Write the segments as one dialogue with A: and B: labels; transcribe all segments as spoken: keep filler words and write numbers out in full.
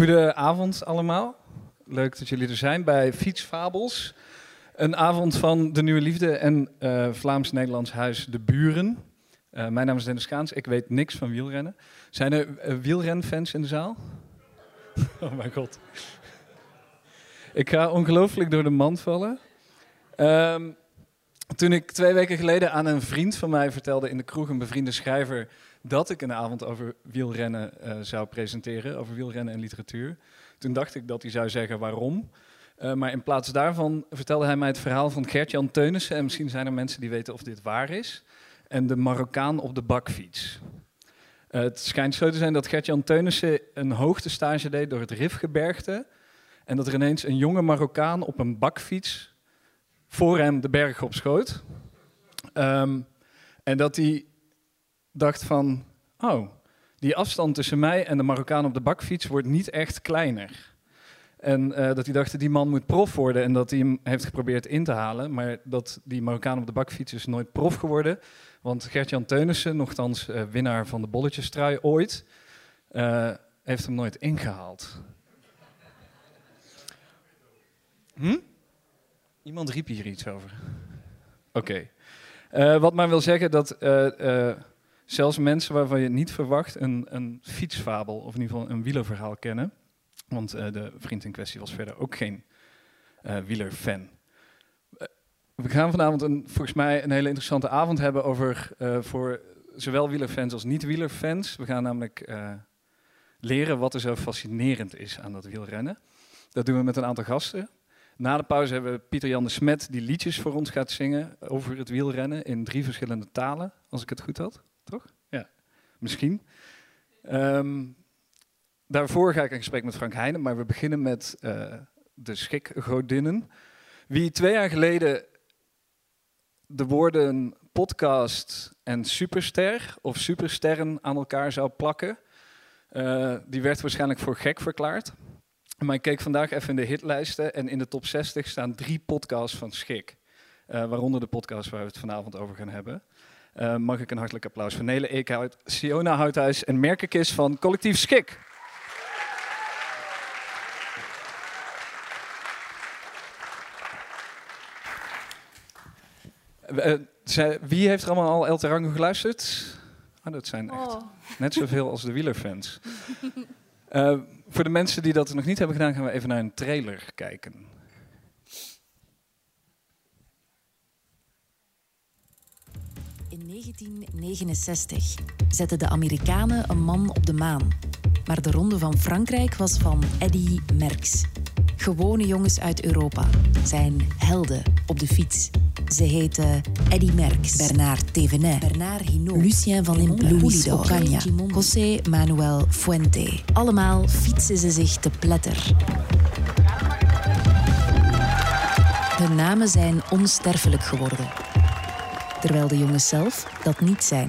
A: Goedenavond allemaal. Leuk dat jullie er zijn bij Fietsfabels. Een avond van de nieuwe liefde en uh, Vlaams-Nederlands huis De Buren. Uh, mijn naam is Dennis Kaans, ik weet niks van wielrennen. Zijn er uh, wielrenfans in de zaal? Oh mijn god. Ik ga ongelooflijk door de mand vallen. Um, toen ik twee weken geleden aan een vriend van mij vertelde in de kroeg, een bevriende schrijver, dat ik een avond over wielrennen uh, zou presenteren, over wielrennen en literatuur. Toen dacht ik dat hij zou zeggen waarom. Uh, maar in plaats daarvan vertelde hij mij het verhaal van Gert-Jan Teunissen. En misschien zijn er mensen die weten of dit waar is. En de Marokkaan op de bakfiets. Uh, het schijnt zo te zijn dat Gert-Jan Teunissen een hoogtestage deed door het Rifgebergte. En dat er ineens een jonge Marokkaan op een bakfiets voor hem de berg op schoot. Um, en dat hij dacht van, oh, die afstand tussen mij en de Marokkaan op de bakfiets wordt niet echt kleiner. En uh, dat hij dacht, die man moet prof worden en dat hij hem heeft geprobeerd in te halen. Maar dat die Marokkaan op de bakfiets is nooit prof geworden. Want Gert-Jan Teunissen, nochtans uh, winnaar van de bolletjestrui ooit, uh, heeft hem nooit ingehaald. Hm? Iemand riep hier iets over. Oké. Okay. Uh, wat maar wil zeggen dat uh, uh, zelfs mensen waarvan je het niet verwacht een, een fietsfabel of in ieder geval een wielerverhaal kennen. Want uh, de vriend in kwestie was verder ook geen uh, wielerfan. Uh, we gaan vanavond een, volgens mij een hele interessante avond hebben over uh, voor zowel wielerfans als niet-wielerfans. We gaan namelijk uh, leren wat er zo fascinerend is aan dat wielrennen. Dat doen we met een aantal gasten. Na de pauze hebben we Pieter Jan de Smet die liedjes voor ons gaat zingen over het wielrennen in drie verschillende talen, als ik het goed had. Toch? Ja, misschien. Um, daarvoor ga ik in gesprek met Frank Heijnen, maar we beginnen met uh, de schikgodinnen. Wie twee jaar geleden de woorden podcast en superster of supersterren aan elkaar zou plakken, uh, die werd waarschijnlijk voor gek verklaard. Maar ik keek vandaag even in de hitlijsten en in de top zestig staan drie podcasts van Schik. Uh, waaronder de podcast waar we het vanavond over gaan hebben. Uh, mag ik een hartelijk applaus voor Nele Eekhout, Siona Houthuis en Merkekis van Collectief Schik. Uh, zij, wie heeft er allemaal al El Tarango geluisterd? Oh, dat zijn echt oh. net zoveel als de wielerfans. Uh, voor de mensen die dat nog niet hebben gedaan, gaan we even naar een trailer kijken.
B: In negentien negenenzestig zetten de Amerikanen een man op de maan. Maar de ronde van Frankrijk was van Eddy Merckx. Gewone jongens uit Europa zijn helden op de fiets. Ze heten Eddy Merckx, Bernard Thévenet, Bernard Hinault, Lucien Van Impe, Luis Ocaña, José Manuel Fuente. Allemaal fietsen ze zich te pletter. Hun namen zijn onsterfelijk geworden. Terwijl de jongens zelf dat niet zijn.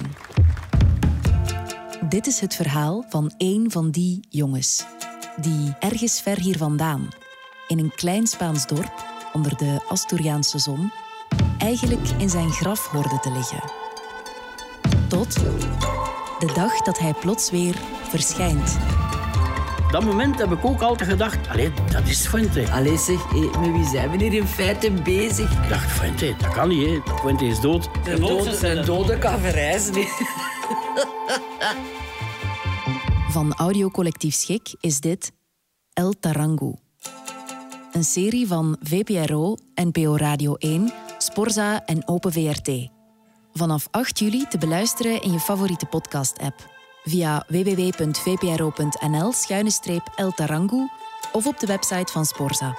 B: Dit is het verhaal van één van die jongens. Die ergens ver hier vandaan, in een klein Spaans dorp, onder de Asturiaanse zon, eigenlijk in zijn graf hoorde te liggen. Tot de dag dat hij plots weer verschijnt.
C: Op dat moment heb ik ook altijd gedacht, allee, dat is Fuente.
D: Allee zeg, hé, met wie zijn we hier in feite bezig?
C: Ik dacht, Fuente, dat kan niet, hè. Fuente is dood.
D: Een dode, een dode kan verrijzen.
B: Van Audiocollectief Schik is dit El Tarango. Een serie van V P R O, N P O Radio één, Sporza en Open V R T. Vanaf acht juli te beluisteren in je favoriete podcast-app. Via w w w punt v p r o punt n l schuine streep El Tarango of op de website van Sporza.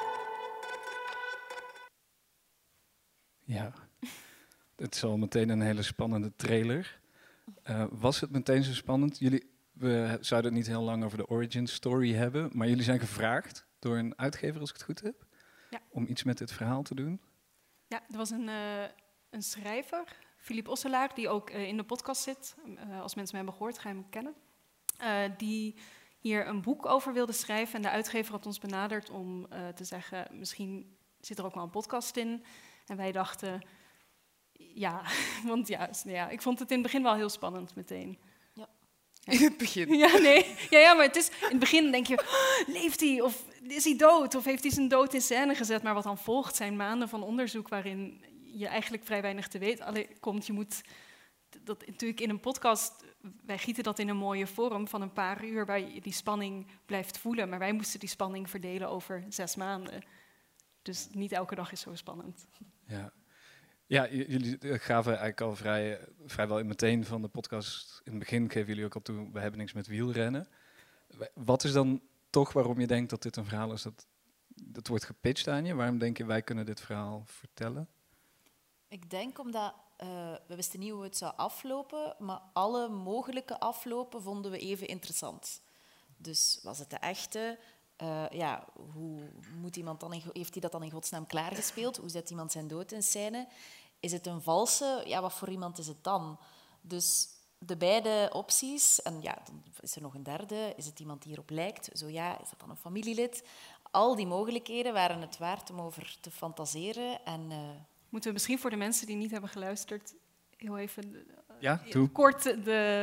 A: Ja, het is al meteen een hele spannende trailer. Uh, was het meteen zo spannend? Jullie, we zouden het niet heel lang over de origin story hebben, maar jullie zijn gevraagd door een uitgever, als ik het goed heb,
E: ja. om
A: iets met dit verhaal te doen.
E: Ja, er was een, uh, een schrijver, Philippe Osselaar, die ook uh, in de podcast zit. Uh, als mensen me hebben gehoord, ga je hem kennen. Uh, die hier een boek over wilde schrijven. En de uitgever had ons benaderd om uh, te zeggen, misschien zit er ook wel een podcast in. En wij dachten, ja, want ja, ja, ik vond het in het begin wel heel spannend meteen.
F: Ja. In het begin.
E: Ja, nee. Ja, ja, maar het is, in het begin denk je, oh, leeft hij? Of is hij dood? Of heeft hij zijn dood in scène gezet? Maar wat dan volgt zijn maanden van onderzoek waarin je eigenlijk vrij weinig te weten komt. Je moet dat natuurlijk in een podcast, wij gieten dat in een mooie vorm van een paar uur waar je die spanning blijft voelen. Maar wij moesten die spanning verdelen over zes maanden. Dus niet elke dag is zo spannend.
A: Ja. Ja, j- jullie gaven eigenlijk al vrij, vrijwel meteen van de podcast. In het begin geven jullie ook al toe, we hebben niks met wielrennen. Wat is dan toch waarom je denkt dat dit een verhaal is dat, dat wordt gepitcht aan je? Waarom denk je, wij kunnen dit verhaal vertellen?
B: Ik denk omdat, uh, we wisten niet hoe het zou aflopen, maar alle mogelijke aflopen vonden we even interessant. Dus was het de echte? Uh, ja, hoe moet iemand dan in, heeft hij dat dan in godsnaam klaargespeeld? Hoe zet iemand zijn dood in scène? Is het een valse? Ja, wat voor iemand is het dan? Dus de beide opties, en ja, dan is er nog een derde. Is het iemand die hierop lijkt? Zo ja, is dat dan een familielid? Al die mogelijkheden waren het waard om over te fantaseren. En, uh...
E: moeten we misschien voor de mensen die niet hebben geluisterd heel even
A: ja, doe.
E: kort de,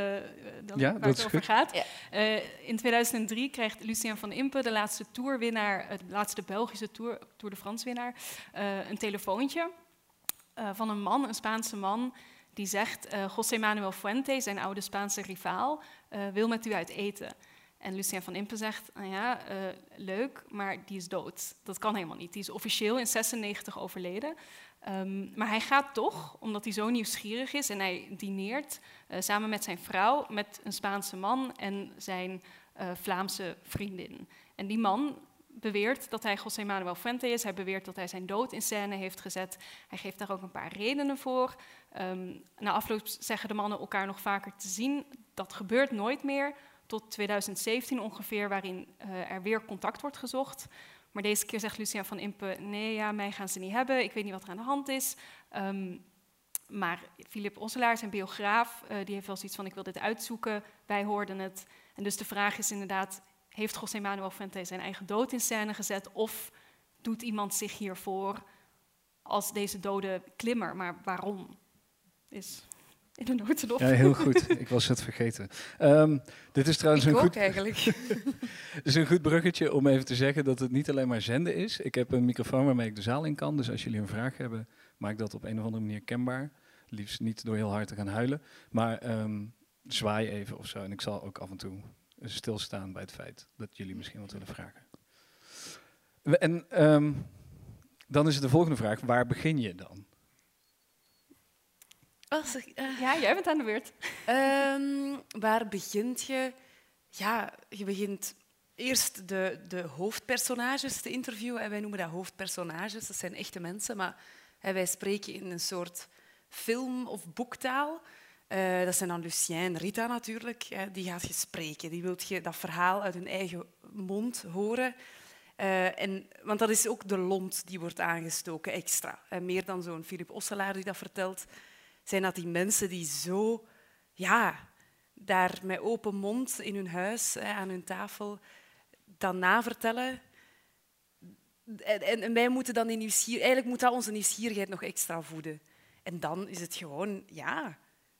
E: de
A: ja,
E: waar het over
A: goed.
E: gaat.
B: Ja.
E: Uh, in tweeduizend drie krijgt Lucien van Impe, de laatste toerwinnaar, de laatste Belgische tour, Tour de France winnaar, uh, een telefoontje uh, van een man, een Spaanse man, die zegt, uh, José Manuel Fuente, zijn oude Spaanse rivaal, uh, wil met u uit eten. En Lucien van Impe zegt, nou ja, uh, leuk, maar die is dood. Dat kan helemaal niet. Die is officieel in zesennegentig overleden. Um, maar hij gaat toch, omdat hij zo nieuwsgierig is en hij dineert uh, samen met zijn vrouw, met een Spaanse man en zijn uh, Vlaamse vriendin. En die man beweert dat hij José Manuel Fuente is. Hij beweert dat hij zijn dood in scène heeft gezet. Hij geeft daar ook een paar redenen voor. Um, na afloop zeggen de mannen elkaar nog vaker te zien. Dat gebeurt nooit meer, tot tweeduizend zeventien ongeveer, waarin uh, er weer contact wordt gezocht. Maar deze keer zegt Lucien van Impe, nee, ja, mij gaan ze niet hebben. Ik weet niet wat er aan de hand is. Um, maar Philip Osselaar, zijn biograaf, uh, die heeft wel zoiets van, ik wil dit uitzoeken. Wij hoorden het. En dus de vraag is inderdaad, heeft José Manuel Fuente zijn eigen dood in scène gezet? Of doet iemand zich hiervoor als deze dode klimmer? Maar waarom? Is in de notendop.
A: Ja, heel goed. Ik was het vergeten. Um, dit is trouwens
F: ik
A: een
F: ook
A: goed,
F: eigenlijk.
A: dit is een goed bruggetje om even te zeggen dat het niet alleen maar zenden is. Ik heb een microfoon waarmee ik de zaal in kan. Dus als jullie een vraag hebben, maak dat op een of andere manier kenbaar. Liefst niet door heel hard te gaan huilen. Maar um, zwaai even of zo. En ik zal ook af en toe stilstaan bij het feit dat jullie misschien wat willen vragen. En um, dan is het de volgende vraag. Waar begin je dan?
F: Oh, zeg, uh,
E: ja, jij bent aan de beurt.
F: Um, waar begint je? Ja, je begint eerst de, de hoofdpersonages te interviewen. En wij noemen dat hoofdpersonages. Dat zijn echte mensen, maar hè, wij spreken in een soort film- of boektaal. Uh, dat zijn dan Lucien en Rita natuurlijk. Hè, die gaat je spreken. Die wilt je dat verhaal uit hun eigen mond horen. Uh, en, want dat is ook de lont die wordt aangestoken, extra. Uh, meer dan zo'n Philip Osselaar die dat vertelt, zijn dat die mensen die zo, ja, daar met open mond in hun huis, hè, aan hun tafel, dat navertellen. En, en, en wij moeten dan die nieuwsgierigheid, eigenlijk moet dat onze nieuwsgierigheid nog extra voeden. En dan is het gewoon, ja,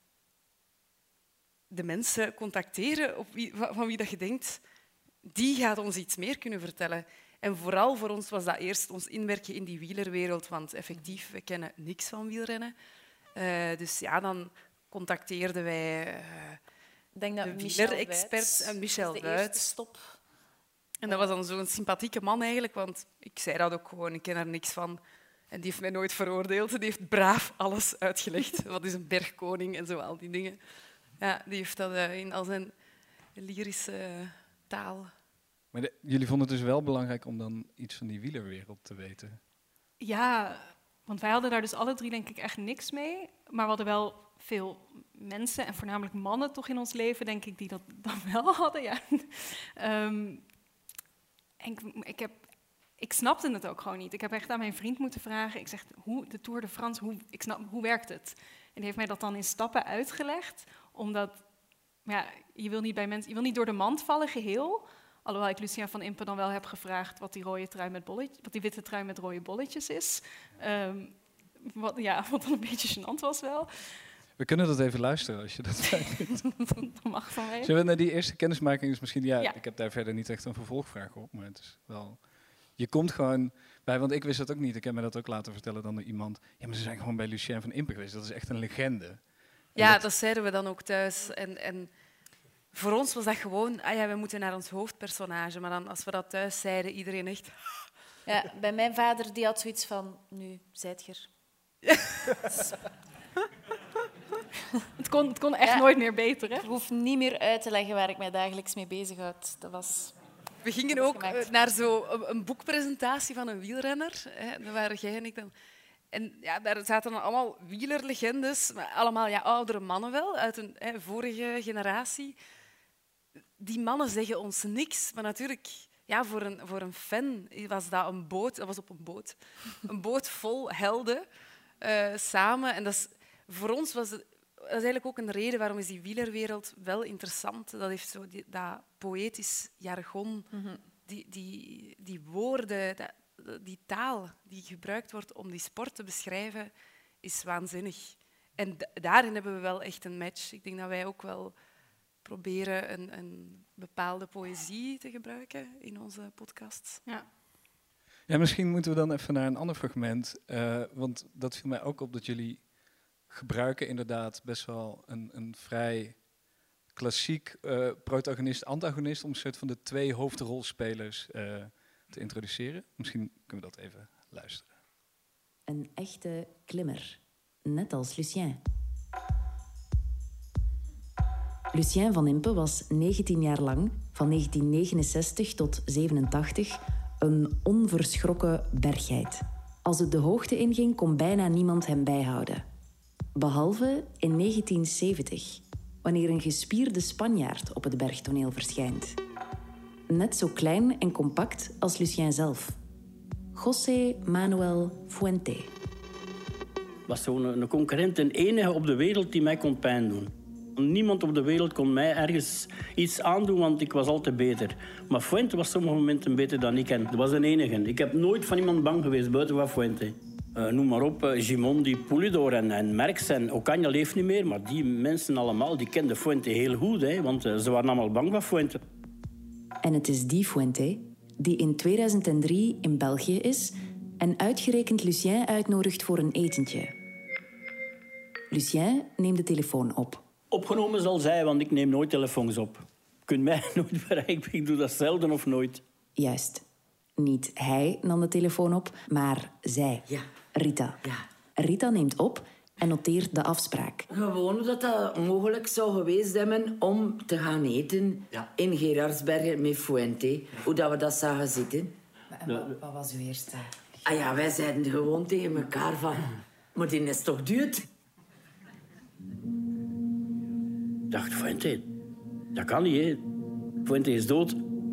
F: de mensen contacteren op wie, van wie dat je denkt, die gaat ons iets meer kunnen vertellen. En vooral voor ons was dat eerst ons inwerken in die wielerwereld, want effectief, we kennen niks van wielrennen. Uh, dus ja, dan contacteerden wij uh,
B: Ik denk dat
F: de
B: Michel
F: wielerexpert en Michel
B: de
F: Wuits.
B: eerste stop.
F: En dat was dan zo'n sympathieke man eigenlijk, want ik zei dat ook gewoon, ik ken er niks van. En die heeft mij nooit veroordeeld. Die heeft braaf alles uitgelegd. Wat is een bergkoning en zo, al die dingen. Ja, die heeft dat uh, in al zijn lyrische uh, taal.
A: Maar de, jullie vonden het dus wel belangrijk om dan iets van die wielerwereld te weten?
E: Ja, want wij hadden daar dus alle drie denk ik echt niks mee. Maar we hadden wel veel mensen en voornamelijk mannen toch in ons leven, denk ik, die dat dan wel hadden. Ja. um, en ik, ik, heb, ik snapte het ook gewoon niet. Ik heb echt aan mijn vriend moeten vragen. Ik zeg, hoe, de Tour de France, hoe, ik snap, hoe werkt het? En die heeft mij dat dan in stappen uitgelegd. Omdat ja, je, wil niet bij mensen, je wil niet door de mand vallen geheel. Alhoewel ik Lucien van Impe dan wel heb gevraagd wat die, rode trui met bolletjes, wat die witte trui met rode bolletjes is. Um, wat, ja, wat dan een beetje gênant was wel.
A: We kunnen dat even luisteren als je dat fijn vindt.
E: Dat mag van mij.
A: Zullen we naar die eerste kennismaking? Is misschien, ja,
E: Ja.
A: ik heb daar verder niet echt een vervolgvraag op, maar het is wel... Je komt gewoon bij, want ik wist dat ook niet. Ik heb me dat ook laten vertellen dan door iemand. Ja, maar ze zijn gewoon bij Lucien van Impe geweest. Dat is echt een legende. En
F: Ja,
A: dat-
F: dat zeiden we dan ook thuis. En, en voor ons was dat gewoon, ah ja, we moeten naar ons hoofdpersonage. Maar dan, als we dat thuis zeiden, iedereen echt...
B: Ja, bij mijn vader die had zoiets van, nu, zijt je er.
E: Het kon, het kon echt
B: Ja.
E: nooit meer beter, hè?
B: Ik hoef niet meer uit te leggen waar ik mij dagelijks mee bezighoud. Dat was...
F: We gingen
B: Dat is
F: ook
B: gemaakt.
F: eh, naar zo'n een, een boekpresentatie van een wielrenner. Hè. Daar waren jij en ik dan. En ja, daar zaten dan allemaal wielerlegendes, maar allemaal ja, oudere mannen wel, uit een hè, vorige generatie. Die mannen zeggen ons niks, maar natuurlijk, ja, voor een, voor een fan was dat een boot, dat was op een boot, een boot vol helden eh, samen. En dat is, voor ons was het, dat is eigenlijk ook een reden waarom is die wielerwereld wel interessant. Dat heeft zo die, dat poëtisch jargon, die, die, die woorden, dat, die taal die gebruikt wordt om die sport te beschrijven, is waanzinnig. En d- daarin hebben we wel echt een match. Ik denk dat wij ook wel proberen een, een bepaalde poëzie te gebruiken in onze podcasts.
E: Ja.
A: Ja, misschien moeten we dan even naar een ander fragment. Uh, want dat viel mij ook op dat jullie gebruiken inderdaad best wel een, een vrij klassiek uh, protagonist-antagonist om een soort van de twee hoofdrolspelers uh, te introduceren. Misschien kunnen we dat even luisteren.
B: Een echte klimmer, net als Lucien. Lucien van Impe was negentien jaar lang, van negentien negenenzestig tot zevenentachtig, een onverschrokken berggeit. Als het de hoogte inging, kon bijna niemand hem bijhouden. Behalve in negentien zeventig, wanneer een gespierde Spanjaard op het bergtoneel verschijnt. Net zo klein en compact als Lucien zelf. José Manuel Fuente.
C: Was zo'n een concurrent, een enige op de wereld die mij kon pijn doen. Niemand op de wereld kon mij ergens iets aandoen, want ik was altijd beter. Maar Fuente was sommige momenten beter dan ik. En dat was een enige. Ik heb nooit van iemand bang geweest, buiten van Fuente. Uh, noem maar op, uh, Gimondi, Poulidor en, en Merckx en Ocaña leeft niet meer. Maar die mensen allemaal, die kenden Fuente heel goed. Hè, want uh, ze waren allemaal bang van Fuente.
B: En het is die Fuente die in tweeduizend drie in België is en uitgerekend Lucien uitnodigt voor een etentje. Lucien neemt de telefoon op.
C: Opgenomen zal zij, want ik neem nooit telefoons op. Je kunt mij nooit bereiken, ik doe dat zelden of nooit.
B: Juist. Niet hij nam de telefoon op, maar zij,
D: Ja.
B: Rita.
D: Ja.
B: Rita neemt op en noteert de afspraak.
D: Gewoon dat dat mogelijk zou geweest hebben om te gaan eten
C: Ja.
D: in Gerardsbergen met Fuente. Hoe dat we dat zagen zitten.
B: Wat, wat was uw eerste?
D: Ah ja, wij zeiden gewoon tegen elkaar van... Maar die is toch duur?
C: Ik dacht, Fuente, dat kan niet, hè. Fuente is dood.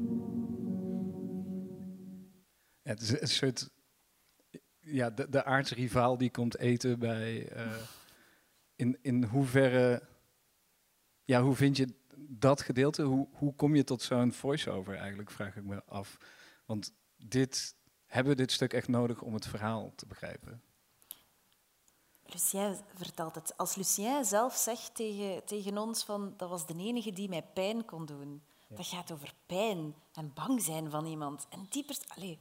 A: Ja, het is een soort... Ja, de, de aardsrivaal die komt eten bij... Uh, in, in hoeverre... Ja, hoe vind je dat gedeelte? Hoe, hoe kom je tot zo'n voice-over eigenlijk, vraag ik me af. Want dit, hebben we dit stuk echt nodig om het verhaal te begrijpen?
B: Lucien vertelt het. Als Lucien zelf zegt tegen, tegen ons van dat was de enige die mij pijn kon doen. Ja. Dat gaat over pijn en bang zijn van iemand. En die pers- Allee.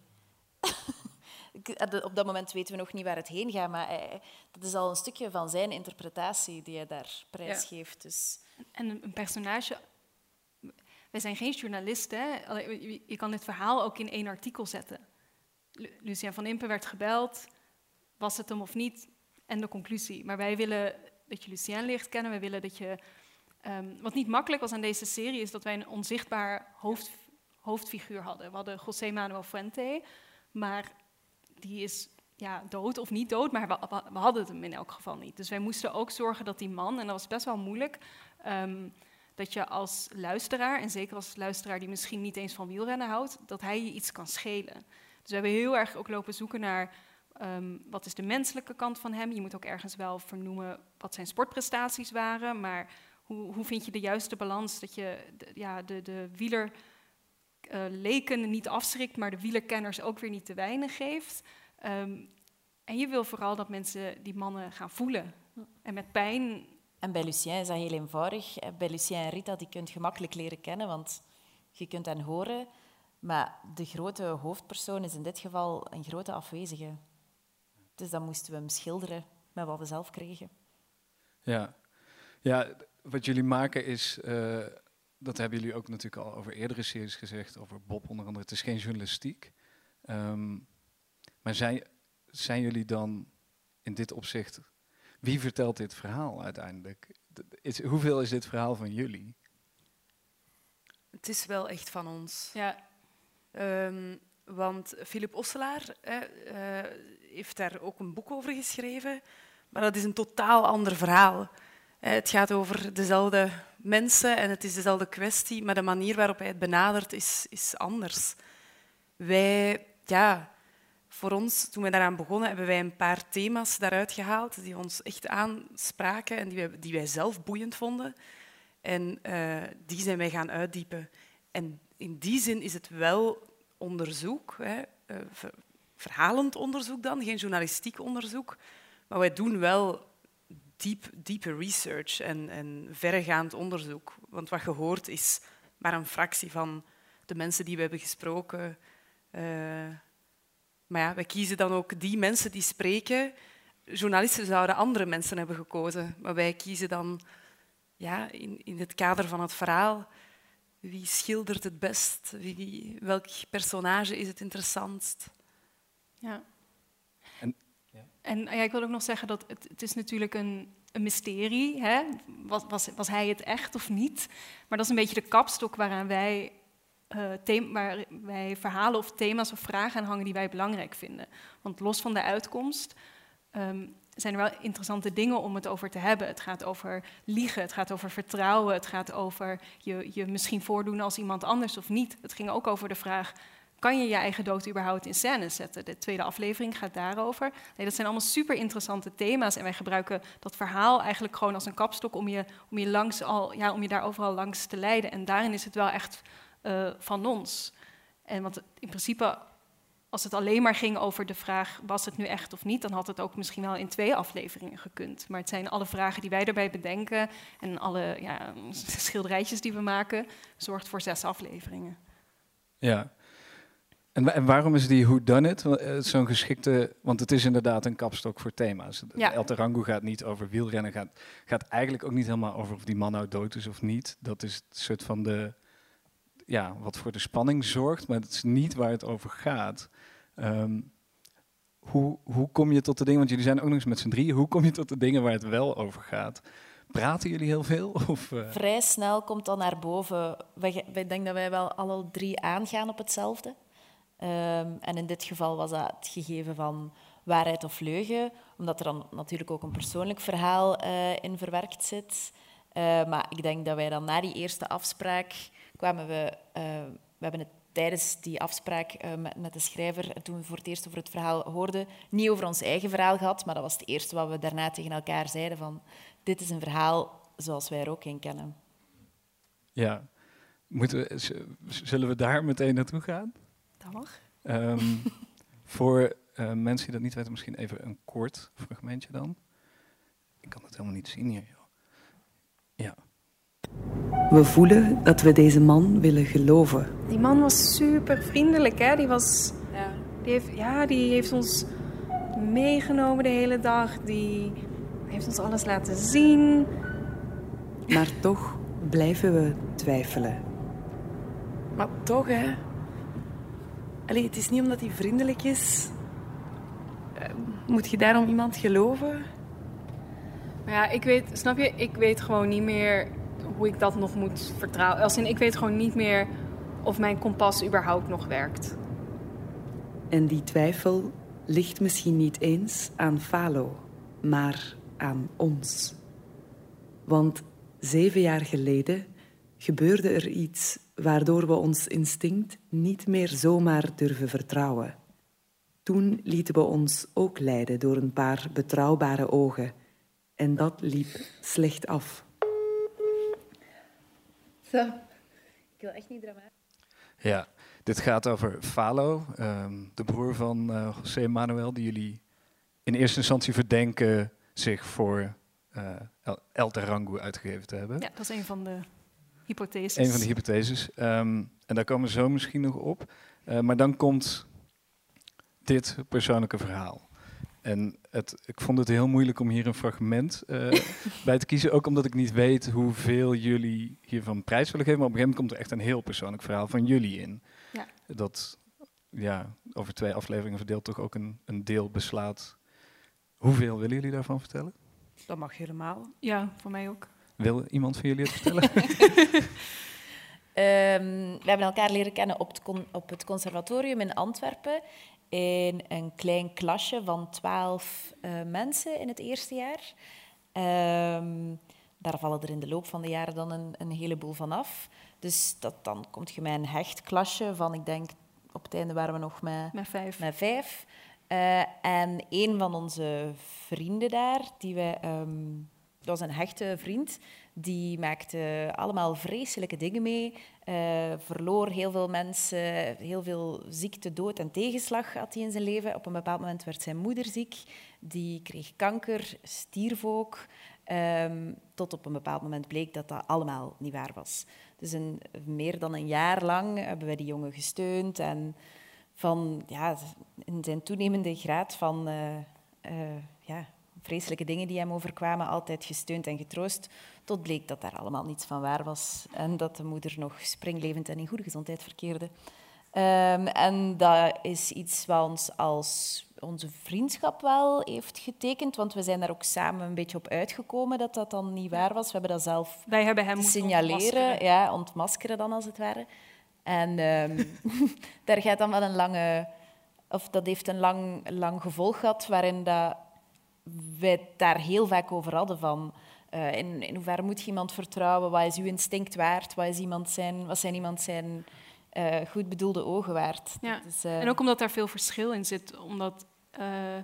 B: Op dat moment weten we nog niet waar het heen gaat, maar hij, dat is al een stukje van zijn interpretatie die hij daar prijsgeeft. Ja. Dus.
E: En een personage... Wij zijn geen journalisten. Hè? Je kan dit verhaal ook in één artikel zetten. Lucien van Impe werd gebeld. Was het hem of niet? En de conclusie. Maar wij willen dat je Lucien leert kennen. Wij willen dat je... Um, wat niet makkelijk was aan deze serie, is dat wij een onzichtbaar hoofd, hoofdfiguur hadden. We hadden José Manuel Fuente, maar die is ja, dood of niet dood, maar we, we hadden hem in elk geval niet. Dus wij moesten ook zorgen dat die man, en dat was best wel moeilijk, um, dat je als luisteraar, en zeker als luisteraar die misschien niet eens van wielrennen houdt, dat hij je iets kan schelen. Dus we hebben heel erg ook lopen zoeken naar... Um, wat is de menselijke kant van hem? Je moet ook ergens wel vernoemen wat zijn sportprestaties waren. Maar hoe, hoe vind je de juiste balans? Dat je de, ja, de, de wielerleken uh, niet afschrikt, maar de wielerkenners ook weer niet te weinig geeft. Um, en je wil vooral dat mensen die mannen gaan voelen. En met pijn
B: En bij Lucien is dat heel eenvoudig. Bij Lucien en Rita die kun je gemakkelijk leren kennen, want je kunt hen horen. Maar de grote hoofdpersoon is in dit geval een grote afwezige. Dus dan moesten we hem schilderen met wat we zelf kregen.
A: Ja, ja wat jullie maken is... Uh, dat hebben jullie ook natuurlijk al over eerdere series gezegd, over Bob onder andere. Het is geen journalistiek. Um, maar zijn, zijn jullie dan in dit opzicht... Wie vertelt dit verhaal uiteindelijk? Is, hoeveel is dit verhaal van jullie?
F: Het is wel echt van ons.
E: Ja.
F: Um, want Philip Osselaar eh, uh, heeft daar ook een boek over geschreven. Maar dat is een totaal ander verhaal. Uh, het gaat over dezelfde mensen en het is dezelfde kwestie, maar de manier waarop hij het benadert is, is anders. Wij, ja... Voor ons, toen we daaraan begonnen, hebben wij een paar thema's daaruit gehaald die ons echt aanspraken en die wij, die wij zelf boeiend vonden. En uh, die zijn wij gaan uitdiepen. En in die zin is het wel onderzoek, hè, uh, verhalend onderzoek dan, geen journalistiek onderzoek. Maar wij doen wel diep, diepe research en, en verregaand onderzoek. Want wat je hoort is maar een fractie van de mensen die we hebben gesproken. Uh, Maar ja, wij kiezen dan ook die mensen die spreken. Journalisten zouden andere mensen hebben gekozen. Maar wij kiezen dan ja, in, in het kader van het verhaal. Wie schildert het best? Wie, welk personage is het interessantst?
E: Ja.
A: En, ja.
E: en ja, ik wil ook nog zeggen dat het, het is natuurlijk een, een mysterie. Hè? Was, was, was hij het echt of niet? Maar dat is een beetje de kapstok waaraan wij... Uh, thema, waar wij verhalen of thema's of vragen aan hangen die wij belangrijk vinden. Want los van de uitkomst um, zijn er wel interessante dingen om het over te hebben. Het gaat over liegen, het gaat over vertrouwen, het gaat over je, je misschien voordoen als iemand anders of niet. Het ging ook over de vraag, kan je je eigen dood überhaupt in scène zetten? De tweede aflevering gaat daarover. Nee, dat zijn allemaal super interessante thema's en wij gebruiken dat verhaal eigenlijk gewoon als een kapstok om je, om je, langs al, ja, om je daar overal langs te leiden. En daarin is het wel echt... Uh, van ons. En want in principe, als het alleen maar ging over de vraag... was het nu echt of niet, dan had het ook misschien wel in twee afleveringen gekund. Maar het zijn alle vragen die wij daarbij bedenken... en alle ja, schilderijtjes die we maken... zorgt voor zes afleveringen.
A: Ja. En, en waarom is die whodunit zo'n geschikte... want het is inderdaad een kapstok voor thema's.
E: Ja.
A: El Tarango gaat niet over wielrennen... Gaat, gaat eigenlijk ook niet helemaal over of die man nou dood is of niet. Dat is het soort van de... ja, wat voor de spanning zorgt, maar dat is niet waar het over gaat. Um, hoe, hoe kom je tot de dingen, want jullie zijn ook nog eens met z'n drieën, hoe kom je tot de dingen waar het wel over gaat? Praten jullie heel veel? Of, uh...
B: Vrij snel komt dan naar boven. Wij, wij denken dat wij wel alle drie aangaan op hetzelfde. Um, en in dit geval was dat het gegeven van waarheid of leugen, omdat er dan natuurlijk ook een persoonlijk verhaal uh, in verwerkt zit. Uh, maar ik denk dat wij dan na die eerste afspraak kwamen we... Uh, we hebben het tijdens die afspraak uh, met, met de schrijver, toen we voor het eerst over het verhaal hoorden, niet over ons eigen verhaal gehad, maar dat was het eerste wat we daarna tegen elkaar zeiden van dit is een verhaal zoals wij er ook in kennen.
A: Ja. Moeten we, z- zullen we daar meteen naartoe gaan?
E: Dat mag.
A: Um, voor uh, mensen die dat niet weten, misschien even een kort fragmentje dan. Ik kan het helemaal niet zien hier, joh. Ja.
G: We voelen dat we deze man willen geloven.
E: Die man was super vriendelijk, hè? Die was,
F: Ja.
E: die heeft, ja, die heeft ons meegenomen de hele dag. Die heeft ons alles laten zien.
G: Maar toch blijven we twijfelen.
F: Maar toch, hè. Allee, het is niet omdat hij vriendelijk is. Uh, moet je daarom iemand geloven?
E: Maar ja, ik weet, snap je, ik weet gewoon niet meer hoe ik dat nog moet vertrouwen. Als in, ik weet gewoon niet meer of mijn kompas überhaupt nog werkt.
G: En die twijfel ligt misschien niet eens aan Falo, maar aan ons. Want zeven jaar geleden gebeurde er iets waardoor we ons instinct niet meer zomaar durven vertrouwen. Toen lieten we ons ook leiden door een paar betrouwbare ogen. En dat liep slecht af.
B: Zo, ik wil echt niet dramatisch.
A: Ja, dit gaat over Falo, um, de broer van uh, José Manuel, die jullie in eerste instantie verdenken zich voor uh, uh, El, El Terrangu uitgegeven te hebben.
E: Ja, dat is een van de hypotheses.
A: Een van de hypotheses. Um, en daar komen we zo misschien nog op. Uh, maar dan komt dit persoonlijke verhaal. En het, ik vond het heel moeilijk om hier een fragment uh, bij te kiezen. Ook omdat ik niet weet hoeveel jullie hiervan prijs willen geven. Maar op een gegeven moment komt er echt een heel persoonlijk verhaal van jullie in.
E: Ja.
A: Dat ja, over twee afleveringen verdeeld toch ook een, een deel beslaat. Hoeveel willen jullie daarvan vertellen?
F: Dat mag helemaal.
E: Ja, voor mij ook.
A: Wil iemand van jullie het vertellen?
H: um, we hebben elkaar leren kennen op het, con- op het conservatorium in Antwerpen. In een klein klasje van twaalf uh, mensen in het eerste jaar. Um, daar vallen er in de loop van de jaren dan een, een heleboel van af. Dus dat, dan kom je met een hecht klasje van, ik denk, op het einde waren we nog met,
E: met vijf.
H: Met vijf. Uh, en een van onze vrienden daar, die wij, um, dat was een hechte vriend, die maakte allemaal vreselijke dingen mee. Uh, verloor heel veel mensen, heel veel ziekte, dood en tegenslag had hij in zijn leven. Op een bepaald moment werd zijn moeder ziek. Die kreeg kanker, stierf ook. Um, tot op een bepaald moment bleek dat dat allemaal niet waar was. Dus een, meer dan een jaar lang hebben wij die jongen gesteund. En van, ja, in zijn toenemende graad van uh, uh, ja, vreselijke dingen die hem overkwamen, altijd gesteund en getroost, tot bleek dat daar allemaal niets van waar was en dat de moeder nog springlevend en in goede gezondheid verkeerde. Um, en dat is iets wat ons als onze vriendschap wel heeft getekend, want we zijn daar ook samen een beetje op uitgekomen dat dat dan niet waar was. We hebben dat zelf
E: Wij hebben hem
H: signaleren, ontmaskeren. Ja, ontmaskeren dan als het ware. En um, daar gaat dan wel een lange, of dat heeft een lang, lang gevolg gehad, waarin dat wij het daar heel vaak over hadden van uh, in, in hoeverre moet je iemand vertrouwen, wat is uw instinct waard, wat, is iemand zijn, wat zijn iemand zijn uh, goed bedoelde ogen waard.
E: Ja.
H: Is, uh...
E: En ook omdat daar veel verschil in zit, omdat uh,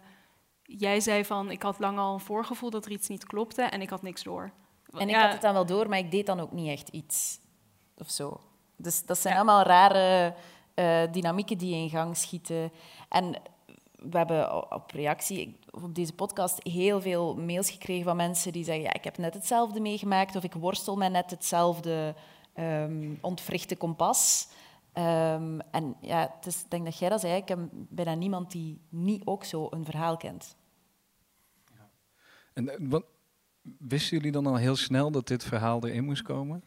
E: jij zei van, ik had lang al een voorgevoel dat er iets niet klopte en ik had niks door.
H: En ik
E: ja.
H: had het dan wel door, maar ik deed dan ook niet echt iets of zo. Dus dat zijn
E: ja.
H: allemaal rare uh, dynamieken die in gang schieten. En we hebben op reactie op deze podcast heel veel mails gekregen van mensen die zeggen, ja, ik heb net hetzelfde meegemaakt of ik worstel met net hetzelfde um, ontwrichte kompas. Um, en ja, het is, ik denk dat jij dat zei, ik heb bijna niemand die niet ook zo een verhaal kent.
A: Ja. En wat, wisten jullie dan al heel snel dat dit verhaal erin moest komen?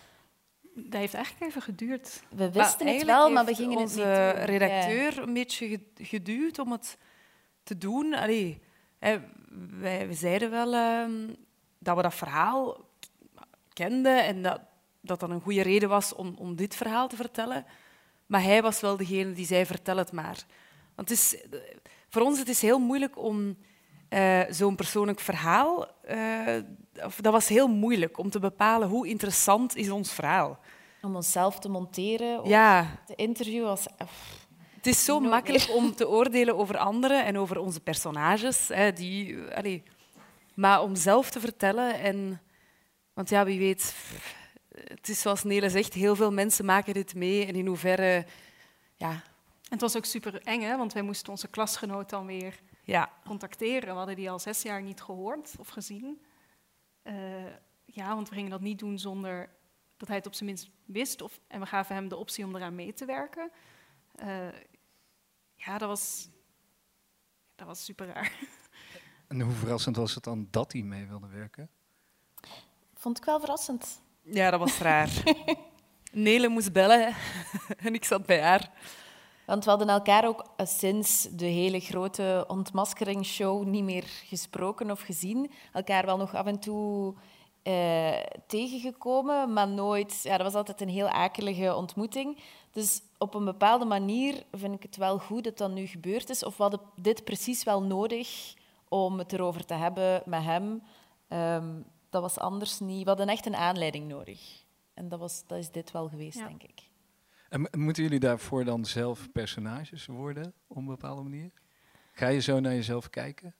E: Dat heeft eigenlijk even geduurd.
H: We wisten het wel, maar we gingen het niet doen.
F: Onze redacteur ja. een beetje geduwd om het te doen. Allee, hè, wij, we zeiden wel um, dat we dat verhaal kenden en dat dat dan een goede reden was om, om dit verhaal te vertellen. Maar hij was wel degene die zei, vertel het maar. Want het is, voor ons het is heel moeilijk om uh, zo'n persoonlijk verhaal... Uh, of, dat was heel moeilijk om te bepalen hoe interessant is ons verhaal.
H: Om onszelf te monteren of
F: ja.
H: te interviewen was... Pff,
F: het is zo makkelijk meer. om te oordelen over anderen en over onze personages. Hè, die, allez, maar om zelf te vertellen en... Want ja, wie weet... Het is zoals Nele zegt, heel veel mensen maken dit mee. En in hoeverre... Ja.
E: En het was ook super eng, hè? Want wij moesten onze klasgenoot dan weer
F: ja.
E: contacteren. We hadden die al zes jaar niet gehoord of gezien. Uh, ja, want we gingen dat niet doen zonder dat hij het op zijn minst wist. Of, en we gaven hem de optie om eraan mee te werken. Uh, ja, dat was, dat was super raar.
A: En hoe verrassend was het dan dat hij mee wilde werken?
H: Vond ik wel verrassend.
F: Ja, dat was raar. Nele moest bellen en ik zat bij haar.
H: Want we hadden elkaar ook uh, sinds de hele grote ontmaskeringsshow niet meer gesproken of gezien. Elkaar wel nog af en toe uh, tegengekomen, maar nooit... Ja, dat was altijd een heel akelige ontmoeting. Dus op een bepaalde manier vind ik het wel goed dat dat nu gebeurd is. Of we hadden dit precies wel nodig om het erover te hebben met hem. Um, dat was anders niet... We hadden echt een aanleiding nodig. En dat, was, dat is dit wel geweest, ja. denk ik.
A: En moeten jullie daarvoor dan zelf personages worden, op een bepaalde manier? Ga je zo naar jezelf kijken?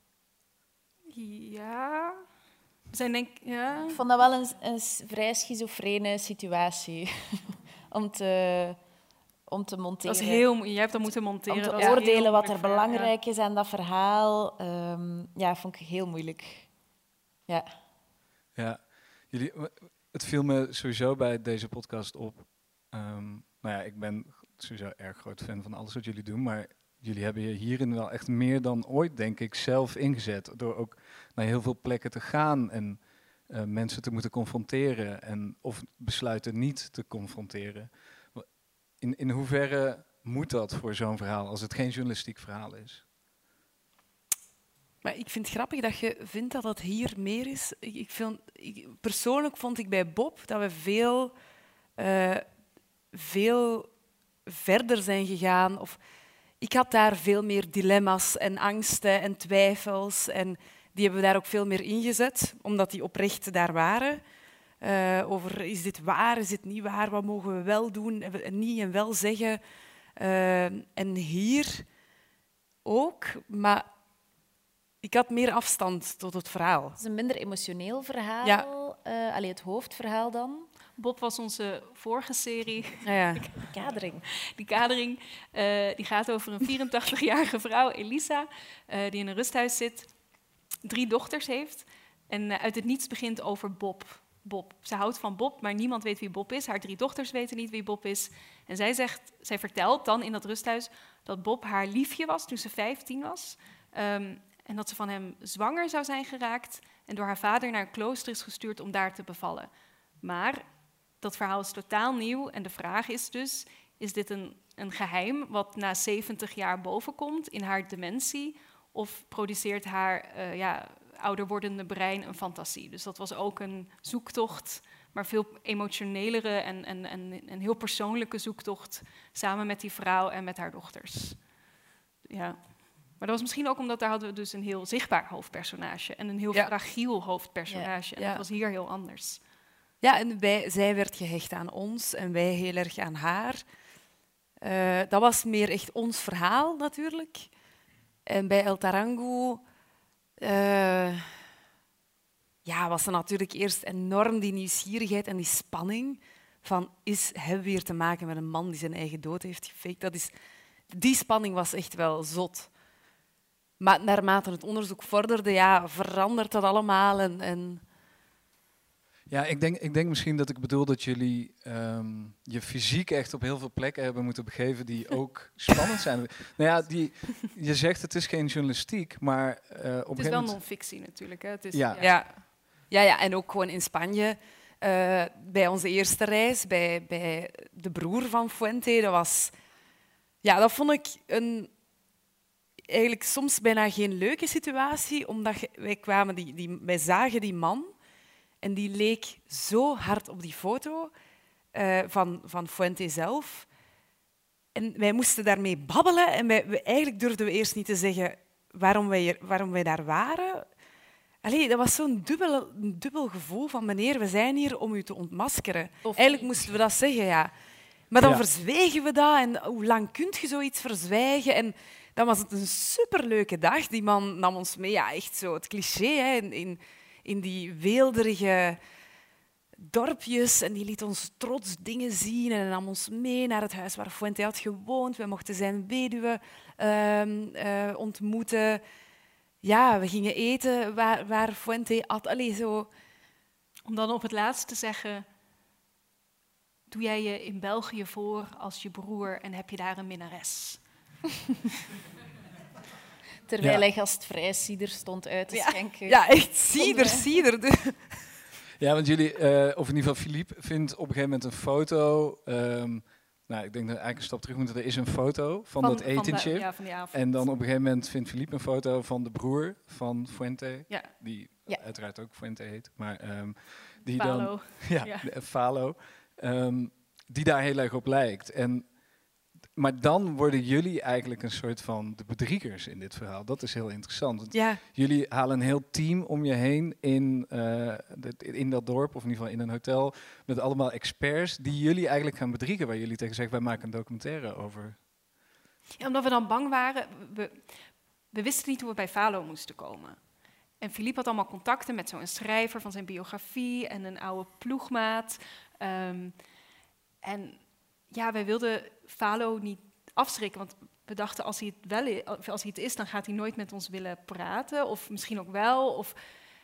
E: Ja... We zijn denk, ja.
H: Ik vond dat wel een, een vrij schizofrene situatie. om, te, om te monteren.
E: Dat is heel, jij hebt dat moeten monteren.
H: Om te
E: dat
H: ja. oordelen wat er
E: ver,
H: belangrijk ja. is aan dat verhaal. Um, ja, vond ik heel moeilijk. Ja.
A: Ja, jullie, het viel me sowieso bij deze podcast op. Um, nou ja, ik ben sowieso erg groot fan van alles wat jullie doen, maar jullie hebben je hierin wel echt meer dan ooit, denk ik, zelf ingezet. Door ook naar heel veel plekken te gaan en uh, mensen te moeten confronteren en of besluiten niet te confronteren. In, in hoeverre moet dat voor zo'n verhaal, als het geen journalistiek verhaal is?
F: Maar ik vind het grappig dat je vindt dat het hier meer is. Ik, ik vind, ik, persoonlijk vond ik bij Bob dat we veel, uh, veel verder zijn gegaan. Of, ik had daar veel meer dilemma's en angsten en twijfels. En die hebben we daar ook veel meer ingezet, omdat die oprecht daar waren. Uh, over, is dit waar, is dit niet waar, wat mogen we wel doen en niet en wel zeggen. Uh, en hier ook, maar ik had meer afstand tot het verhaal.
H: Het is een minder emotioneel verhaal,
F: ja.
H: uh, allee, het hoofdverhaal dan.
E: Bob was onze vorige serie.
F: Ja, ja.
H: Die kadering.
E: Die kadering uh, die gaat over een vierentachtigjarige vrouw, Elisa, uh, die in een rusthuis zit, drie dochters heeft en uh, uit het niets begint over Bob. Bob. Ze houdt van Bob, maar niemand weet wie Bob is. Haar drie dochters weten niet wie Bob is. En zij, zegt, zij vertelt dan in dat rusthuis dat Bob haar liefje was toen ze vijftien was. Um, en dat ze van hem zwanger zou zijn geraakt en door haar vader naar een klooster is gestuurd om daar te bevallen. Maar dat verhaal is totaal nieuw en de vraag is dus, is dit een, een geheim wat na zeventig jaar bovenkomt in haar dementie of produceert haar uh, ja, ouder wordende brein een fantasie? Dus dat was ook een zoektocht, maar veel emotionelere en, en, en een heel persoonlijke zoektocht samen met die vrouw en met haar dochters. Ja. Maar dat was misschien ook omdat daar hadden we dus een heel zichtbaar hoofdpersonage en een heel ja. fragiel hoofdpersonage. Ja. En dat was hier heel anders.
F: Ja, en wij, zij werd gehecht aan ons en wij heel erg aan haar. Uh, dat was meer echt ons verhaal natuurlijk. En bij El Tarango uh, ja, was er natuurlijk eerst enorm die nieuwsgierigheid en die spanning van is, hebben we hier te maken met een man die zijn eigen dood heeft gefaked? Dat is, die spanning was echt wel zot. Maar naarmate het onderzoek vorderde, ja, verandert dat allemaal. En, en
A: ja, ik denk, ik denk misschien dat ik bedoel dat jullie um, je fysiek echt op heel veel plekken hebben moeten begeven die ook spannend zijn. Nou ja, die, je zegt het is geen journalistiek, maar uh, op een gegeven moment...
E: Het is wel non-fictie natuurlijk. Hè? Het is,
A: ja.
F: Ja. Ja. Ja, ja, en ook gewoon in Spanje. Uh, bij onze eerste reis, bij, bij de broer van Fuente, dat was... Ja, dat vond ik een... Eigenlijk soms bijna geen leuke situatie, omdat je, wij, kwamen die, die, wij zagen die man en die leek zo hard op die foto uh, van, van Fuente zelf. En wij moesten daarmee babbelen en wij, wij, eigenlijk durfden we eerst niet te zeggen waarom wij, waarom wij daar waren. Allee, dat was zo'n dubbel, dubbel gevoel van meneer, we zijn hier om u te ontmaskeren. Of eigenlijk niet. Moesten we dat zeggen, ja. Maar dan ja. verzwegen we dat en hoe lang kun je zoiets verzwijgen? En dan was het een superleuke dag. Die man nam ons mee, ja, echt zo het cliché, hè, in, in, in die weelderige dorpjes. En die liet ons trots dingen zien en nam ons mee naar het huis waar Fuente had gewoond. We mochten zijn weduwe uh, uh, ontmoeten. Ja, we gingen eten waar, waar Fuente at. Allee, zo.
E: Om dan op het laatst te zeggen... Doe jij je in België voor als je broer en heb je daar een minnares?
H: Terwijl
A: ja.
H: hij gastvrij cider stond uit te
F: ja.
H: schenken.
F: Ja, echt cider, cider.
A: Ja, want jullie, uh, of in ieder geval Philippe, vindt op een gegeven moment een foto... Um, nou, ik denk dat we eigenlijk een stap terug moeten. Er is een foto van, van dat etentje.
E: Van de, ja, van die avond.
A: En dan op een gegeven moment vindt Philippe een foto van de broer van Fuente.
E: Ja.
A: Die
H: ja.
A: uiteraard ook Fuente heet. Maar um, die
E: Falo.
A: dan... Ja,
E: ja.
A: De, Falo. Um, die daar heel erg op lijkt. En, maar dan worden jullie eigenlijk een soort van de bedriegers in dit verhaal. Dat is heel interessant. Want
F: Ja.
A: Jullie halen een heel team om je heen in, uh, de, in dat dorp, of in ieder geval in een hotel, met allemaal experts die jullie eigenlijk gaan bedriegen, waar jullie tegen zeggen, wij maken een documentaire over.
E: Ja, omdat we dan bang waren, we, we wisten niet hoe we bij Falo moesten komen. En Philippe had allemaal contacten met zo'n schrijver van zijn biografie en een oude ploegmaat. Um, en ja, wij wilden Falo niet afschrikken, want we dachten als hij het wel is, als hij het is, dan gaat hij nooit met ons willen praten, of misschien ook wel. Of...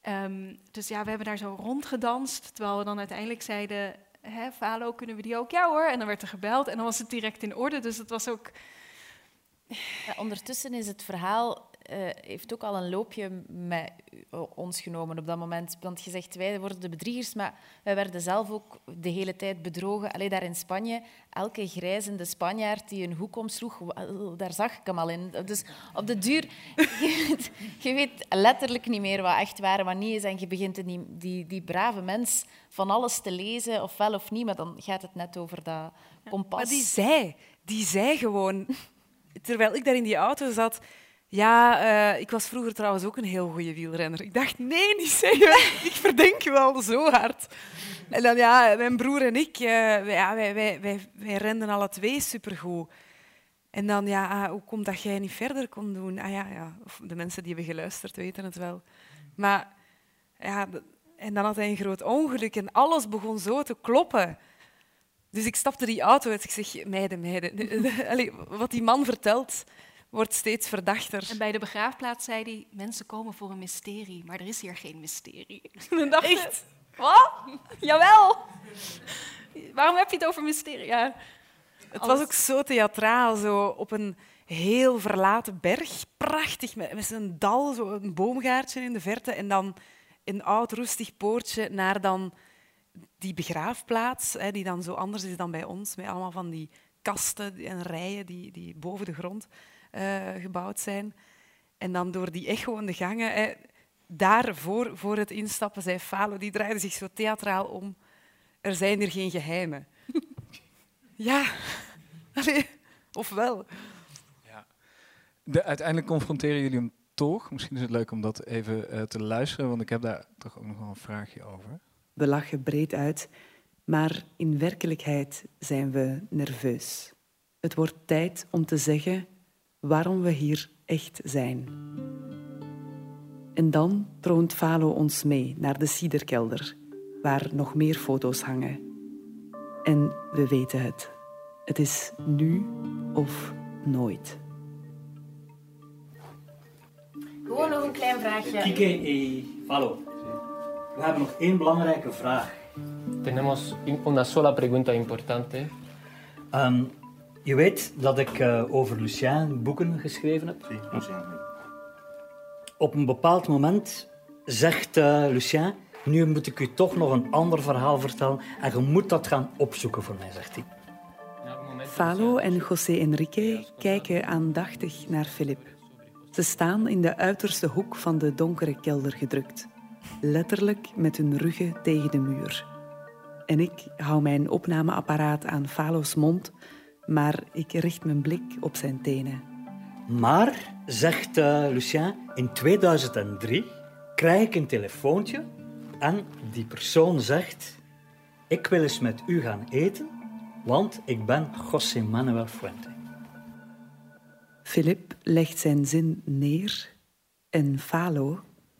E: Um, dus ja, we hebben daar zo rondgedanst, terwijl we dan uiteindelijk zeiden... Hè, Falo, kunnen we die ook? Ja hoor. En dan werd er gebeld en dan was het direct in orde. Dus het was ook...
H: Ja, ondertussen is het verhaal... Uh, heeft ook al een loopje met ons genomen op dat moment. Want je zegt, wij worden de bedriegers, maar wij werden zelf ook de hele tijd bedrogen. Allee, daar in Spanje, elke grijzende Spanjaard die een hoek omsloeg, daar zag ik hem al in. Dus op de duur, je weet, je weet letterlijk niet meer wat echt waar en wat niet is. En je begint die, die, die brave mens van alles te lezen, of wel of niet, maar dan gaat het net over dat kompas.
F: Maar die zei, die zei gewoon, terwijl ik daar in die auto zat... Ja, uh, ik was vroeger trouwens ook een heel goede wielrenner. Ik dacht, nee, niet zeggen. Ik verdenk je wel zo hard. En dan, ja, mijn broer en ik, uh, wij, ja, wij, wij, wij, wij renden alle twee supergoed. En dan, ja, uh, hoe komt dat jij niet verder kon doen? Ah ja, ja, of de mensen die hebben geluisterd weten het wel. Maar, ja, en dan had hij een groot ongeluk en alles begon zo te kloppen. Dus ik stapte die auto uit. Ik zeg, meiden, meiden. Allee, wat die man vertelt... wordt steeds verdachter.
E: En bij de begraafplaats zei hij... mensen komen voor een mysterie, maar er is hier geen mysterie. En dacht
F: echt?
E: Wat? Jawel! Waarom heb je het over mysterie? Ja.
F: Het Alles... was ook zo theatraal, zo op een heel verlaten berg. Prachtig, met, met een dal, zo een boomgaartje in de verte. En dan een oud, rustig poortje naar dan die begraafplaats, hè, die dan zo anders is dan bij ons, met allemaal van die kasten en rijen die, die boven de grond... Uh, gebouwd zijn. En dan door die echo in de gangen, eh, daar voor, voor het instappen, zei Falo, die draaide zich zo theatraal om. Er zijn hier geen geheimen. Ja, allee, of wel.
A: Ja. De, uiteindelijk confronteren jullie hem toch. Misschien is het leuk om dat even uh, te luisteren, want ik heb daar toch ook nog wel een vraagje over.
G: We lachen breed uit, maar in werkelijkheid zijn we nerveus. Het wordt tijd om te zeggen... waarom we hier echt zijn. En dan troont Falo ons mee naar de ciderkelder, waar nog meer foto's hangen. En we weten het. Het is nu of nooit.
H: Gewoon nog een klein vraagje.
C: Kike en Falo, we hebben nog één belangrijke vraag.
I: Tenemos una sola pregunta importante.
C: Um, Je weet dat ik uh, over Lucien boeken geschreven heb.
J: Sí, Lucien.
C: Op een bepaald moment zegt uh, Lucien... Nu moet ik u toch nog een ander verhaal vertellen en je moet dat gaan opzoeken voor mij, zegt hij.
G: Falo en José Enrique kijken aandachtig naar Philip. Ze staan in de uiterste hoek van de donkere kelder gedrukt. Letterlijk met hun ruggen tegen de muur. En ik hou mijn opnameapparaat aan Falo's mond... maar ik richt mijn blik op zijn tenen.
C: Maar, zegt uh, Lucien, in tweeduizend drie krijg ik een telefoontje en die persoon zegt... Ik wil eens met u gaan eten, want ik ben José Manuel Fuente.
G: Philip legt zijn zin neer en Falo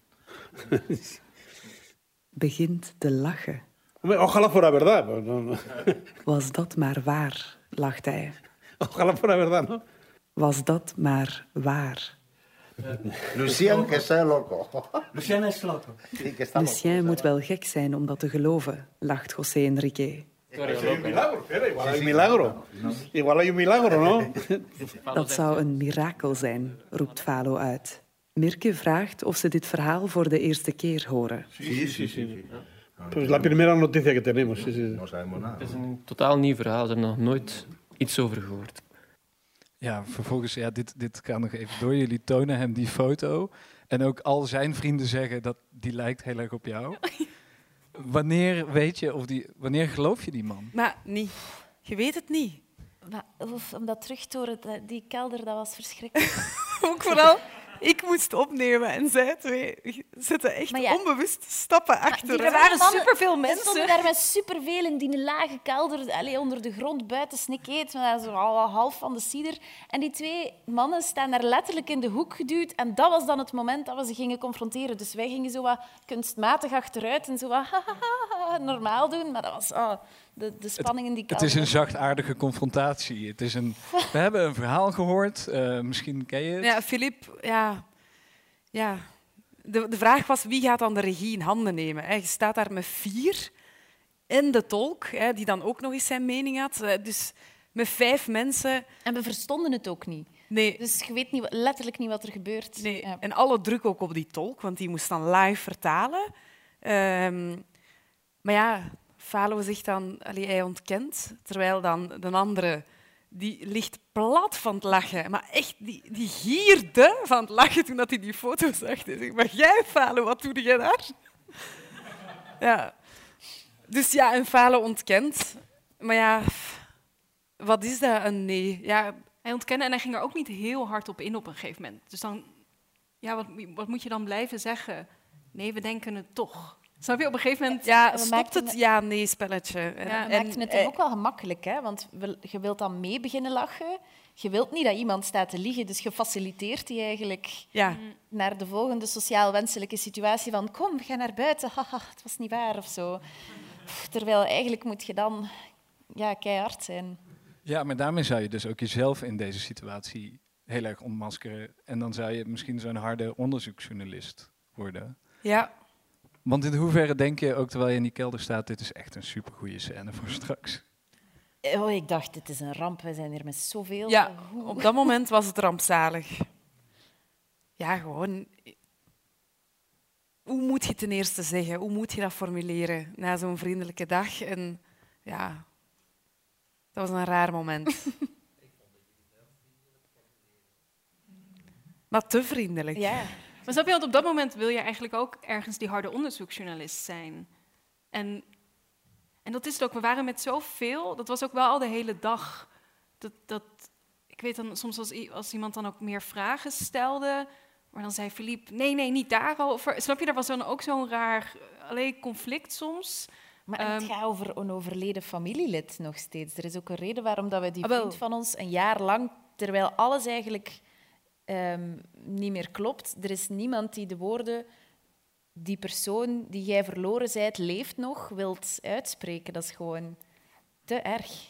G: begint te lachen.
J: Ojalá fuera verdad.
G: Was dat maar waar, lacht hij.
J: Ojalá fuera verdad, no?
G: Was dat maar waar.
K: Lucien, que está loco.
C: Lucien is loco.
G: Lucien moet wel gek zijn om dat te geloven, lacht José Enrique.
J: Igual hay un milagro. Igual hay un milagro, no?
G: Dat zou een mirakel zijn, roept Falo uit. Mirke vraagt of ze dit verhaal voor de eerste keer horen.
J: Sí, sí, sí. Pues la primera noticia que tenemos. Sí, sí.
I: Het is een totaal nieuw verhaal. Ze hebben nog nooit iets over gehoord.
A: Ja, vervolgens, ja, dit, dit kan nog even door. Jullie tonen hem die foto. En ook al zijn vrienden zeggen dat die lijkt heel erg op jou. Wanneer weet je, of die, wanneer geloof je die man?
F: Maar niet. Je weet het niet.
H: Maar, of, om dat terug te horen, die kelder, dat was verschrikkelijk.
F: Ook vooral, ik moest opnemen en zij twee zitten echt ja, onbewust stappen achter.
H: Er waren superveel mensen. Er stonden daar met superveel in die lage kelder, allez, onder de grond, buiten Snekeet, zo al half van de cider. En die twee mannen staan daar letterlijk in de hoek geduwd. En dat was dan het moment dat we ze gingen confronteren. Dus wij gingen zo wat kunstmatig achteruit en zo wat normaal doen. Maar dat was oh, de, de spanning in die kelder.
A: Het is een zachtaardige confrontatie. Het is een, we hebben een verhaal gehoord. Uh, misschien ken je het.
F: Ja, Philip, ja... ja. de, de vraag was, wie gaat dan de regie in handen nemen? Hè? Je staat daar met vier en de tolk, hè, die dan ook nog eens zijn mening had. Dus met vijf mensen...
H: En we verstonden het ook niet.
F: Nee.
H: Dus je weet niet, letterlijk niet wat er gebeurt.
F: Nee.
H: Ja.
F: En alle druk ook op die tolk, want die moest dan live vertalen. Um, maar ja, Falo zegt dan, allee, hij ontkent, terwijl dan de andere die ligt plat van het lachen. Maar echt, die, die gierde van het lachen toen hij die foto zag. Hij zegt, maar jij, Falo, wat doe je daar? Ja. Dus ja, en Falo ontkent. Maar ja, wat is dat, een nee? Ja,
E: hij ontkende en hij ging er ook niet heel hard op in op een gegeven moment. Dus dan, ja, wat, wat moet je dan blijven zeggen? Nee, we denken het toch. Snap je, op een gegeven moment...
F: Ja, stopt het ja-nee-spelletje.
H: Ja, we maakten het dan ook wel gemakkelijk, hè? Want je wilt dan mee beginnen lachen. Je wilt niet dat iemand staat te liegen, dus je faciliteert die eigenlijk
F: ja.
H: naar de volgende sociaal wenselijke situatie van kom, ga naar buiten, haha, het was niet waar of zo. Terwijl eigenlijk moet je dan ja, keihard zijn.
A: Ja, maar daarmee zou je dus ook jezelf in deze situatie heel erg ontmaskeren. En dan zou je misschien zo'n harde onderzoeksjournalist worden.
F: Ja.
A: Want in hoeverre denk je, ook terwijl je in die kelder staat, dit is echt een supergoeie scène voor straks?
H: Oh, ik dacht, dit is een ramp, we zijn hier met zoveel.
F: Ja, op dat moment was het rampzalig. Ja, gewoon... Hoe moet je ten eerste zeggen? Hoe moet je dat formuleren na zo'n vriendelijke dag? En ja, dat was een raar moment. Maar te vriendelijk.
E: Ja. Maar snap je, want op dat moment wil je eigenlijk ook ergens die harde onderzoeksjournalist zijn. En, en dat is het ook. We waren met zoveel, dat was ook wel al de hele dag. Dat, dat, ik weet dan soms als, als iemand dan ook meer vragen stelde, maar dan zei Philippe, nee, nee, niet daarover. Snap je, daar was dan ook zo'n raar allee, conflict soms.
H: Maar um, het gaat over een overleden familielid nog steeds. Er is ook een reden waarom dat we die vriend van ons een jaar lang, terwijl alles eigenlijk um, niet meer klopt, er is niemand die de woorden, die persoon die jij verloren zijt, leeft nog, wilt uitspreken. Dat is gewoon te erg.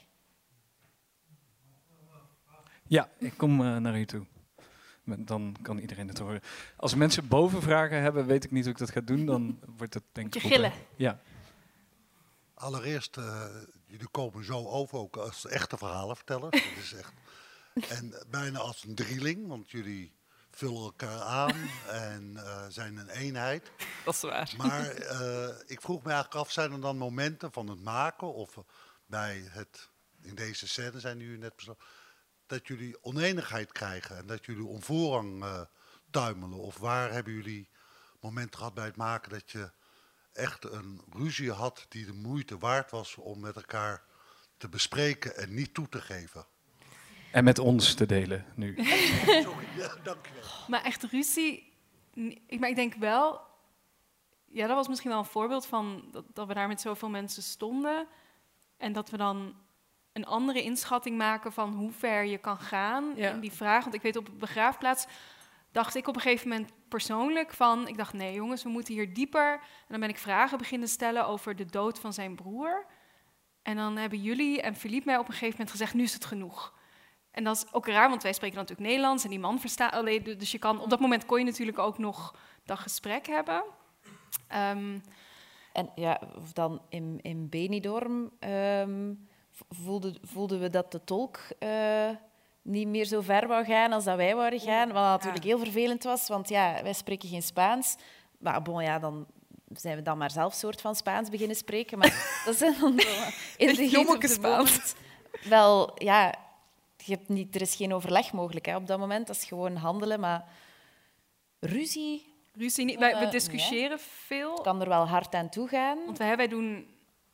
A: Ja, ik kom uh, naar u toe. Dan kan iedereen het horen. Als mensen boven vragen hebben, weet ik niet hoe ik dat ga doen. Dan wordt het denk ik...
E: Je gillen.
A: Ja.
L: Allereerst, uh, jullie komen zo over ook als echte verhalenvertellers. Dat is echt... En bijna als een drieling, want jullie vullen elkaar aan en uh, zijn een eenheid.
F: Dat is waar.
L: Maar uh, ik vroeg me eigenlijk af, zijn er dan momenten van het maken of bij het, in deze scène zijn jullie net besloten, dat jullie oneenigheid krijgen en dat jullie om voorrang uh, tuimelen? Of waar hebben jullie momenten gehad bij het maken dat je echt een ruzie had die de moeite waard was om met elkaar te bespreken en niet toe te geven?
A: En met ons te delen nu.
L: Sorry, ja, dankjewel.
E: Maar echt ruzie, ik, maar ik denk wel, ja, dat was misschien wel een voorbeeld van dat, dat we daar met zoveel mensen stonden en dat we dan een andere inschatting maken van hoe ver je kan gaan ja. in die vraag. Want ik weet, op de begraafplaats dacht ik op een gegeven moment persoonlijk van, ik dacht, nee jongens, we moeten hier dieper. En dan ben ik vragen beginnen stellen over de dood van zijn broer. En dan hebben jullie en Philippe mij op een gegeven moment gezegd, nu is het genoeg. En dat is ook raar, want wij spreken natuurlijk Nederlands en die man verstaat alleen. Dus je kan, op dat moment kon je natuurlijk ook nog dat gesprek hebben. Um,
H: en ja, of dan in, in Benidorm um, voelden, voelden we dat de tolk uh, niet meer zo ver wou gaan als dat wij wouden gaan. Wat natuurlijk heel vervelend was, want ja, wij spreken geen Spaans. Maar bon, ja, dan zijn we dan maar zelf soort van Spaans beginnen spreken. Maar dat zijn dan in de
F: jommeke Spaans.
H: Wel, ja... Je hebt niet, er is geen overleg mogelijk hè, op dat moment. Dat is gewoon handelen, maar ruzie...
E: Ruzie niet. Wij, we discussiëren
H: nee.
E: veel.
H: Het kan er wel hard aan toe gaan.
E: Want wij, wij doen...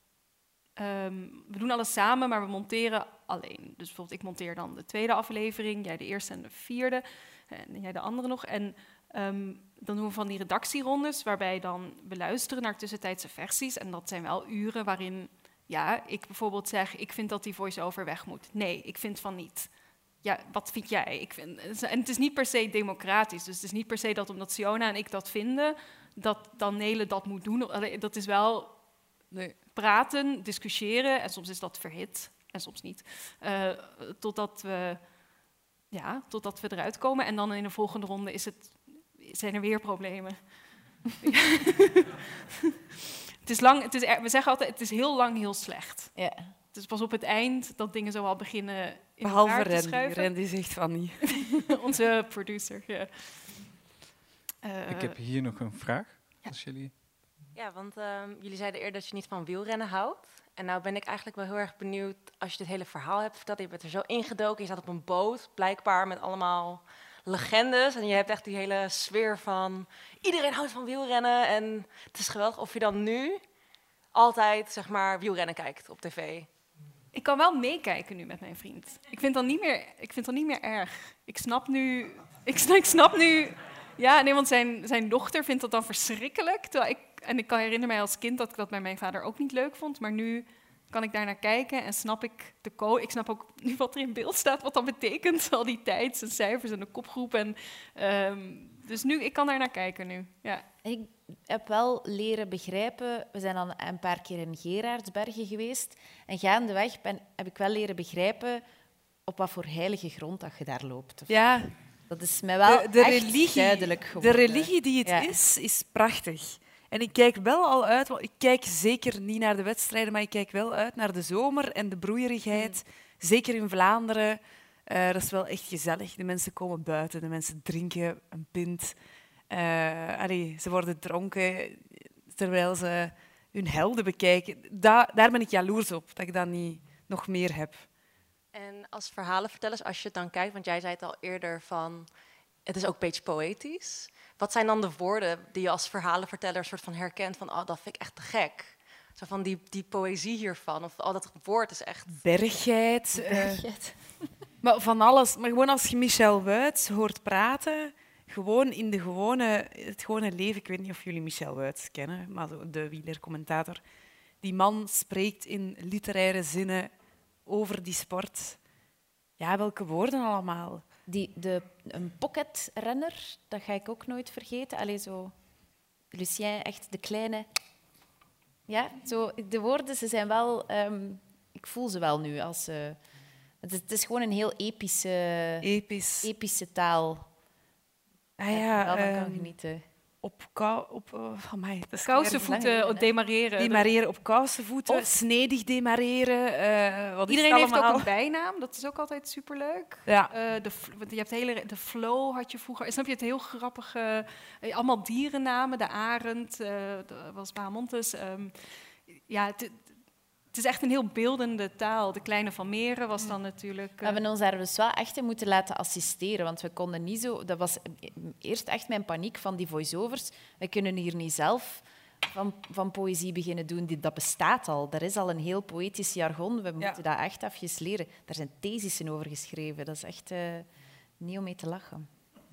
E: Um, we doen alles samen, maar we monteren alleen. Dus bijvoorbeeld, ik monteer dan de tweede aflevering, jij de eerste en de vierde, en jij de andere nog. En um, dan doen we van die redactierondes, waarbij dan we luisteren naar tussentijdse versies. En dat zijn wel uren waarin... Ja, ik bijvoorbeeld zeg, ik vind dat die voice-over weg moet. Nee, ik vind van niet. Ja, wat vind jij? Ik vind, en het is niet per se democratisch. Dus het is niet per se dat omdat Siona en ik dat vinden, dat dan Nele dat moet doen. Dat is wel nee. praten, discussiëren. En soms is dat verhit en soms niet. Uh, totdat, we, ja, totdat we eruit komen. En dan in de volgende ronde is het, zijn er weer problemen. het is lang, het is, we zeggen altijd, het is heel lang heel slecht.
H: Ja.
E: Het is pas op het eind dat dingen zo al beginnen in
F: Behalve
E: elkaar te
F: Randy.
E: schuiven.
F: Randy zegt van niet.
E: Onze producer, ja. Uh,
A: Ik heb hier nog een vraag. Ja. Als jullie...
M: Ja, want um, jullie zeiden eerder dat je niet van wielrennen houdt. En nou ben ik eigenlijk wel heel erg benieuwd, als je dit hele verhaal hebt verteld, je bent er zo ingedoken, je staat op een boot, blijkbaar met allemaal legendes. En je hebt echt die hele sfeer van, iedereen houdt van wielrennen en het is geweldig. Of je dan nu altijd, zeg maar, wielrennen kijkt op tv.
E: Ik kan wel meekijken nu met mijn vriend. Ik vind dat niet meer, ik vind dat niet meer erg. Ik snap nu... Ik, ik snap nu... Ja, nee, want zijn, zijn dochter vindt dat dan verschrikkelijk. Terwijl ik, en ik kan herinneren mij als kind dat ik dat bij mijn vader ook niet leuk vond. Maar nu kan ik daar naar kijken en snap ik de code. Ik snap ook nu wat er in beeld staat, wat dat betekent. Al die tijds en cijfers en de kopgroep. En, um, dus nu, ik kan daar naar kijken nu. Ja.
H: Ik heb wel leren begrijpen... We zijn dan een paar keer in Gerardsbergen geweest. En gaandeweg ben, heb ik wel leren begrijpen op wat voor heilige grond dat je daar loopt. Of
F: Ja.
H: Dat is mij wel
F: de, de
H: echt
F: religie,
H: duidelijk geworden.
F: De religie die het
H: ja.
F: is, is prachtig. En ik kijk wel al uit, want ik kijk zeker niet naar de wedstrijden, maar ik kijk wel uit naar de zomer en de broeierigheid. Mm. Zeker in Vlaanderen. Uh, dat is wel echt gezellig. De mensen komen buiten, de mensen drinken een pint. Uh, allee, ze worden dronken terwijl ze hun helden bekijken. Da- daar ben ik jaloers op, dat ik dat niet nog meer heb.
M: En als verhalenvertellers, als je het dan kijkt, want jij zei het al eerder van, het is ook een beetje poëtisch. Wat zijn dan de woorden die je als verhalenverteller soort van herkent van, oh, dat vind ik echt te gek. Zo van die, die poëzie hiervan, of oh, dat woord is echt...
F: Bergheid.
H: Bergheid.
F: Uh, maar van alles. Maar gewoon als je Michel Wuits hoort praten, gewoon in de gewone, het gewone leven. Ik weet niet of jullie Michel Wuits kennen, maar de wielercommentator. Die man spreekt in literaire zinnen over die sport. Ja, welke woorden allemaal?
H: Die, de, een pocketrenner, dat ga ik ook nooit vergeten. Allee, zo... Lucien, echt de kleine... Ja, zo, de woorden, ze zijn wel... Um, ik voel ze wel nu. Als, uh, het, is, het is gewoon een heel epische,
F: Episch.
H: epische taal.
F: Ah ja,
H: waar je
F: um,
H: kan genieten.
F: Op, kou, op uh, amai,
E: kousenvoeten demareren.
F: Demareren op kousenvoeten, of snedig demareren. Uh, wat
E: Iedereen
F: is
E: heeft
F: allemaal?
E: ook een bijnaam, dat is ook altijd superleuk.
F: Ja.
E: Uh, de, je hebt hele, de Flow had je vroeger. Snap je het heel grappige? Uh, allemaal dierennamen, de arend, uh, de, was Bahamontes. Um, ja, het, het is echt een heel beeldende taal. De Kleine van Meren was dan natuurlijk... Uh...
H: We hebben ons daar dus wel echt in moeten laten assisteren, want we konden niet zo... Dat was eerst echt mijn paniek van die voice-overs. We kunnen hier niet zelf van, van poëzie beginnen doen. Dat bestaat al. Er is al een heel poëtisch jargon. We moeten ja. dat echt even leren. Daar zijn thesissen over geschreven. Dat is echt uh, niet om mee te lachen.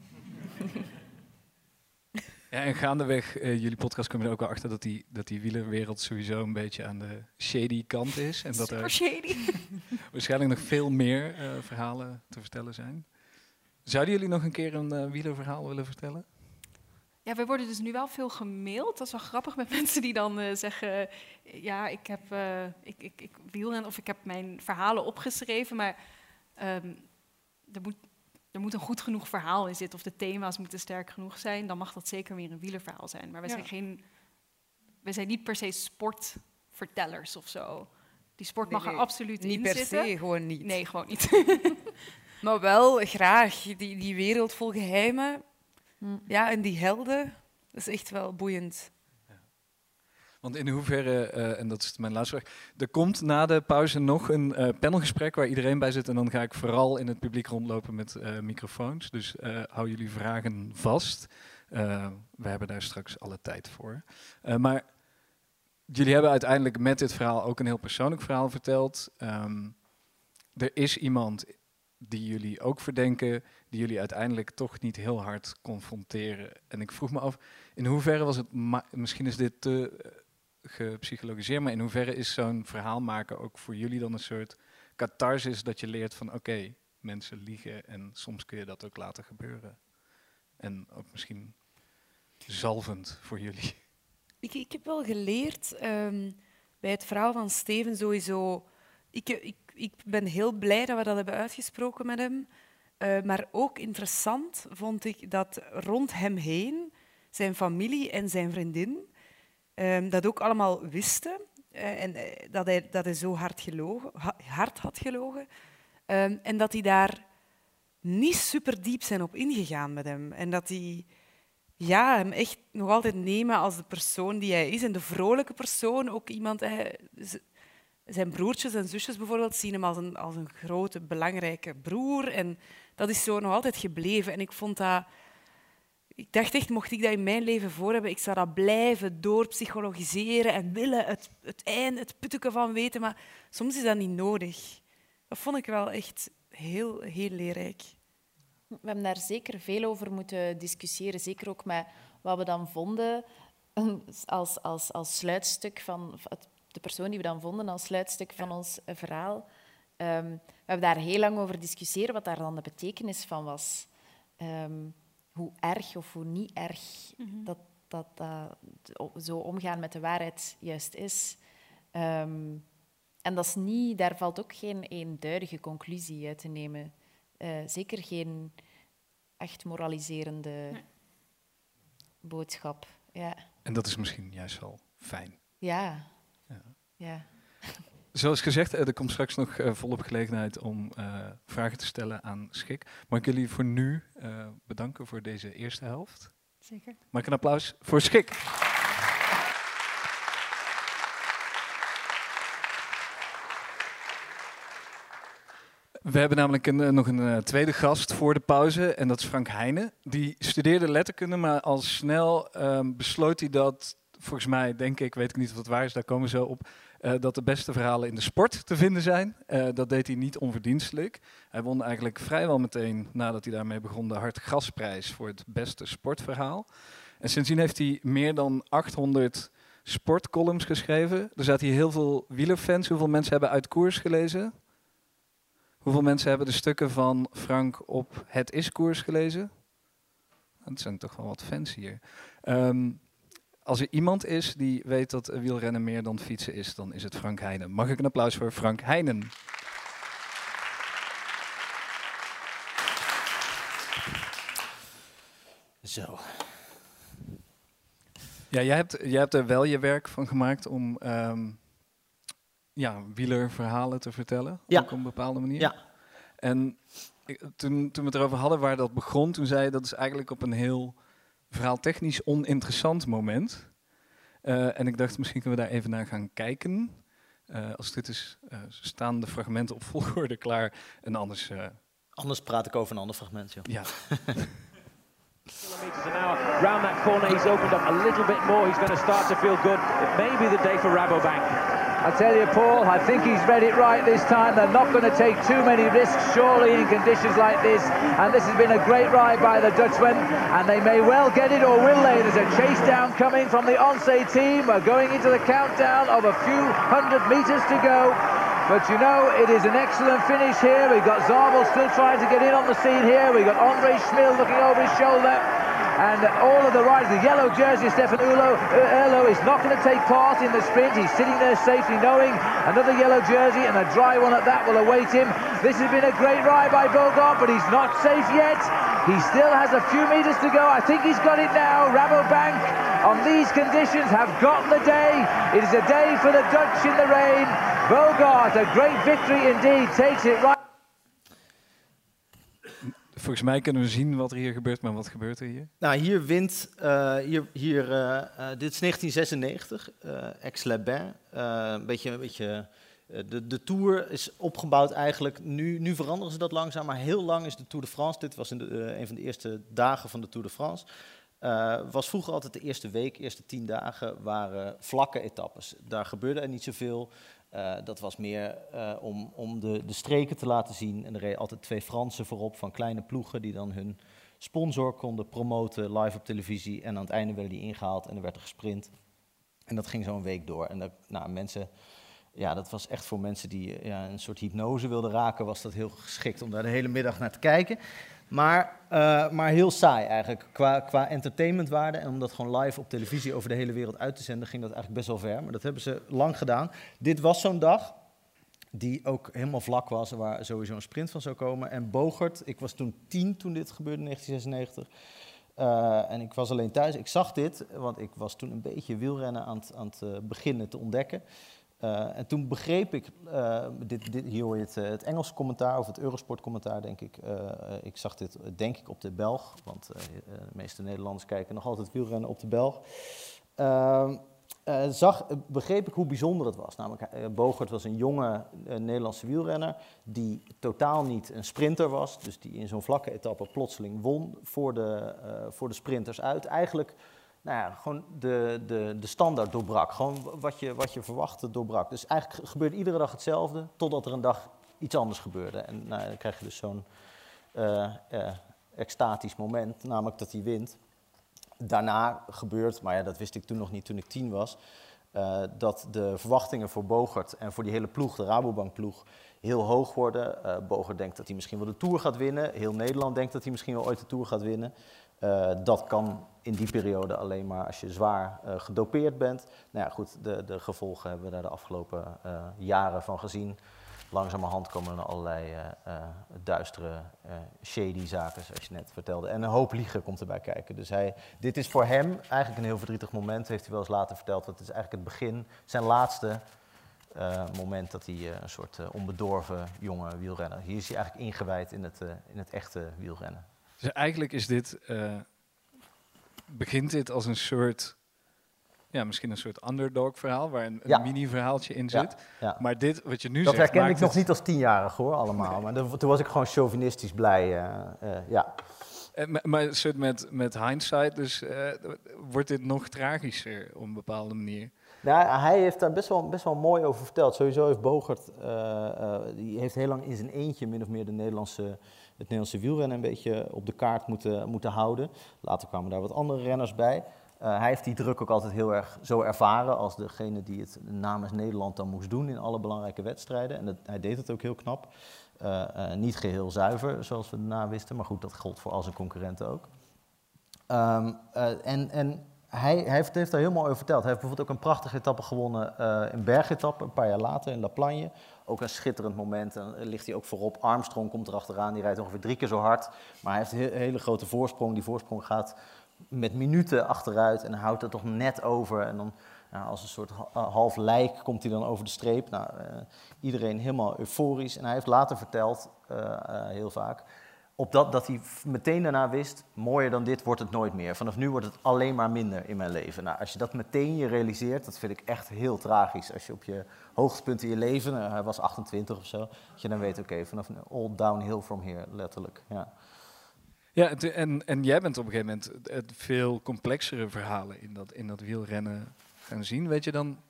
A: Ja, en gaandeweg, uh, jullie podcast komen er ook wel achter dat die, dat die wielerwereld sowieso een beetje aan de shady kant is. En dat er
E: shady.
A: waarschijnlijk nog veel meer uh, verhalen te vertellen zijn. Zouden jullie nog een keer een uh, wielerverhaal willen vertellen?
E: Ja, wij worden dus nu wel veel gemaild. Dat is wel grappig met mensen die dan uh, zeggen... Ja, ik heb uh, ik, ik, ik wielren of ik heb mijn verhalen opgeschreven, maar um, er moet... Er moet een goed genoeg verhaal in zitten of de thema's moeten sterk genoeg zijn. Dan mag dat zeker weer een wielerverhaal zijn. Maar wij, ja. zijn, geen, wij zijn niet per se sportvertellers of zo. Die sport mag nee, er absoluut
F: niet
E: in
F: per
E: zitten.
F: Se, gewoon niet.
E: Nee, gewoon niet.
F: Maar wel graag. Die, die wereld vol geheimen. Hm. Ja, en die helden. Dat is echt wel boeiend.
A: Want in hoeverre, uh, en dat is mijn laatste vraag, er komt na de pauze nog een uh, panelgesprek waar iedereen bij zit en dan ga ik vooral in het publiek rondlopen met uh, microfoons. Dus uh, hou jullie vragen vast. Uh, we hebben daar straks alle tijd voor. Uh, maar jullie hebben uiteindelijk met dit verhaal ook een heel persoonlijk verhaal verteld. Um, er is iemand die jullie ook verdenken, die jullie uiteindelijk toch niet heel hard confronteren. En ik vroeg me af, in hoeverre was het, ma- misschien is dit te... Uh, gepsychologiseerd, maar in hoeverre is zo'n verhaal maken ook voor jullie dan een soort catharsis dat je leert van oké, okay, mensen liegen en soms kun je dat ook laten gebeuren. En ook misschien zalvend voor jullie.
F: Ik, ik heb wel geleerd um, bij het verhaal van Steven sowieso. Ik, ik, ik ben heel blij dat we dat hebben uitgesproken met hem. Uh, maar ook interessant vond ik dat rond hem heen zijn familie en zijn vriendin um, dat ook allemaal wisten. Uh, en uh, dat, hij, dat hij zo hard, gelogen, ha, hard had gelogen. Um, en dat die daar niet super diep zijn op ingegaan met hem. En dat die ja, hem echt nog altijd nemen als de persoon die hij is. En de vrolijke persoon, ook iemand... Hij, zijn broertjes en zusjes bijvoorbeeld zien hem als een, als een grote, belangrijke broer. En dat is zo nog altijd gebleven. En ik vond dat... Ik dacht echt, mocht ik dat in mijn leven voor hebben, ik zou dat blijven doorpsychologiseren en willen het, het eind, het putteke van weten. Maar soms is dat niet nodig. Dat vond ik wel echt heel, heel leerrijk.
H: We hebben daar zeker veel over moeten discussiëren. Zeker ook met wat we dan vonden als, als, als sluitstuk van... Het, de persoon die we dan vonden als sluitstuk van ons verhaal. Um, we hebben daar heel lang over discussiëren wat daar dan de betekenis van was. Um, hoe erg of hoe niet erg mm-hmm. dat, dat, dat zo omgaan met de waarheid juist is. Um, en dat is niet, daar valt ook geen eenduidige conclusie uit te nemen. Uh, zeker geen echt moraliserende nee. boodschap. Ja.
A: En dat is misschien juist wel fijn.
H: Ja.
A: Ja.
H: Ja.
A: Zoals gezegd, er komt straks nog uh, volop gelegenheid om uh, vragen te stellen aan Schik. Mag ik jullie voor nu uh, bedanken voor deze eerste helft?
E: Zeker.
A: Maak een applaus voor Schik. We hebben namelijk een, uh, nog een uh, tweede gast voor de pauze en dat is Frank Heijnen. Die studeerde letterkunde, maar al snel uh, besloot hij dat... Volgens mij, denk ik, weet ik niet of het waar is, daar komen we zo op, uh, dat de beste verhalen in de sport te vinden zijn. Uh, dat deed hij niet onverdienstelijk. Hij won eigenlijk vrijwel meteen, nadat hij daarmee begon, de Hart Grasprijs voor het beste sportverhaal. En sindsdien heeft hij meer dan achthonderd sportcolumns geschreven. Er zaten hier heel veel wielerfans. Hoeveel mensen hebben Uit Koers gelezen? Hoeveel mensen hebben de stukken van Frank op Het Is Koers gelezen? Dat zijn toch wel wat fans hier. Um, Als er iemand is die weet dat wielrennen meer dan fietsen is, dan is het Frank Heijnen. Mag ik een applaus voor Frank Heijnen?
N: Zo.
A: Ja, jij hebt, jij hebt er wel je werk van gemaakt om um, ja, wielerverhalen te vertellen.
N: Ja.
A: Ook op een bepaalde manier.
N: Ja.
A: En ik, toen, toen we het erover hadden waar dat begon, toen zei je dat is eigenlijk op een heel... verhaaltechnisch oninteressant moment. Uh, en ik dacht, misschien kunnen we daar even naar gaan kijken. Uh, als dit is, uh, staan de fragmenten op volgorde klaar. En anders... Uh...
N: Anders praat ik over een ander fragment, joh.
A: Ja.
O: Kilometers an hour round that corner. He's opened up a little bit more. He's going to start to feel good. It may be the day for Rabobank.
P: I tell you, Paul, I think he's read it right this time. They're not going to take too many risks, surely, in conditions like this. And this has been a great ride by the Dutchman. And they may well get it, or will they? There's a chase down coming from the Onse team. We're going into the countdown of a few hundred meters to go. But you know, it is an excellent finish here. We've got Zabel still trying to get in on the scene here. We've got Andre Schmil looking over his shoulder. And all of the riders, the yellow jersey, Stefan Ulo, Erlo is not going to take part in the sprint. He's sitting there safely knowing another yellow jersey and a dry one at that will await him. This has been a great ride by Bogart, but he's not safe yet. He still has a few meters to go. I think he's got it now. Rabobank, on these conditions, have gotten the day. It is a day for the Dutch in the rain. Bogart, a great victory indeed, takes it right.
A: Volgens mij kunnen we zien wat er hier gebeurt, maar wat gebeurt er hier?
N: Nou, hier wint, uh, hier, hier, uh, uh, dit is negentien zesennegentig, uh, Aix-les-Bains. Uh, een beetje, een beetje, uh, de, de Tour is opgebouwd eigenlijk, nu, nu veranderen ze dat langzaam, maar heel lang is de Tour de France, dit was in de, uh, een van de eerste dagen van de Tour de France, uh, was vroeger altijd de eerste week, eerste tien dagen, waren vlakke etappes. Daar gebeurde er niet zoveel. Uh, dat was meer uh, om, om de, de streken te laten zien. En er reden altijd twee Fransen voorop van kleine ploegen die dan hun sponsor konden promoten live op televisie. En aan het einde werden die ingehaald en er werd er gesprint. En dat ging zo een week door. En dat, nou, mensen, ja, dat was echt voor mensen die ja, een soort hypnose wilden raken, was dat heel geschikt om daar de hele middag naar te kijken. Maar, uh, maar heel saai eigenlijk, qua, qua entertainmentwaarde. En om dat gewoon live op televisie over de hele wereld uit te zenden, ging dat eigenlijk best wel ver. Maar dat hebben ze lang gedaan. Dit was zo'n dag die ook helemaal vlak was, waar sowieso een sprint van zou komen. En Bogert, ik was toen tien toen dit gebeurde in negentien zesennegentig. Uh, en ik was alleen thuis. Ik zag dit, want ik was toen een beetje wielrennen aan het, aan het uh, beginnen te ontdekken. Uh, en toen begreep ik, uh, dit, dit, hier hoor je het, uh, het Engelse commentaar of het Eurosport commentaar, denk ik. Uh, uh, ik zag dit, uh, denk ik, op de Belg, want uh, uh, de meeste Nederlanders kijken nog altijd wielrennen op de Belg. Uh, uh, zag, uh, begreep ik hoe bijzonder het was. Namelijk, uh, Bogert was een jonge uh, Nederlandse wielrenner die totaal niet een sprinter was. Dus die in zo'n vlakke etappe plotseling won voor de, uh, voor de sprinters uit. Eigenlijk... Nou ja, gewoon de, de, de standaard doorbrak. Gewoon wat je, wat je verwachtte doorbrak. Dus eigenlijk gebeurde iedere dag hetzelfde, totdat er een dag iets anders gebeurde. En nou, dan krijg je dus zo'n uh, uh, extatisch moment, namelijk dat hij wint. Daarna gebeurt, maar ja, dat wist ik toen nog niet toen ik tien was, uh, dat de verwachtingen voor Bogert en voor die hele ploeg, de Rabobank-ploeg, heel hoog worden. Uh, Bogert denkt dat hij misschien wel de Tour gaat winnen. Heel Nederland denkt dat hij misschien wel ooit de Tour gaat winnen. Uh, dat kan in die periode alleen maar als je zwaar uh, gedopeerd bent. Nou ja, goed, de, de gevolgen hebben we daar de afgelopen uh, jaren van gezien. Langzamerhand komen er allerlei uh, uh, duistere, uh, shady zaken, zoals je net vertelde. En een hoop liegen komt erbij kijken. Dus hij, dit is voor hem eigenlijk een heel verdrietig moment, heeft hij wel eens later verteld. Want het is eigenlijk het begin, zijn laatste uh, moment dat hij uh, een soort uh, onbedorven jonge wielrenner. Hier is hij eigenlijk ingewijd in het, uh, in het echte wielrennen.
A: Dus eigenlijk is dit, uh, begint dit als een soort, ja, misschien een soort underdog verhaal, waar een, een
N: ja.
A: mini-verhaaltje in zit.
N: Ja, ja.
A: Maar dit, wat je nu
N: dat
A: zegt,
N: herkende ik
A: het...
N: nog niet als tienjarig hoor, allemaal. Nee. Maar de, toen was ik gewoon chauvinistisch blij, uh, uh, ja.
A: Uh, maar maar soort met, met hindsight, dus uh, wordt dit nog tragischer op een bepaalde manier?
N: Nou, hij heeft daar best wel, best wel mooi over verteld. Sowieso heeft Bogert, uh, uh, die heeft heel lang in zijn eentje min of meer de Nederlandse... het Nederlandse wielrennen een beetje op de kaart moeten, moeten houden. Later kwamen daar wat andere renners bij. Uh, hij heeft die druk ook altijd heel erg zo ervaren als degene die het namens Nederland dan moest doen in alle belangrijke wedstrijden. En dat, hij deed het ook heel knap. Uh, uh, niet geheel zuiver, zoals we daarna wisten, maar goed, dat gold voor al zijn concurrenten ook. Um, uh, en en hij, hij heeft, heeft daar heel mooi over verteld. Hij heeft bijvoorbeeld ook een prachtige etappe gewonnen, uh, een bergetappe, een paar jaar later in La Plagne. Ook een schitterend moment, en dan ligt hij ook voorop. Armstrong komt erachteraan, die rijdt ongeveer drie keer zo hard. Maar hij heeft een hele grote voorsprong. Die voorsprong gaat met minuten achteruit en houdt het toch net over. En dan nou, als een soort half lijk komt hij dan over de streep. Nou, uh, iedereen helemaal euforisch. En hij heeft later verteld, uh, uh, heel vaak, op dat, dat hij meteen daarna wist, mooier dan dit wordt het nooit meer. Vanaf nu wordt het alleen maar minder in mijn leven. Nou, als je dat meteen je realiseert, dat vind ik echt heel tragisch. Als je op je hoogtepunt in je leven, uh, hij was achtentwintig of zo, dat je dan weet, oké, okay, vanaf all downhill from here, letterlijk. Ja,
A: ja het, en, en jij bent op een gegeven moment het, het veel complexere verhalen in dat, in dat wielrennen gaan zien. Weet je dan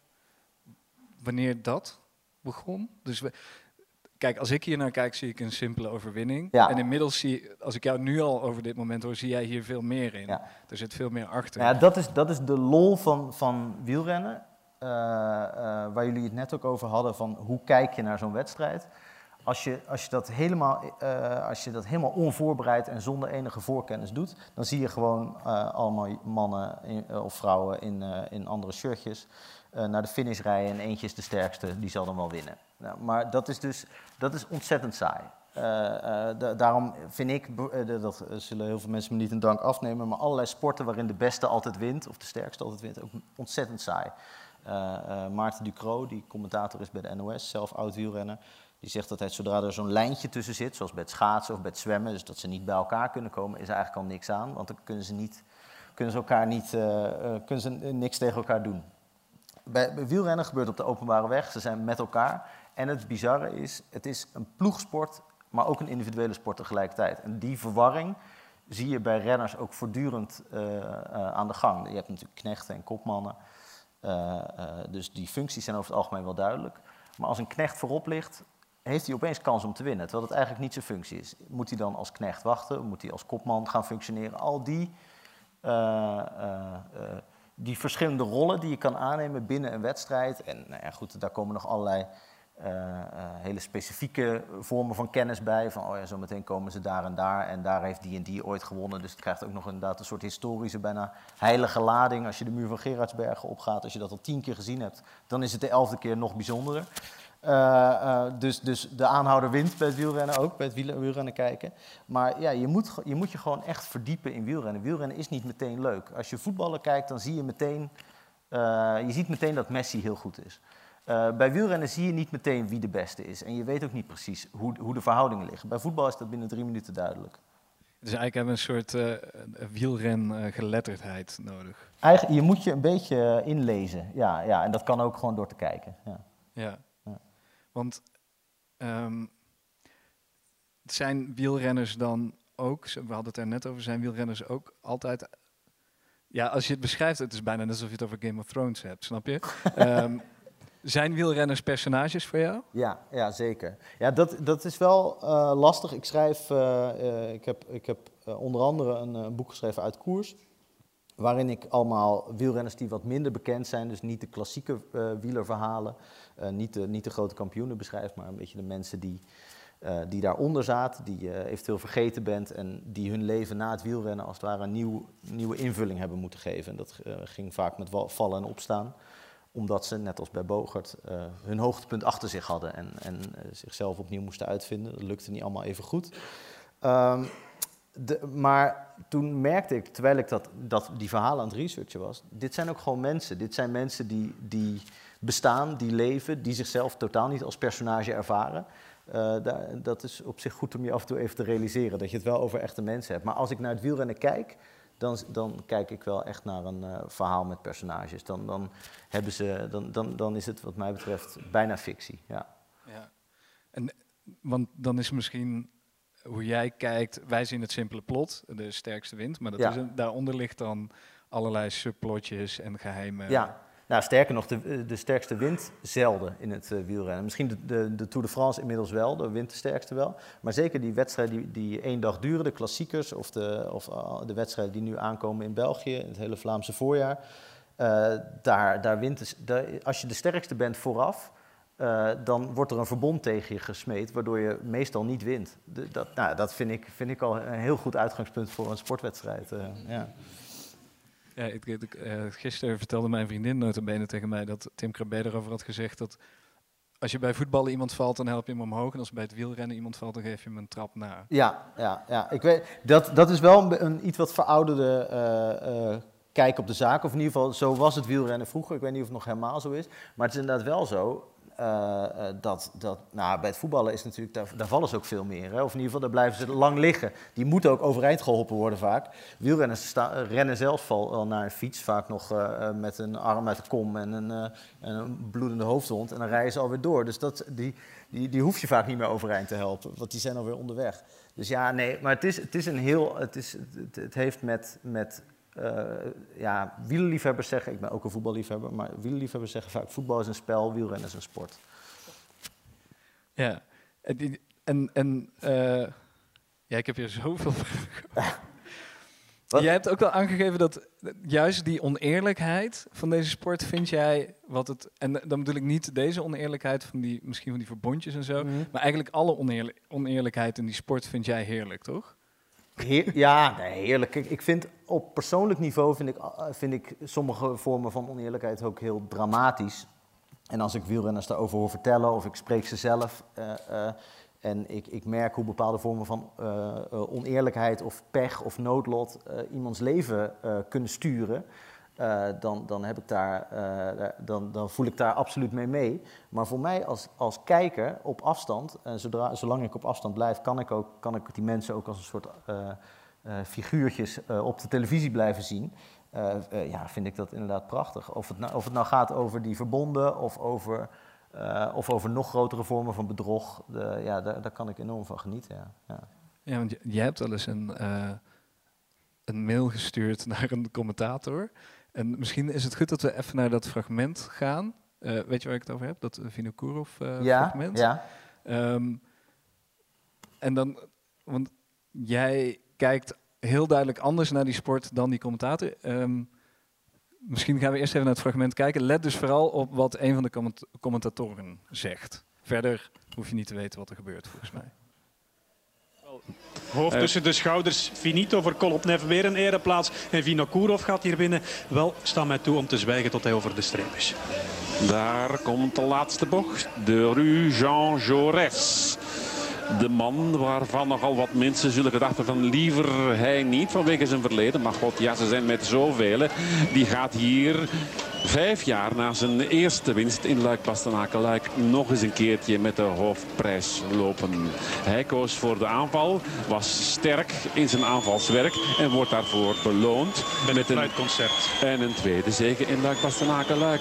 A: wanneer dat begon? Dus we, kijk, als ik hier naar kijk, zie ik een simpele overwinning. Ja. En inmiddels zie als ik jou nu al over dit moment hoor, zie jij hier veel meer in. Ja. Er zit veel meer achter.
N: Ja, dat is, dat is de lol van, van wielrennen. Uh, uh, waar jullie het net ook over hadden, van hoe kijk je naar zo'n wedstrijd. Als je, als, je dat helemaal, uh, als je dat helemaal onvoorbereid en zonder enige voorkennis doet, dan zie je gewoon uh, allemaal mannen in, uh, of vrouwen in, uh, in andere shirtjes uh, naar de finish rijden en eentje is de sterkste, die zal dan wel winnen. Nou, maar dat is dus dat is ontzettend saai. Uh, uh, da- daarom vind ik, uh, dat zullen heel veel mensen me niet in dank afnemen, maar allerlei sporten waarin de beste altijd wint, of de sterkste altijd wint, ook ontzettend saai. Uh, uh, Maarten Ducrot, die commentator is bij de N O S, zelf oud wielrenner, die zegt dat hij, zodra er zo'n lijntje tussen zit, zoals bij het schaatsen of bij het zwemmen, dus dat ze niet bij elkaar kunnen komen, is er eigenlijk al niks aan, want dan kunnen ze, niet, kunnen ze, elkaar niet, uh, uh, kunnen ze niks tegen elkaar doen. Bij, bij wielrennen gebeurt op de openbare weg, ze zijn met elkaar. En het bizarre is, het is een ploegsport, maar ook een individuele sport tegelijkertijd. En die verwarring zie je bij renners ook voortdurend uh, uh, aan de gang. Je hebt natuurlijk knechten en kopmannen, uh, uh, dus die functies zijn over het algemeen wel duidelijk. Maar als een knecht voorop ligt, heeft hij opeens kans om te winnen, terwijl het eigenlijk niet zijn functie is. Moet hij dan als knecht wachten? Moet hij als kopman gaan functioneren? Al die... Uh, uh, uh, Die verschillende rollen die je kan aannemen binnen een wedstrijd. En nou ja, goed, daar komen nog allerlei uh, uh, hele specifieke vormen van kennis bij. Van, oh ja, zo meteen komen ze daar en daar. En daar heeft die en die ooit gewonnen. Dus het krijgt ook nog inderdaad een soort historische, bijna heilige lading. Als je de muur van Gerardsbergen opgaat, als je dat al tien keer gezien hebt, dan is het de elfde keer nog bijzonderer. Uh, uh, dus, dus de aanhouder wint bij het wielrennen ook, bij het wielrennen kijken. Maar ja, je moet, je moet je gewoon echt verdiepen in wielrennen. Wielrennen is niet meteen leuk. Als je voetballen kijkt, dan zie je meteen... Uh, je ziet meteen dat Messi heel goed is. Uh, bij wielrennen zie je niet meteen wie de beste is. En je weet ook niet precies hoe, hoe de verhoudingen liggen. Bij voetbal is dat binnen drie minuten duidelijk.
A: Dus eigenlijk hebben we een soort uh, wielren-geletterdheid nodig.
N: Eigenlijk, je moet je een beetje inlezen, ja, ja. En dat kan ook gewoon door te kijken. Ja,
A: ja. ja. Want um, zijn wielrenners dan ook, we hadden het er net over, zijn wielrenners ook altijd... Ja, als je het beschrijft, het is bijna net alsof je het over Game of Thrones hebt, snap je? um, Zijn wielrenners personages voor jou?
N: Ja, ja zeker. Ja, dat, dat is wel uh, lastig. Ik schrijf, uh, uh, ik heb, ik heb uh, onder andere een uh, boek geschreven uit koers, waarin ik allemaal wielrenners die wat minder bekend zijn, dus niet de klassieke uh, wielerverhalen, uh, niet, de, niet de grote kampioenen beschrijf, maar een beetje de mensen die, uh, die daaronder zaten, die je uh, eventueel vergeten bent en die hun leven na het wielrennen als het ware een nieuw, nieuwe invulling hebben moeten geven. En dat uh, ging vaak met vallen en opstaan, omdat ze, net als bij Bogert, uh, hun hoogtepunt achter zich hadden en, en uh, zichzelf opnieuw moesten uitvinden. Dat lukte niet allemaal even goed. Um, de, maar toen merkte ik, terwijl ik dat, dat die verhalen aan het researchen was, dit zijn ook gewoon mensen. Dit zijn mensen die, die bestaan, die leven, die zichzelf totaal niet als personage ervaren. Uh, daar, dat is op zich goed om je af en toe even te realiseren, dat je het wel over echte mensen hebt. Maar als ik naar het wielrennen kijk, Dan, dan kijk ik wel echt naar een uh, verhaal met personages. Dan, dan, hebben ze, dan, dan, dan is het wat mij betreft bijna fictie. Ja.
A: Ja. En, want dan is het misschien hoe jij kijkt, wij zien het simpele plot, de sterkste wint. Maar dat
N: ja.
A: is een, daaronder ligt dan allerlei subplotjes en geheime...
N: Ja. Nou, sterker nog, de, de sterkste wint zelden in het uh, wielrennen. Misschien de, de, de Tour de France inmiddels wel, de wint de sterkste wel. Maar zeker die wedstrijden die, die één dag duren, de klassiekers of, de, of uh, de wedstrijden die nu aankomen in België, in het hele Vlaamse voorjaar. Uh, daar, daar wint de, daar, als je de sterkste bent vooraf, uh, dan wordt er een verbond tegen je gesmeed, waardoor je meestal niet wint. De, dat nou, dat vind, ik, vind ik al een heel goed uitgangspunt voor een sportwedstrijd. Uh, ja.
A: Ja, ik, ik, uh, gisteren vertelde mijn vriendin nota bene tegen mij dat Tim Krabbe erover had gezegd dat als je bij voetballen iemand valt, dan help je hem omhoog. En als bij het wielrennen iemand valt, dan geef je hem een trap na.
N: Ja, ja, ja. Ik weet, dat, dat is wel een, een iets wat verouderde uh, uh, kijk op de zaak. Of in ieder geval, zo was het wielrennen vroeger. Ik weet niet of het nog helemaal zo is. Maar het is inderdaad wel zo. Uh, uh, dat, dat, nou, bij het voetballen is natuurlijk, daar, daar vallen ze ook veel meer. Hè? Of in ieder geval, daar blijven ze lang liggen. Die moeten ook overeind geholpen worden vaak. Wielrenners sta, rennen zelfs al naar een fiets, vaak nog uh, met een arm uit de kom en een, uh, en een bloedende hoofdwond. En dan rijden ze alweer door. Dus dat, die, die, die hoef je vaak niet meer overeind te helpen, want die zijn alweer onderweg. Dus ja, nee, maar het is, het is een heel, het, is, het, het heeft met... met Uh, ja, wielerliefhebbers zeggen, ik ben ook een voetballiefhebber, maar wielerliefhebbers zeggen vaak, voetbal is een spel, wielrennen is een sport.
A: Ja, en, en, en uh, ja, ik heb hier zoveel vragen. Jij hebt ook wel aangegeven dat juist die oneerlijkheid van deze sport vind jij wat het, en dan bedoel ik niet deze oneerlijkheid van die, misschien van die verbondjes en zo, mm-hmm. maar eigenlijk alle oneerlijk, oneerlijkheid in die sport vind jij heerlijk, toch?
N: Heer, ja, nee, heerlijk. Ik, ik vind op persoonlijk niveau vind ik, vind ik sommige vormen van oneerlijkheid ook heel dramatisch. En als ik wielrenners daarover hoor vertellen of ik spreek ze zelf uh, uh, en ik, ik merk hoe bepaalde vormen van uh, uh, oneerlijkheid of pech of noodlot uh, iemands leven uh, kunnen sturen, Uh, dan, dan, heb ik daar, uh, dan, dan voel ik daar absoluut mee mee. Maar voor mij als, als kijker op afstand, en zodra, zolang ik op afstand blijf, kan ik, ook, kan ik die mensen ook als een soort uh, uh, figuurtjes uh, op de televisie blijven zien. Uh, uh, ja, vind ik dat inderdaad prachtig. Of het nou, of het nou gaat over die verbonden of over, uh, of over nog grotere vormen van bedrog. De, ja, daar, daar kan ik enorm van genieten. Ja, ja.
A: Ja, want jij hebt wel eens een, uh, een mail gestuurd naar een commentator. En misschien is het goed dat we even naar dat fragment gaan. Uh, weet je waar ik het over heb? Dat Vinokourov uh,
N: ja,
A: fragment.
N: Ja.
A: Um, en dan, want jij kijkt heel duidelijk anders naar die sport dan die commentator. Um, misschien gaan we eerst even naar het fragment kijken. Let dus vooral op wat een van de comment- commentatoren zegt. Verder hoef je niet te weten wat er gebeurt, volgens mij.
Q: Hoofd tussen de schouders, finito voor Kolopnev, weer een ereplaats. En Vinokourov gaat hier binnen. Wel, sta mij toe om te zwijgen tot hij over de streep is.
R: Daar komt de laatste bocht. De Rue Jean Jaurès. De man waarvan nogal wat mensen zullen gedacht hebben van liever hij niet vanwege zijn verleden. Maar god, ja, ze zijn met zoveel. Die gaat hier vijf jaar na zijn eerste winst in Luik-Bastenaken-Luik nog eens een keertje met de hoofdprijs lopen. Hij koos voor de aanval, was sterk in zijn aanvalswerk en wordt daarvoor beloond met, met een fluitconcert. En een tweede zege in Luik-Bastenaken-Luik.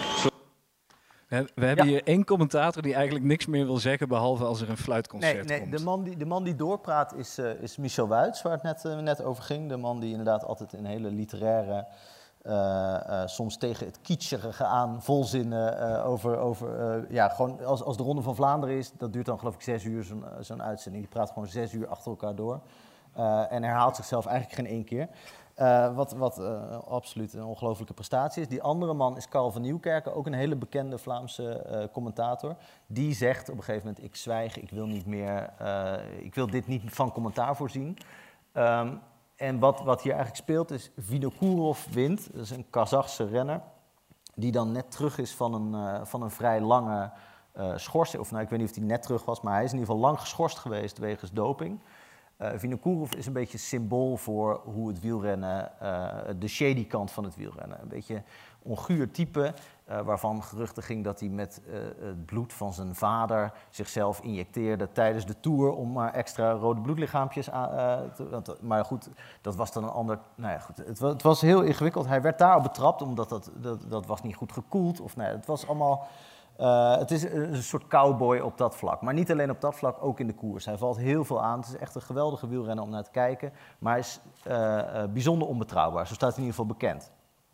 A: We, we hebben ja. hier één commentator die eigenlijk niks meer wil zeggen behalve als er een fluitconcert
N: nee, nee,
A: komt.
N: De man die, de man die doorpraat is, uh, is Michel Wuits, waar het net, uh, net over ging. De man die inderdaad altijd een hele literaire, uh, uh, soms tegen het kitscherige aan, volzinnen uh, over, over uh, ja, gewoon als, als de Ronde van Vlaanderen is, dat duurt dan geloof ik zes uur zo'n, zo'n uitzending. Die praat gewoon zes uur achter elkaar door uh, en herhaalt zichzelf eigenlijk geen één keer. Uh, wat wat uh, absoluut een ongelofelijke prestatie is. Die andere man is Karel van Nieuwkerken, ook een hele bekende Vlaamse uh, commentator. Die zegt op een gegeven moment, ik zwijg, ik wil niet meer, uh, ik wil dit niet van commentaar voorzien. Um, en wat, wat hier eigenlijk speelt is, Vinokourov wint, dat is een Kazachse renner, die dan net terug is van een, uh, van een vrij lange uh, schorsing. Of nou, ik weet niet of hij net terug was, maar hij is in ieder geval lang geschorst geweest wegens doping. Uh, Vinokourov is een beetje symbool voor hoe het wielrennen, uh, de shady kant van het wielrennen. Een beetje onguur type, uh, waarvan geruchten ging dat hij met uh, het bloed van zijn vader zichzelf injecteerde tijdens de Tour om maar extra rode bloedlichaampjes aan uh, te... Want, maar goed, dat was dan een ander... Nou ja, goed, het, het was heel ingewikkeld. Hij werd daarop betrapt, omdat dat, dat, dat was niet goed gekoeld. Of, nee, het was allemaal... Uh, het is een soort cowboy op dat vlak. Maar niet alleen op dat vlak, ook in de koers. Hij valt heel veel aan. Het is echt een geweldige wielrenner om naar te kijken. Maar hij is uh, uh, bijzonder onbetrouwbaar. Zo staat hij in ieder geval bekend.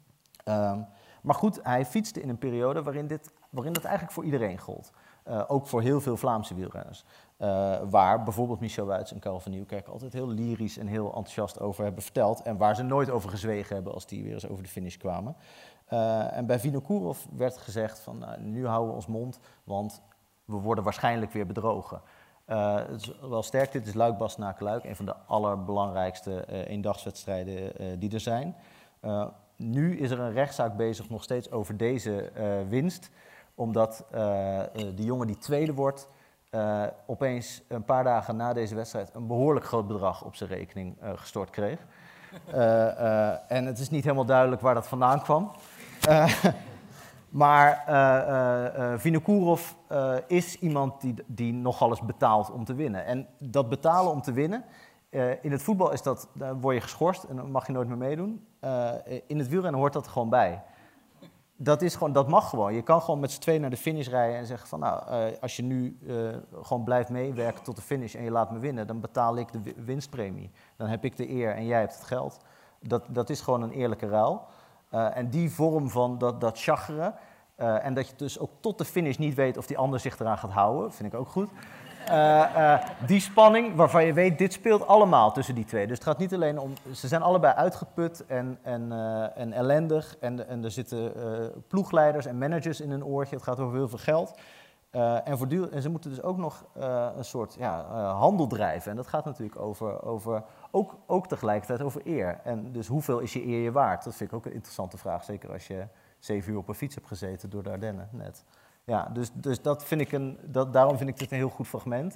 N: Um, maar goed, hij fietste in een periode waarin, dit, waarin dat eigenlijk voor iedereen gold. Uh, ook voor heel veel Vlaamse wielrenners. Uh, waar bijvoorbeeld Michel Wuits en Karel van Nieuwkerk altijd heel lyrisch en heel enthousiast over hebben verteld. En waar ze nooit over gezwegen hebben als die weer eens over de finish kwamen. Uh, en bij Vinokourov werd gezegd van nou, nu houden we ons mond, want we worden waarschijnlijk weer bedrogen. Uh, het is wel sterk, dit is Luik-Bastenaken-Luik, een van de allerbelangrijkste uh, eendagswedstrijden uh, die er zijn. Uh, nu is er een rechtszaak bezig nog steeds over deze uh, winst, omdat uh, uh, de jongen die tweede wordt, uh, opeens een paar dagen na deze wedstrijd een behoorlijk groot bedrag op zijn rekening uh, gestort kreeg. Uh, uh, en het is niet helemaal duidelijk waar dat vandaan kwam. Uh, maar uh, uh, uh, Vinokourov uh, is iemand die, die nogal eens betaalt om te winnen. En dat betalen om te winnen, uh, in het voetbal is dat, dan word je geschorst en dan mag je nooit meer meedoen. Uh, in het wielrennen hoort dat er gewoon bij. Dat, is gewoon, dat mag gewoon. Je kan gewoon met z'n tweeën naar de finish rijden en zeggen van nou, uh, als je nu uh, gewoon blijft meewerken tot de finish en je laat me winnen, dan betaal ik de winstpremie. Dan heb ik de eer en jij hebt het geld. Dat, dat is gewoon een eerlijke ruil. Uh, en die vorm van dat, dat chageren, uh, en dat je dus ook tot de finish niet weet of die ander zich eraan gaat houden, vind ik ook goed. Uh, uh, die spanning waarvan je weet, dit speelt allemaal tussen die twee. Dus het gaat niet alleen om, ze zijn allebei uitgeput en, en, uh, en ellendig. En, en er zitten uh, ploegleiders en managers in hun oortje. Het gaat over heel veel geld. Uh, en, voortdurend, en ze moeten dus ook nog uh, een soort ja, uh, handel drijven. En dat gaat natuurlijk over, over ook, ook tegelijkertijd over eer. En dus hoeveel is je eer je waard? Dat vind ik ook een interessante vraag. Zeker als je zeven uur op een fiets hebt gezeten door de Ardennen net. Ja, dus, dus dat vind ik een, dat, daarom vind ik dit een heel goed fragment.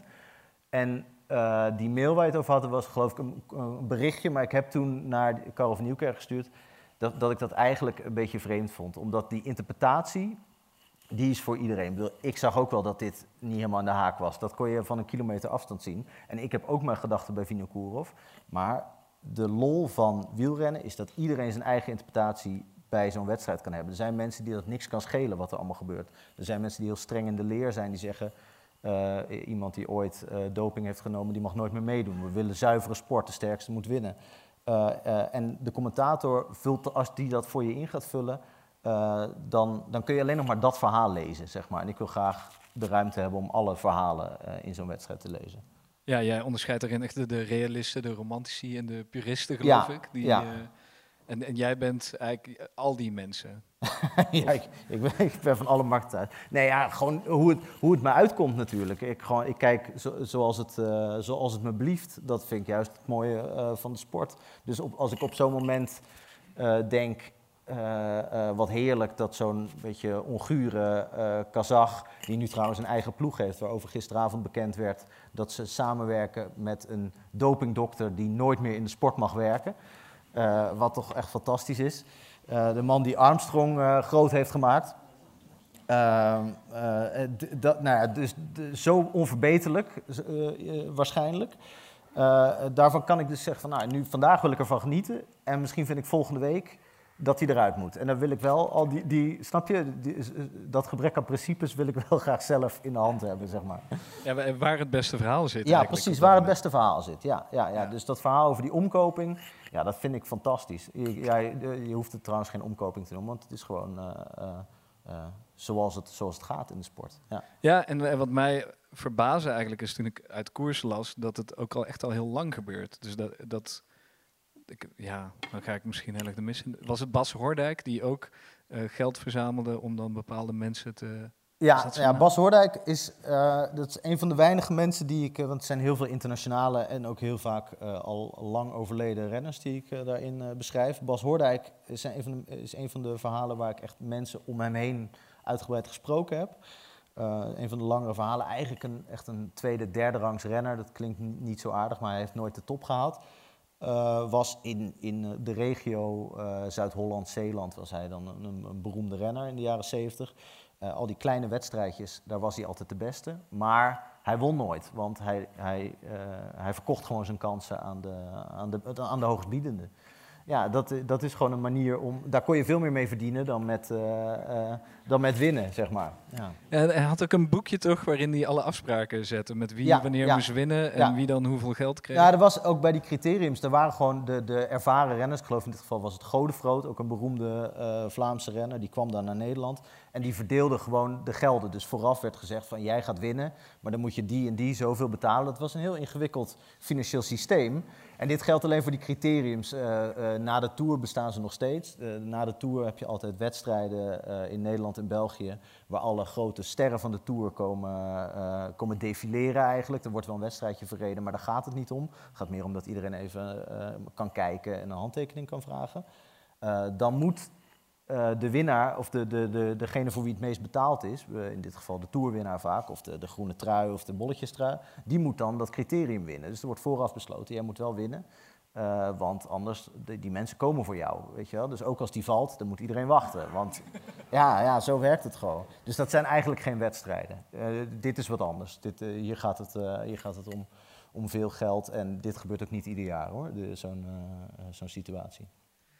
N: En uh, die mail waar je het over had, was geloof ik een, een berichtje, maar ik heb toen naar Karel van Nieuwkerk gestuurd, dat, dat ik dat eigenlijk een beetje vreemd vond. Omdat die interpretatie, die is voor iedereen. Ik bedoel, ik zag ook wel dat dit niet helemaal aan de haak was. Dat kon je van een kilometer afstand zien. En ik heb ook mijn gedachten bij Vinokourov. Maar de lol van wielrennen is dat iedereen zijn eigen interpretatie bij zo'n wedstrijd kan hebben. Er zijn mensen die dat niks kan schelen wat er allemaal gebeurt. Er zijn mensen die heel streng in de leer zijn, die zeggen, uh, iemand die ooit uh, doping heeft genomen, die mag nooit meer meedoen. We willen zuivere sport, de sterkste moet winnen. Uh, uh, en de commentator vult, als die dat voor je in gaat vullen, uh, dan, dan kun je alleen nog maar dat verhaal lezen, zeg maar. En ik wil graag de ruimte hebben om alle verhalen uh, in zo'n wedstrijd te lezen.
A: Ja, jij onderscheidt erin echt de, de realisten, de romantici en de puristen, geloof
N: ja,
A: ik. Die,
N: ja.
A: uh, En, en jij bent eigenlijk al die mensen.
N: ja, ik, ik, ben, ik ben van alle markten uit. Nee, ja, gewoon hoe het, hoe het me uitkomt natuurlijk. Ik, gewoon, ik kijk zo, zoals, het, uh, zoals het me blieft. Dat vind ik juist het mooie uh, van de sport. Dus op, als ik op zo'n moment uh, denk, uh, uh, wat heerlijk dat zo'n beetje ongure uh, Kazach, die nu trouwens een eigen ploeg heeft, waarover gisteravond bekend werd dat ze samenwerken met een dopingdokter die nooit meer in de sport mag werken. Uh, wat toch echt fantastisch is. Uh, de man die Armstrong uh, groot heeft gemaakt. Uh, uh, d- dat, nou ja, dus d- zo onverbeterlijk, uh, uh, waarschijnlijk. Uh, daarvan kan ik dus zeggen van, nou, nu, vandaag wil ik ervan genieten. En misschien vind ik volgende week dat hij eruit moet. En dan wil ik wel al die, die snap je, die, dat gebrek aan principes wil ik wel graag zelf in de hand hebben, zeg maar.
A: Ja, waar het beste verhaal zit.
N: Ja, precies, waar het beste verhaal zit. Ja, ja, ja. Dus dat verhaal over die omkoping, ja, dat vind ik fantastisch. Je, ja, je, je hoeft het trouwens geen omkoping te noemen, want het is gewoon uh, uh, uh, zoals, het, zoals het gaat in de sport. Ja,
A: ja en, en wat mij verbaasde eigenlijk is toen ik uit koers las, dat het ook al echt al heel lang gebeurt. Dus dat... dat Ik, ja, dan ga ik misschien heel erg de mis in. Was het Bas Hordijk die ook uh, geld verzamelde om dan bepaalde mensen te...
N: Ja, ja Bas Hordijk is, uh, dat is een van de weinige mensen die ik... Uh, want er zijn heel veel internationale en ook heel vaak uh, al lang overleden renners die ik uh, daarin uh, beschrijf. Bas Hordijk is een, van de, is een van de verhalen waar ik echt mensen om hem heen uitgebreid gesproken heb. Uh, een van de langere verhalen. Eigenlijk een, echt een tweede, derde rangs renner. Dat klinkt niet zo aardig, maar hij heeft nooit de top gehaald. Uh, was in, in de regio uh, Zuid-Holland, Zeeland, was hij dan een, een beroemde renner in de jaren zeventig. Uh, al die kleine wedstrijdjes, daar was hij altijd de beste. Maar hij won nooit, want hij, hij, uh, hij verkocht gewoon zijn kansen aan de, aan de, aan de hoogstbiedende. Ja, dat, dat is gewoon een manier om... Daar kon je veel meer mee verdienen dan met, uh, uh, dan met winnen, zeg maar. Ja.
A: Ja, hij had ook een boekje toch waarin hij alle afspraken zette met wie
N: ja,
A: wanneer
N: ja.
A: moest winnen en
N: ja.
A: wie dan hoeveel geld kreeg.
N: Ja, er was ook bij die criteriums, er waren gewoon de, de ervaren renners. Ik geloof in dit geval was het Godefroot, ook een beroemde uh, Vlaamse renner. Die kwam dan naar Nederland en die verdeelde gewoon de gelden. Dus vooraf werd gezegd van jij gaat winnen, maar dan moet je die en die zoveel betalen. Dat was een heel ingewikkeld financieel systeem. En dit geldt alleen voor die criteriums. Uh, uh, na de Tour bestaan ze nog steeds. Uh, na de Tour heb je altijd wedstrijden uh, in Nederland en België, waar alle grote sterren van de Tour komen, uh, komen defileren eigenlijk. Er wordt wel een wedstrijdje verreden, maar daar gaat het niet om. Het gaat meer om dat iedereen even uh, kan kijken en een handtekening kan vragen. Uh, dan moet uh, de winnaar, of de, de, de, degene voor wie het meest betaald is, uh, in dit geval de Tourwinnaar vaak, of de, de groene trui of de bolletjestrui, die moet dan dat criterium winnen. Dus er wordt vooraf besloten, jij moet wel winnen. Uh, want anders, die, die mensen komen voor jou, weet je wel. Dus ook als die valt, dan moet iedereen wachten. Want ja, ja, zo werkt het gewoon. Dus dat zijn eigenlijk geen wedstrijden. Uh, dit is wat anders. Dit, uh, hier gaat het, uh, hier gaat het om, om veel geld. En dit gebeurt ook niet ieder jaar, hoor, zo'n uh, zo'n situatie.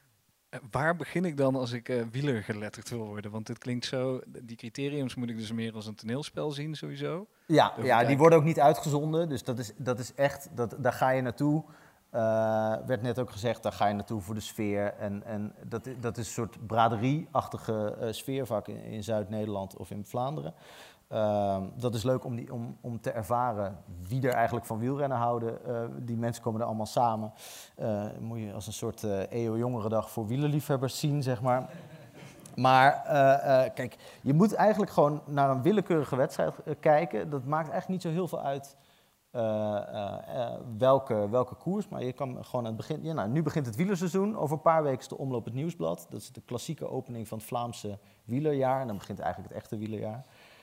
A: Waar begin ik dan als ik uh, wielergeletterd wil worden? Want dit klinkt zo... Die criteriums moet ik dus meer als een toneelspel zien, sowieso.
N: Ja, ja die worden ook niet uitgezonden. Dus dat is, dat is echt... Dat, daar ga je naartoe... Uh, werd net ook gezegd, daar ga je naartoe voor de sfeer. En, en dat, dat is een soort braderie-achtige uh, sfeer, vaak in, in Zuid-Nederland of in Vlaanderen. Uh, dat is leuk om, die, om, om te ervaren wie er eigenlijk van wielrennen houden. Uh, die mensen komen er allemaal samen. Uh, moet je als een soort uh, E O-jongerendag voor wielerliefhebbers zien, zeg maar. Maar uh, uh, kijk, je moet eigenlijk gewoon naar een willekeurige wedstrijd uh, kijken. Dat maakt eigenlijk niet zo heel veel uit... Uh, uh, uh, welke, welke koers, maar je kan gewoon aan het begin... Ja, nou, nu begint het wielerseizoen, over een paar weken is de Omloop het Nieuwsblad. Dat is de klassieke opening van het Vlaamse wielerjaar. En dan begint eigenlijk het echte wielerjaar.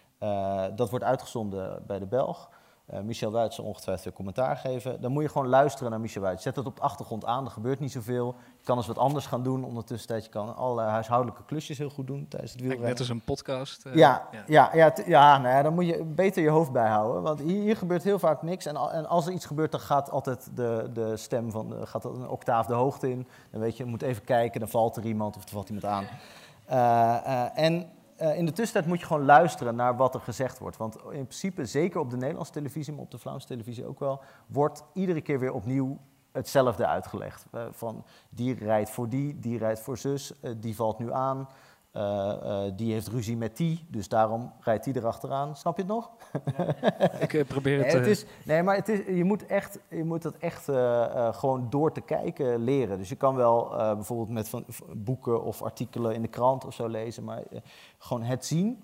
N: Uh, dat wordt uitgezonden bij de Belg. Uh, Michel Wuits zal ongetwijfeld commentaar geven. Dan moet je gewoon luisteren naar Michel Wuits. Zet het op de achtergrond aan, er gebeurt niet zoveel. Je kan eens wat anders gaan doen ondertussen. Je kan alle huishoudelijke klusjes heel goed doen tijdens het wielrennen.
A: Net als een podcast. Uh,
N: ja, ja. ja, ja, t- ja nou ja, dan moet je beter je hoofd bijhouden. Want hier, hier gebeurt heel vaak niks. En, en als er iets gebeurt, dan gaat altijd de, de stem van de, gaat een octaaf de hoogte in. Dan weet je, je moet even kijken, dan valt er iemand of er valt iemand aan. Uh, uh, en... Uh, in de tussentijd moet je gewoon luisteren naar wat er gezegd wordt. Want in principe, zeker op de Nederlandse televisie, maar op de Vlaamse televisie ook wel, wordt iedere keer weer opnieuw hetzelfde uitgelegd. Uh, van die rijdt voor die, die rijdt voor zus, uh, die valt nu aan, uh, uh, die heeft ruzie met die, dus daarom rijdt die erachteraan. Snap je het nog?
A: Ja, ik uh, probeer het...
N: Nee, het
A: uh...
N: is, nee maar het is, je, moet echt, je moet dat echt uh, uh, gewoon door te kijken leren. Dus je kan wel uh, bijvoorbeeld met van, boeken of artikelen in de krant of zo lezen, maar uh, gewoon het zien.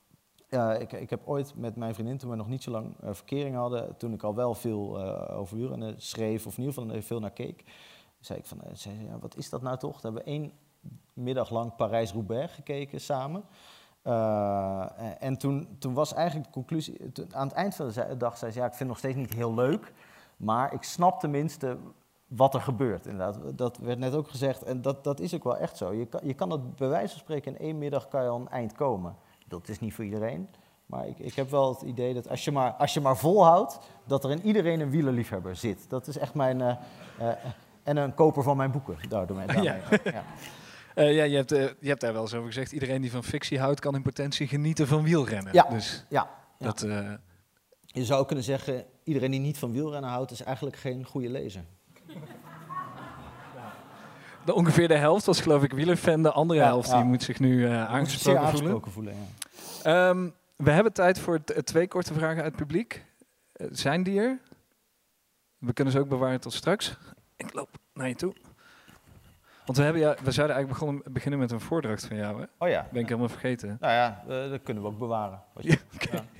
N: Uh, ik, ik heb ooit met mijn vriendin, toen we nog niet zo lang uh, verkering hadden, toen ik al wel veel uh, over wielrennen schreef, of in ieder geval veel naar keek, zei ik van, uh, zei, ja, wat is dat nou toch? Dan hebben we één middag lang Parijs-Roubaix gekeken samen. Uh, en toen, toen was eigenlijk de conclusie... Toen, aan het eind van de dag zei ze... ja, ik vind het nog steeds niet heel leuk... maar ik snap tenminste wat er gebeurt. Inderdaad. Dat werd net ook gezegd. En dat, dat is ook wel echt zo. Je kan, je kan dat bij wijze van spreken... in één middag kan je al een eind komen. Dat is niet voor iedereen... Maar ik, ik heb wel het idee dat als je, maar, als je maar volhoudt, dat er in iedereen een wielerliefhebber zit. Dat is echt mijn... Uh, uh, en een koper van mijn boeken. Daardoor mee,
A: ja. Ja. Uh, ja, je hebt, uh, je hebt daar wel eens over gezegd. Iedereen die van fictie houdt, kan in potentie genieten van wielrennen.
N: Ja,
A: dus
N: ja,
A: dat,
N: ja.
A: Uh...
N: Je zou kunnen zeggen, iedereen die niet van wielrennen houdt, is eigenlijk geen goede lezer.
A: De ongeveer de helft was geloof ik wielerfan. De andere
N: ja,
A: helft
N: ja.
A: die moet zich nu uh, aangesproken,
N: aangesproken
A: voelen.
N: voelen ja.
A: um, We hebben tijd voor t- twee korte vragen uit het publiek. Uh, zijn die er? We kunnen ze ook bewaren tot straks. Ik loop naar je toe. Want we, hebben, ja, we zouden eigenlijk begonnen, beginnen met een voordracht van jou, hè?
N: Oh ja.
A: Ben ik helemaal vergeten.
N: Nou ja, uh, dat kunnen we ook bewaren. Wat je,
A: ja, okay. ja.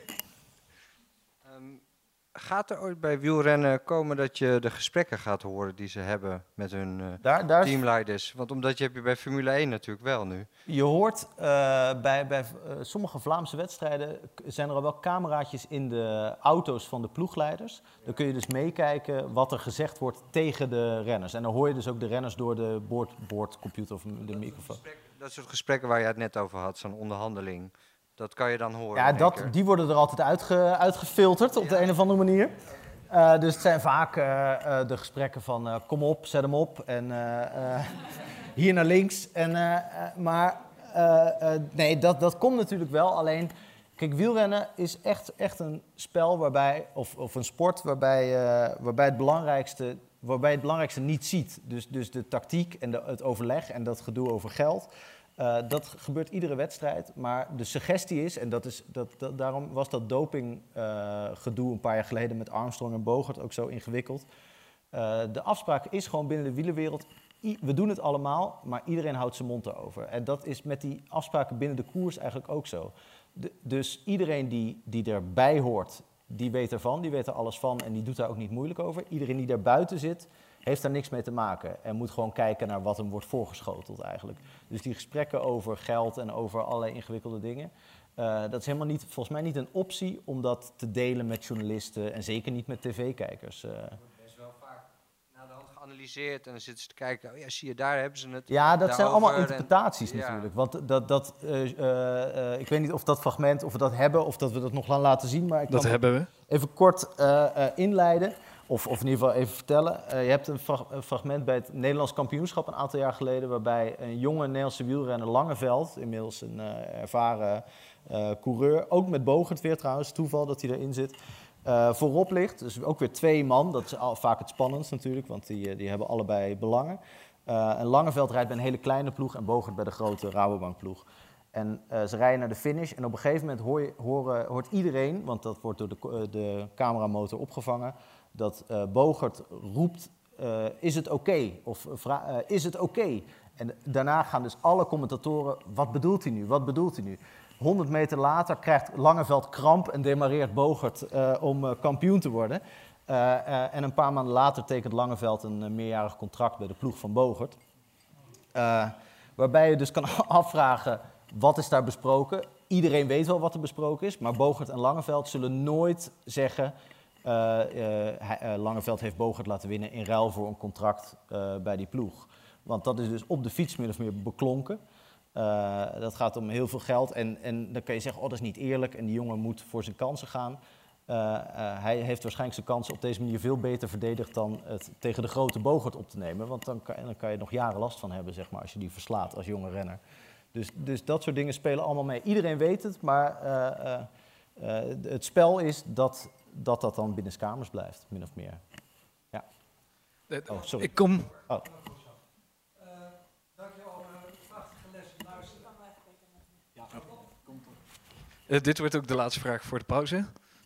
S: Um, gaat er ooit bij wielrennen komen dat je de gesprekken gaat horen die ze hebben met hun uh,
N: daar, daar
S: teamleiders? Is... Want omdat je heb je bij Formule één natuurlijk wel nu.
N: Je hoort uh, bij, bij uh, sommige Vlaamse wedstrijden zijn er al wel cameraatjes in de auto's van de ploegleiders. Dan kun je dus meekijken wat er gezegd wordt tegen de renners. En dan hoor je dus ook de renners door de boord, boordcomputer of de microfoon.
S: Dat soort gesprekken waar je het net over had, zo'n onderhandeling. Dat kan je dan horen.
N: Ja, dat, die worden er altijd uitge, uitgefilterd op ja. de een of andere manier. Uh, dus het zijn vaak uh, uh, de gesprekken van uh, kom op, zet hem op en uh, uh, hier naar links. En, uh, uh, maar uh, uh, nee, dat, dat komt natuurlijk wel. Alleen, kijk, wielrennen is echt, echt een spel waarbij, of, of een sport waarbij, uh, waarbij, het belangrijkste, waarbij je het belangrijkste niet ziet. Dus, dus de tactiek en de, het overleg en dat gedoe over geld. Uh, dat gebeurt iedere wedstrijd, maar de suggestie is, en dat is, dat, dat, daarom was dat dopinggedoe uh, een paar jaar geleden met Armstrong en Bogert ook zo ingewikkeld. Uh, de afspraak is gewoon binnen de wielerwereld, I, we doen het allemaal, maar iedereen houdt zijn mond erover. En dat is met die afspraken binnen de koers eigenlijk ook zo. De, dus iedereen die, die erbij hoort, die weet ervan, die weet er alles van en die doet daar ook niet moeilijk over. Iedereen die daar buiten zit, heeft daar niks mee te maken en moet gewoon kijken naar wat hem wordt voorgeschoteld eigenlijk. Dus die gesprekken over geld en over allerlei ingewikkelde dingen, uh, dat is helemaal niet, volgens mij niet een optie om dat te delen met journalisten en zeker niet met tv-kijkers. Uh.
S: Dat is wel vaak naar de hand geanalyseerd en dan zitten ze te kijken, oh ja, zie je, daar hebben ze het.
N: Ja, dat zijn allemaal interpretaties
S: en,
N: natuurlijk.
S: Ja.
N: Want dat, dat, uh, uh, uh, ik weet niet of dat fragment, of we dat hebben of dat we dat nog gaan laten zien, maar ik
A: dat
N: kan
A: hebben we.
N: Even kort uh, uh, inleiden. Of, of in ieder geval even vertellen. Uh, je hebt een, fra- een fragment bij het Nederlands kampioenschap een aantal jaar geleden, waarbij een jonge Nederlandse wielrenner Langeveld, inmiddels een uh, ervaren uh, coureur, ook met Bogert weer trouwens, toeval dat hij erin zit, uh, voorop ligt. Dus ook weer twee man, dat is al, vaak het spannendst natuurlijk, want die, die hebben allebei belangen. Uh, en Langeveld rijdt bij een hele kleine ploeg en Bogert bij de grote Rabobank ploeg. En uh, ze rijden naar de finish en op een gegeven moment hoor je, hoor, hoort iedereen, want dat wordt door de, uh, de cameramotor opgevangen, dat uh, Bogert roept, uh, is het oké? Okay? Of vra- uh, is het oké? Okay? En daarna gaan dus alle commentatoren, wat bedoelt hij nu? Wat bedoelt hij nu? honderd meter later krijgt Langeveld kramp en demareert Bogert uh, om uh, kampioen te worden. Uh, uh, en een paar maanden later tekent Langeveld een uh, meerjarig contract bij de ploeg van Bogert. Uh, waarbij je dus kan afvragen, wat is daar besproken? Iedereen weet wel wat er besproken is, maar Bogert en Langeveld zullen nooit zeggen, Uh, uh, hij, uh, Langeveld heeft Bogert laten winnen in ruil voor een contract uh, bij die ploeg. Want dat is dus op de fiets min of meer beklonken. Uh, dat gaat om heel veel geld en, en dan kan je zeggen, oh dat is niet eerlijk en die jongen moet voor zijn kansen gaan. Uh, uh, hij heeft waarschijnlijk zijn kansen op deze manier veel beter verdedigd dan het tegen de grote Bogert op te nemen. Want dan kan, dan kan je nog jaren last van hebben, zeg maar, als je die verslaat als jonge renner. Dus, dus dat soort dingen spelen allemaal mee. Iedereen weet het, maar uh, uh, uh, het spel is dat... dat dat dan binnenskamers blijft, min of meer. Ja. Oh, sorry.
A: Ik kom...
N: Oh.
T: Uh, dankjewel, uh, prachtige les. Luister. Ja, komt op.
A: Uh, dit wordt ook de laatste vraag voor de pauze.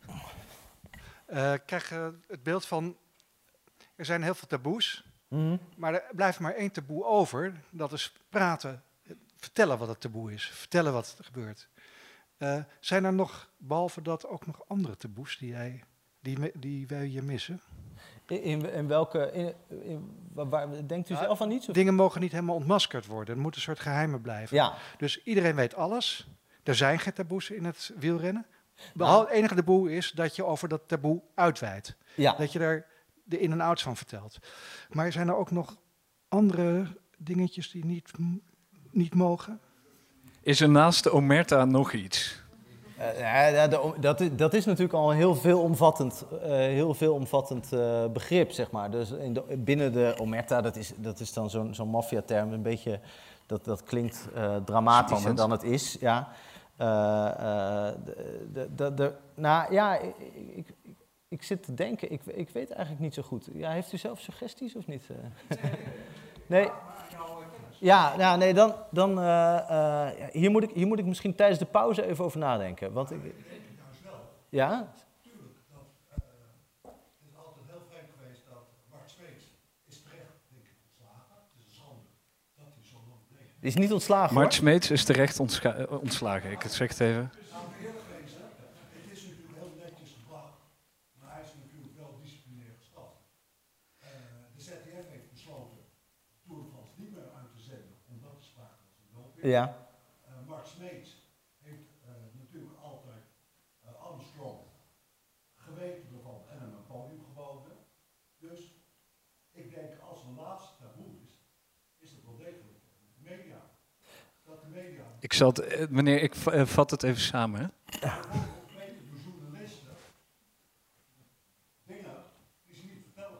T: Uh, ik krijg uh, het beeld van, er zijn heel veel taboes,
N: mm-hmm.
T: maar er blijft maar één taboe over. Dat is praten, vertellen wat het taboe is, vertellen wat er gebeurt. Uh, zijn er nog, behalve dat, ook nog andere taboes die, jij, die, die wij hier missen?
N: In, in welke... In, in, waar, waar, denkt u ja, zelf aan iets? Of?
T: Dingen mogen niet helemaal ontmaskerd worden. Er moet een soort geheimen blijven.
N: Ja.
T: Dus iedereen weet alles. Er zijn geen taboes in het wielrennen. Behalve het enige taboe is dat je over dat taboe uitweidt.
N: Ja.
T: Dat je er de in- en outs van vertelt. Maar zijn er ook nog andere dingetjes die niet, niet mogen?
A: Is er naast de omerta nog iets?
N: Uh, ja, de, dat, is, dat is natuurlijk al een heel veelomvattend, uh, heel veelomvattend uh, begrip, zeg maar. Dus in de, binnen de omerta, dat is, dat is dan zo'n zo'n maffiaterm, een beetje, dat, dat klinkt uh, dramatischer Spannend. dan het is. Ja. Uh, uh, de, de, de, de, nou ja, ik, ik, ik, ik zit te denken, ik, ik weet eigenlijk niet zo goed. Ja, heeft u zelf suggesties of niet? Nee. Ja, ja, nee, dan, dan uh, uh, hier, moet ik, hier moet ik misschien tijdens de pauze even over nadenken. Want ik, ja?
L: Tuurlijk, dat, uh, het is altijd heel vreemd geweest dat Mart Smeets is terecht, denk ik, ontslagen. Het is een schande dat hij zo lang bleef.
N: Die is niet ontslagen,
A: Mart Smeets is terecht ontscha- ontslagen, ik zeg het even.
L: Het is natuurlijk heel netjes gebracht, maar hij is natuurlijk wel disciplinair gestraft. Uh, de Z D F heeft besloten Tour de France niet meer uit te zenden, omdat er sprake was van doping.
N: Ja.
L: Uh, Mart Smeets heeft uh, natuurlijk altijd uh, Armstrong geweten ervan en hem een podium geboden. Dus ik denk als een laatste taboe is, is het wel degelijk de media. Dat de media...
A: Ik zal het, uh, meneer, ik uh, vat het even samen. Hè?
L: De journalisten dingen die ze niet vertellen.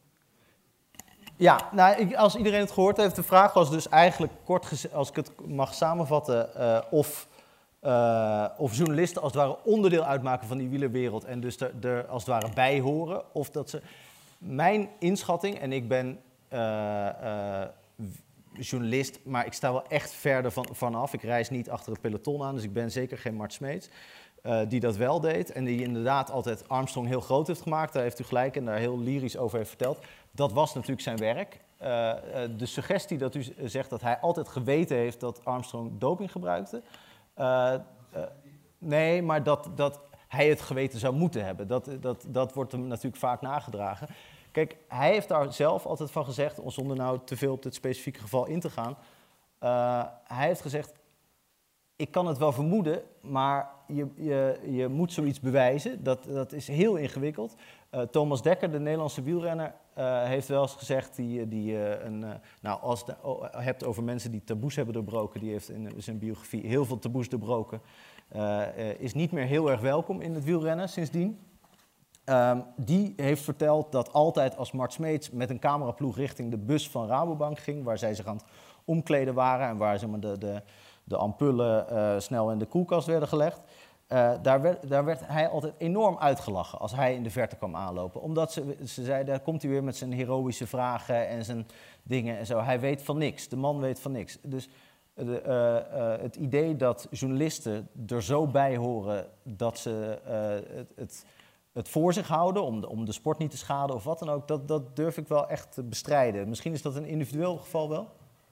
N: Ja, nou, ik, als iedereen het gehoord heeft, de vraag was dus eigenlijk kort gezegd, als ik het mag samenvatten, uh, of, uh, of journalisten als het ware onderdeel uitmaken van die wielerwereld en dus er, er als het ware bij horen, of dat ze... Mijn inschatting, en ik ben uh, uh, journalist, maar ik sta wel echt verder van, vanaf. Ik reis niet achter het peloton aan, dus ik ben zeker geen Mart Smeets. Uh, die dat wel deed en die inderdaad altijd Armstrong heel groot heeft gemaakt. Daar heeft u gelijk en daar heel lyrisch over heeft verteld. Dat was natuurlijk zijn werk. Uh, uh, de suggestie dat u zegt dat hij altijd geweten heeft dat Armstrong doping gebruikte. Uh, uh, nee, maar dat, dat hij het geweten zou moeten hebben. Dat, dat, dat wordt hem natuurlijk vaak nagedragen. Kijk, hij heeft daar zelf altijd van gezegd, zonder nou te veel op dit specifieke geval in te gaan. Uh, hij heeft gezegd, ik kan het wel vermoeden, maar je, je, je moet zoiets bewijzen. Dat, dat is heel ingewikkeld. Uh, Thomas Dekker, de Nederlandse wielrenner, uh, heeft wel eens gezegd... Die, die, uh, een, uh, nou, als je het hebt over mensen die taboes hebben doorbroken... die heeft in zijn biografie heel veel taboes doorbroken... Uh, uh, is niet meer heel erg welkom in het wielrennen sindsdien. Um, die heeft verteld dat altijd als Mart Smeets met een cameraploeg... richting de bus van Rabobank ging... waar zij zich aan het omkleden waren... en waar zeg maar, de... de de ampullen uh, snel in de koelkast werden gelegd. Uh, daar, werd, daar werd hij altijd enorm uitgelachen als hij in de verte kwam aanlopen. Omdat ze, ze zeiden, daar komt hij weer met zijn heroïsche vragen en zijn dingen en zo. Hij weet van niks, de man weet van niks. Dus uh, uh, uh, het idee dat journalisten er zo bij horen dat ze uh, het, het, het voor zich houden... Om de, om de sport niet te schaden of wat dan ook, dat, dat durf ik wel echt te bestrijden. Misschien is dat een individueel geval wel.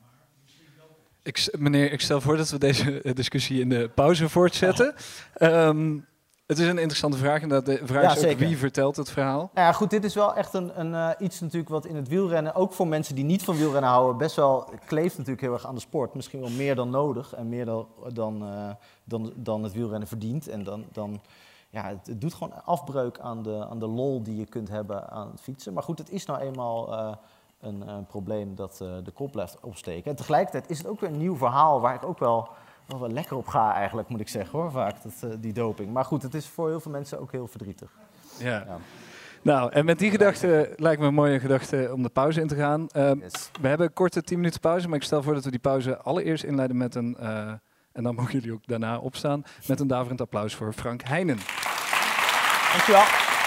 A: Ik, meneer, ik stel voor dat we deze discussie in de pauze voortzetten. Oh. Um, het is een interessante vraag en dat de vraag ja, is ook zeker. Wie vertelt het verhaal?
N: Nou ja, goed, dit is wel echt een, een, uh, iets natuurlijk wat in het wielrennen, ook voor mensen die niet van wielrennen houden, best wel kleeft natuurlijk heel erg aan de sport. Misschien wel meer dan nodig en meer dan, dan, uh, dan, dan het wielrennen verdient. En dan, dan, ja, het, het doet gewoon afbreuk aan de, aan de lol die je kunt hebben aan het fietsen. Maar goed, het is nou eenmaal... Uh, Een, een probleem dat uh, de kop blijft opsteken. En tegelijkertijd is het ook weer een nieuw verhaal waar ik ook wel, wel, wel lekker op ga eigenlijk, moet ik zeggen hoor, vaak, dat, uh, die doping. Maar goed, het is voor heel veel mensen ook heel verdrietig.
A: Ja. ja. Nou, en met die gedachte lijkt me een mooie gedachte om de pauze in te gaan. Uh, yes. We hebben een korte tien minuten pauze, maar ik stel voor dat we die pauze allereerst inleiden met een, uh, en dan mogen jullie ook daarna opstaan, met een daverend applaus voor Frank Heijnen.
N: Dankjewel.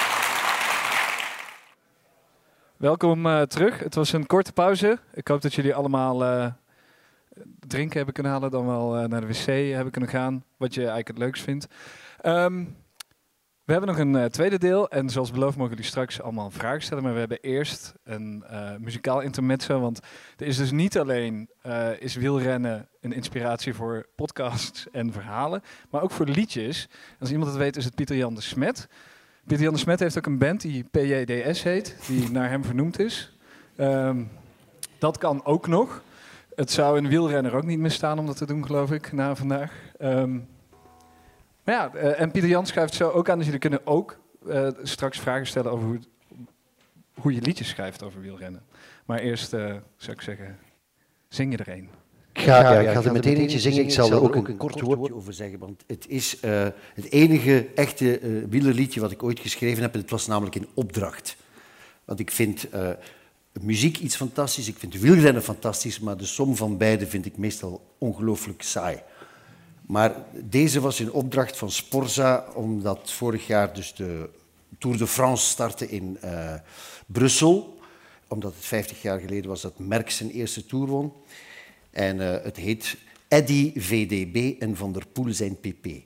A: Welkom uh, terug. Het was een korte pauze. Ik hoop dat jullie allemaal uh, drinken hebben kunnen halen, dan wel uh, naar de wc hebben kunnen gaan, wat je eigenlijk het leukst vindt. Um, we hebben nog een uh, tweede deel en zoals beloofd mogen jullie straks allemaal vragen stellen, maar we hebben eerst een uh, muzikaal intermezzo, want er is dus niet alleen uh, is wielrennen een inspiratie voor podcasts en verhalen, maar ook voor liedjes. Als iemand het weet is het Pieter Jan de Smet. Pieter Jan de Smet heeft ook een band die P J D S heet, die naar hem vernoemd is. Um, dat kan ook nog. Het zou een wielrenner ook niet misstaan om dat te doen, geloof ik, na vandaag. Um, maar ja, uh, en Pieter Jan schuift zo ook aan, dus jullie kunnen ook uh, straks vragen stellen over hoe, hoe je liedjes schrijft over wielrennen. Maar eerst uh, zou ik zeggen, zing je er een.
U: Ik ga, ja, ik ga er meteen eentje zingen. Ik zal er ook een kort woordje over zeggen, want het is uh, het enige echte uh, wielerliedje wat ik ooit geschreven heb. En het was namelijk in opdracht. Want ik vind uh, muziek iets fantastisch, ik vind wielrennen fantastisch, maar de som van beide vind ik meestal ongelooflijk saai. Maar deze was in opdracht van Sporza, omdat vorig jaar dus de Tour de France startte in uh, Brussel. Omdat het vijftig jaar geleden was dat Merckx zijn eerste Tour won. En uh, het heet Eddy V D B en Van der Poel zijn P P.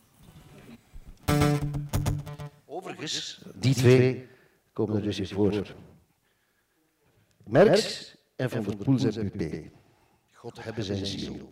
U: Overigens, die twee komen er dus in voor. Merckx en Van der Poel zijn P P. God hebben zijn ziel.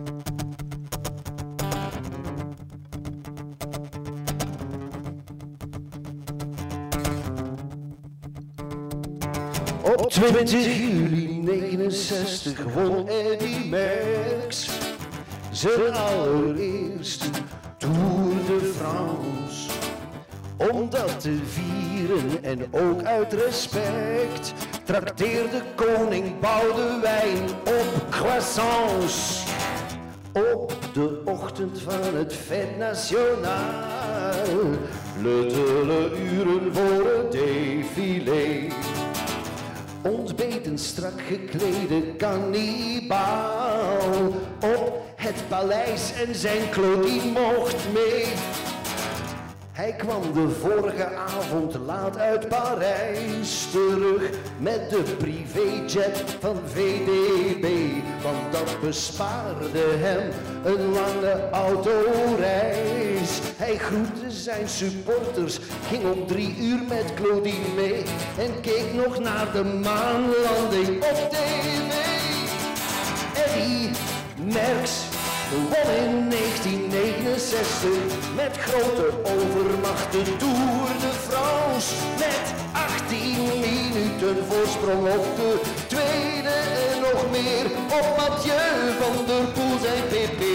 U: Op twintig juli negenenzestig won Eddy Merckx zijn allereerste Tour de France. Om dat te vieren en ook uit respect trakteerde koning Boudewijn op croissants. Op de ochtend van het Fête Nationale luttele uren voor het défilé. Ontbeten strak geklede kannibaal op het paleis en zijn Claudine mocht mee. Hij kwam de vorige avond laat uit Parijs terug met de privéjet van V D B. Want dat bespaarde hem een lange autoreis. Hij groette zijn supporters, ging om drie uur met Claudine mee en keek nog naar de maanlanding op tv. Eddy Merckx won in negentien negenenzestig met grote overmacht de Tour de France. Met achttien minuten voorsprong op de tweede en nog meer op Mathieu van der Poel zijn P P.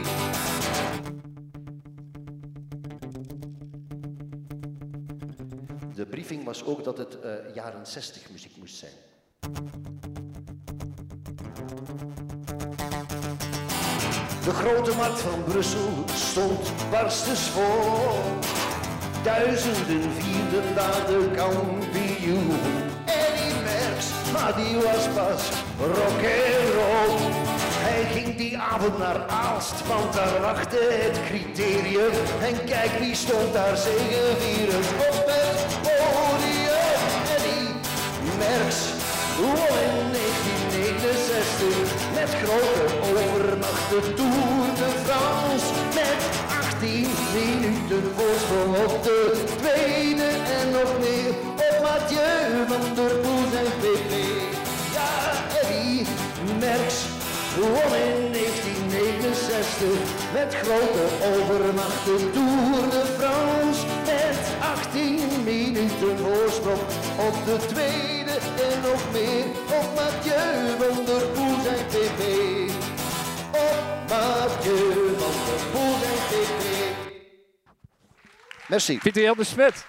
U: De briefing was ook dat het uh, jaren zestig muziek moest zijn. De grote markt van Brussel stond barstens vol. Duizenden vierden daar de kampioen. Eddy Merckx, maar die was pas rock'n'roll. Hij ging die avond naar Aalst, want daar wachtte het criterium. En kijk wie stond daar zegevierend op het podium. Eddy Merckx won in negentien negenenzestig met grote overmacht de Tour de France. Met achttien minuten voorsprong op de tweede en nog meer op Mathieu van der Poel zijn P P. Ja, Eddy Merckx won in negentien negenenzestig met grote overmacht de Tour de France. Met achttien minuten voorsprong op de tweede en nog meer op Mathieu van der Poel zijn P P. Op Mathieu van der Poel zijn P P. Merci.
A: Pieter Jan de Smet.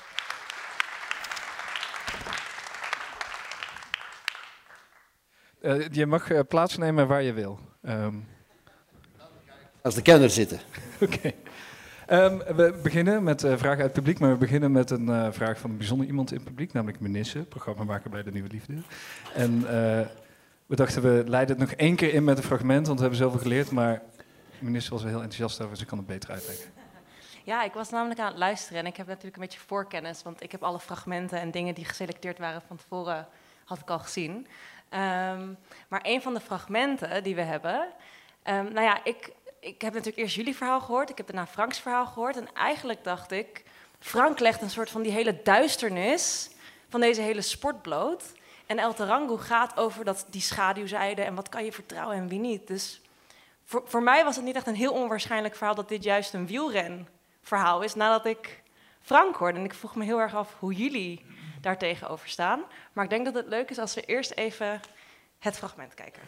A: Uh, je mag uh, plaatsnemen waar je wil. Um.
U: Als de kenner zitten.
A: Oké. Okay. Um, we beginnen met uh, vragen uit het publiek, maar we beginnen met een uh, vraag van een bijzonder iemand in het publiek, namelijk Menisse, programmamaker bij De Nieuwe Liefde. En uh, we dachten, we leiden het nog één keer in met een fragment, want we hebben zoveel geleerd, maar Menisse was er heel enthousiast over, dus ik kan het beter uitleggen.
M: Ja, ik was namelijk aan het luisteren en ik heb natuurlijk een beetje voorkennis, want ik heb alle fragmenten en dingen die geselecteerd waren van tevoren, had ik al gezien. Um, maar een van de fragmenten die we hebben, um, nou ja, ik... Ik heb natuurlijk eerst jullie verhaal gehoord, ik heb daarna Franks verhaal gehoord. En eigenlijk dacht ik, Frank legt een soort van die hele duisternis van deze hele sport bloot. En El Tarango gaat over dat, die schaduwzijde en wat kan je vertrouwen en wie niet. Dus voor, voor mij was het niet echt een heel onwaarschijnlijk verhaal dat dit juist een wielrenverhaal is. Nadat ik Frank hoorde. En ik vroeg me heel erg af hoe jullie daar tegenover staan. Maar ik denk dat het leuk is als we eerst even het fragment kijken.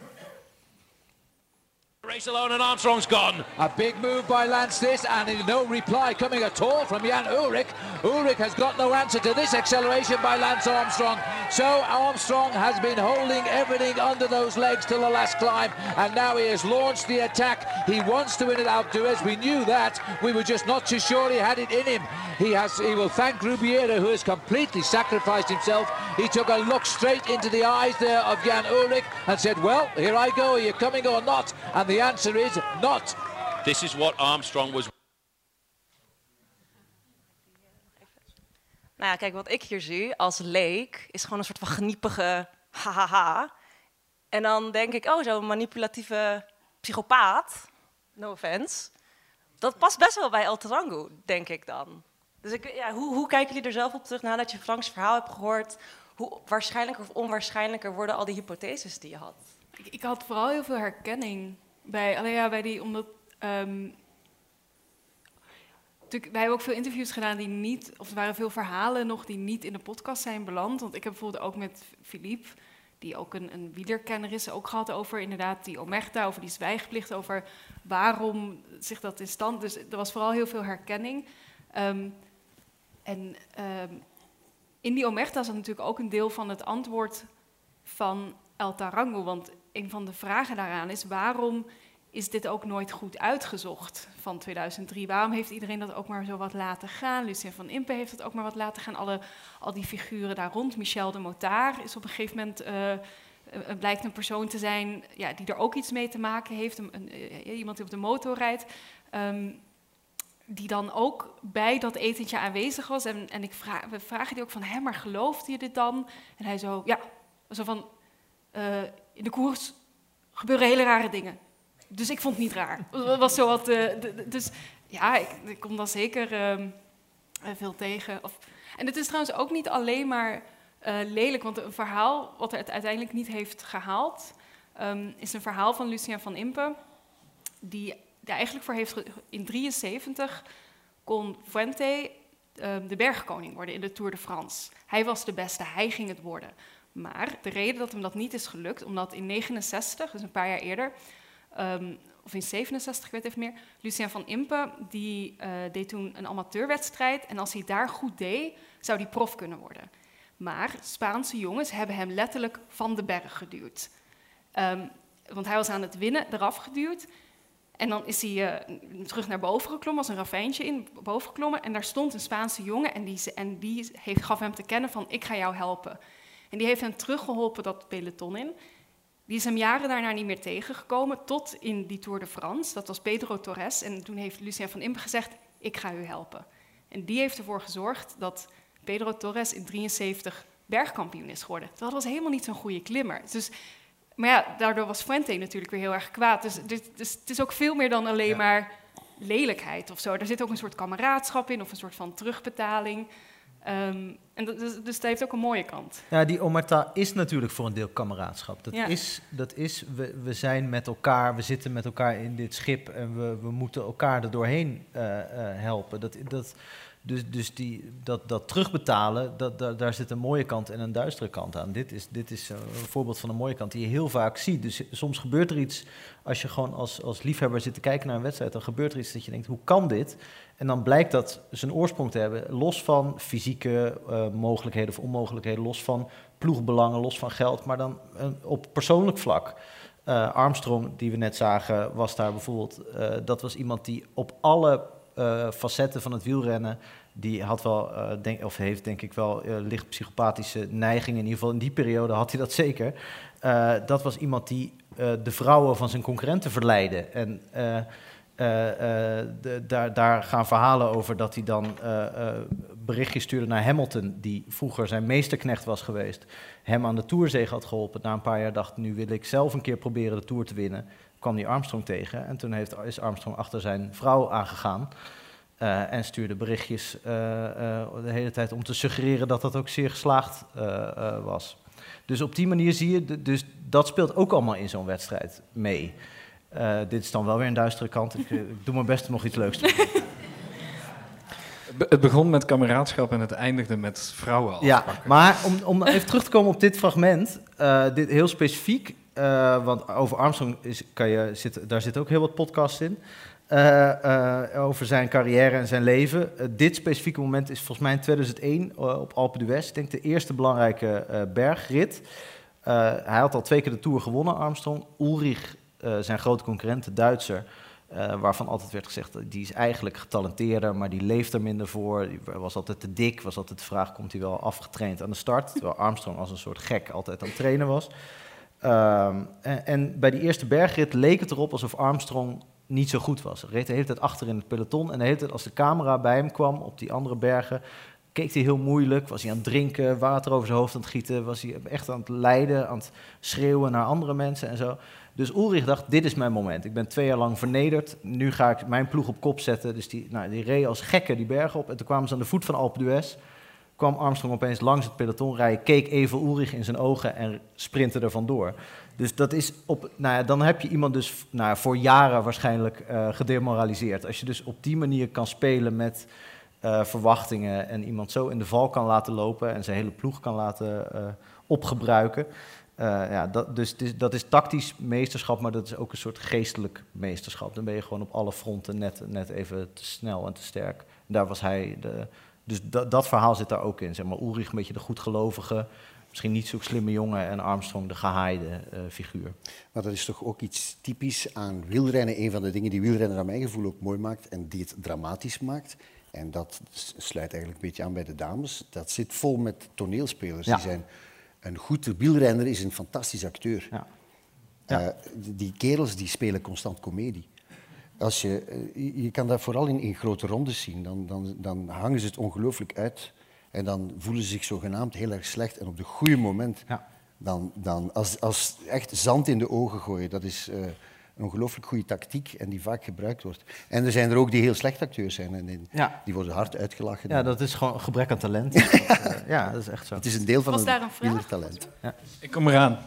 P: Race alone and Armstrong's gone. A big move by Lance this, and no reply coming at all from Jan Ullrich. Ullrich has got no answer to this acceleration by Lance Armstrong. So Armstrong has been holding everything under those legs till the last climb, and now he has launched the attack. He wants to win it out to us. We knew that. We were just not too sure he had it in him. He has. He will thank Rubiera, who has completely sacrificed himself. He took a look straight into the eyes there of Jan Ullrich and said, well, here I go. Are you coming or not? And the answer is not. This is what Armstrong was.
M: Nou ja, kijk, wat ik hier zie als leek is gewoon een soort van geniepige hahaha. En dan denk ik, oh, zo'n manipulatieve psychopaat, no offense, dat past best wel bij El Tarango, denk ik dan. Dus ik, ja, hoe, hoe kijken jullie er zelf op terug nadat je Franks verhaal hebt gehoord? Hoe waarschijnlijker of onwaarschijnlijker worden al die hypotheses die je had?
E: Ik, ik had vooral heel veel herkenning bij, alleen ja, bij die, omdat... Um, Natuurlijk, wij hebben ook veel interviews gedaan die niet, of er waren veel verhalen nog die niet in de podcast zijn beland. Want ik heb bijvoorbeeld ook met Philippe, die ook een, een wielerkenner is, ook gehad over inderdaad die omerta, over die zwijgplicht, over waarom zich dat in stand. Dus er was vooral heel veel herkenning. Um, en um, in die omerta zat natuurlijk ook een deel van het antwoord van El Tarango. Want een van de vragen daaraan is waarom is dit ook nooit goed uitgezocht van tweeduizend drie? Waarom heeft iedereen dat ook maar zo wat laten gaan? Lucien van Impe heeft het ook maar wat laten gaan. Alle, al die figuren daar rond. Michel de Motard is op een gegeven moment... Uh, uh, blijkt een persoon te zijn ja, die er ook iets mee te maken heeft. Een, een, uh, iemand die op de motor rijdt. Um, die dan ook bij dat etentje aanwezig was. En, en ik vraag, we vragen die ook van, hé, maar geloofde je dit dan? En hij zo, ja. Zo van, uh, in de koers gebeuren hele rare dingen. Dus ik vond het niet raar. Dat was zo wat, uh, dus ja, ik, ik kom daar zeker uh, veel tegen. Of, en het is trouwens ook niet alleen maar uh, lelijk, want een verhaal wat het uiteindelijk niet heeft gehaald, um, is een verhaal van Lucien van Impe, die er eigenlijk voor heeft, ge- in drieënzeventig kon Fuente uh, de bergkoning worden in de Tour de France. Hij was de beste, hij ging het worden. Maar de reden dat hem dat niet is gelukt, omdat in negenenzestig, dus een paar jaar eerder, Um, of in zevenenzestig, ik weet even meer, Lucien van Impe, die uh, deed toen een amateurwedstrijd. En als hij daar goed deed, zou hij prof kunnen worden. Maar Spaanse jongens hebben hem letterlijk van de berg geduwd. Um, want hij was aan het winnen, eraf geduwd. En dan is hij uh, terug naar boven geklommen, als een ravijntje in, boven geklommen. En daar stond een Spaanse jongen en die, en die heeft, gaf hem te kennen van, ik ga jou helpen. En die heeft hem teruggeholpen dat peloton in. Die is hem jaren daarna niet meer tegengekomen, tot in die Tour de France. Dat was Pedro Torres. En toen heeft Lucien van Impe gezegd, ik ga u helpen. En die heeft ervoor gezorgd dat Pedro Torres in drieënzeventig bergkampioen is geworden. Dat was helemaal niet zo'n goede klimmer. Dus, maar ja, daardoor was Fuente natuurlijk weer heel erg kwaad. Dus, dus, dus het is ook veel meer dan alleen ja. maar lelijkheid of zo. Er zit ook een soort kameraadschap in, of een soort van terugbetaling. Um, en dat, dus, dus dat heeft ook een mooie kant.
N: Ja, die omerta is natuurlijk voor een deel kameraadschap. Dat
E: ja.
N: is, dat is we, we zijn met elkaar, we zitten met elkaar in dit schip en we, we moeten elkaar er doorheen uh, uh, helpen. Dat, dat, dus dus die, dat, dat terugbetalen, dat, dat, daar zit een mooie kant en een duistere kant aan. Dit is, dit is een voorbeeld van een mooie kant die je heel vaak ziet. Dus soms gebeurt er iets, als je gewoon als, als liefhebber zit te kijken naar een wedstrijd, dan gebeurt er iets dat je denkt, hoe kan dit? En dan blijkt dat zijn oorsprong te hebben, los van fysieke uh, mogelijkheden of onmogelijkheden, los van ploegbelangen, los van geld, maar dan uh, op persoonlijk vlak. Uh, Armstrong, die we net zagen, was daar bijvoorbeeld, uh, dat was iemand die op alle uh, facetten van het wielrennen, die had wel, uh, denk, of heeft denk ik wel uh, licht psychopathische neigingen, in ieder geval in die periode had hij dat zeker. Uh, dat was iemand die uh, de vrouwen van zijn concurrenten verleidde. En uh, Uh, uh, de, daar, daar gaan verhalen over dat hij dan uh, uh, berichtjes stuurde naar Hamilton, die vroeger zijn meesterknecht was geweest, hem aan de Tourzege had geholpen. Na een paar jaar dacht, nu wil ik zelf een keer proberen de Tour te winnen. Kwam hij Armstrong tegen en toen heeft, is Armstrong achter zijn vrouw aangegaan uh, en stuurde berichtjes uh, uh, de hele tijd om te suggereren dat dat ook zeer geslaagd uh, uh, was. Dus op die manier zie je, dus dat speelt ook allemaal in zo'n wedstrijd mee. Uh, dit is dan wel weer een duistere kant. Ik, ik doe mijn best om nog iets leuks te doen.
A: be- het begon met kameraadschap en het eindigde met vrouwen afpakken.
N: Ja, maar om, om even terug te komen op dit fragment, uh, dit heel specifiek, uh, want over Armstrong is, kan je, zit, daar zit ook heel wat podcasts in, uh, uh, over zijn carrière en zijn leven. Uh, dit specifieke moment is volgens mij in tweeduizend één uh, op Alpe d'Huez, ik denk de eerste belangrijke uh, bergrit. Uh, hij had al twee keer de Tour gewonnen, Armstrong. Ulrich, uh, zijn grote concurrent, de Duitser, Uh, waarvan altijd werd gezegd, die is eigenlijk getalenteerder, maar die leeft er minder voor. Die was altijd te dik, was altijd de vraag, komt hij wel afgetraind aan de start? Terwijl Armstrong als een soort gek altijd aan het trainen was. Um, en, en bij die eerste bergrit leek het erop alsof Armstrong niet zo goed was. Hij reed de hele tijd achter in het peloton en de hele tijd als de camera bij hem kwam op die andere bergen, keek hij heel moeilijk, was hij aan het drinken, water over zijn hoofd aan het gieten, was hij echt aan het lijden, aan het schreeuwen naar andere mensen en zo. Dus Ulrich dacht, dit is mijn moment. Ik ben twee jaar lang vernederd, nu ga ik mijn ploeg op kop zetten. Dus die, nou, die reed als gekke die bergen op en toen kwamen ze aan de voet van Alpe d'Huez. Kwam Armstrong opeens langs het peloton rijden, keek even Ulrich in zijn ogen en sprintte er vandoor. Dus dat is op, nou ja, dan heb je iemand dus nou ja, voor jaren waarschijnlijk uh, gedemoraliseerd. Als je dus op die manier kan spelen met uh, verwachtingen en iemand zo in de val kan laten lopen en zijn hele ploeg kan laten uh, opgebruiken. Uh, ja, dat, dus, dus dat is tactisch meesterschap, maar dat is ook een soort geestelijk meesterschap. Dan ben je gewoon op alle fronten net, net even te snel en te sterk. En daar was hij, de, dus dat, dat verhaal zit daar ook in. Zeg maar, Ulrich een beetje de goedgelovige, misschien niet zo slimme jongen en Armstrong de gehaaide uh, figuur.
D: Maar dat is toch ook iets typisch aan wielrennen. Een van de dingen die wielrennen naar mijn gevoel ook mooi maakt en die het dramatisch maakt. En dat sluit eigenlijk een beetje aan bij de dames. Dat zit vol met toneelspelers.
N: Ja.
D: Die zijn... Een goede wielrenner is een fantastisch acteur.
N: Ja.
D: Ja. Uh, die kerels die spelen constant komedie. Als je, uh, je kan dat vooral in, in grote rondes zien. Dan, dan, dan hangen ze het ongelooflijk uit. En dan voelen ze zich zogenaamd heel erg slecht. En op het goede moment,
N: ja.
D: dan, dan als, als echt zand in de ogen gooien. Dat is uh, een ongelooflijk goede tactiek en die vaak gebruikt wordt. En er zijn er ook die heel slecht acteurs zijn. En die,
N: ja.
D: die worden hard uitgelachen.
N: Ja, dat is gewoon een gebrek aan talent. dat, uh, ja, dat is echt zo.
D: Het is een deel van
E: Was
D: een,
E: daar een vraag?
D: talent.
N: Ja.
A: Ik kom eraan.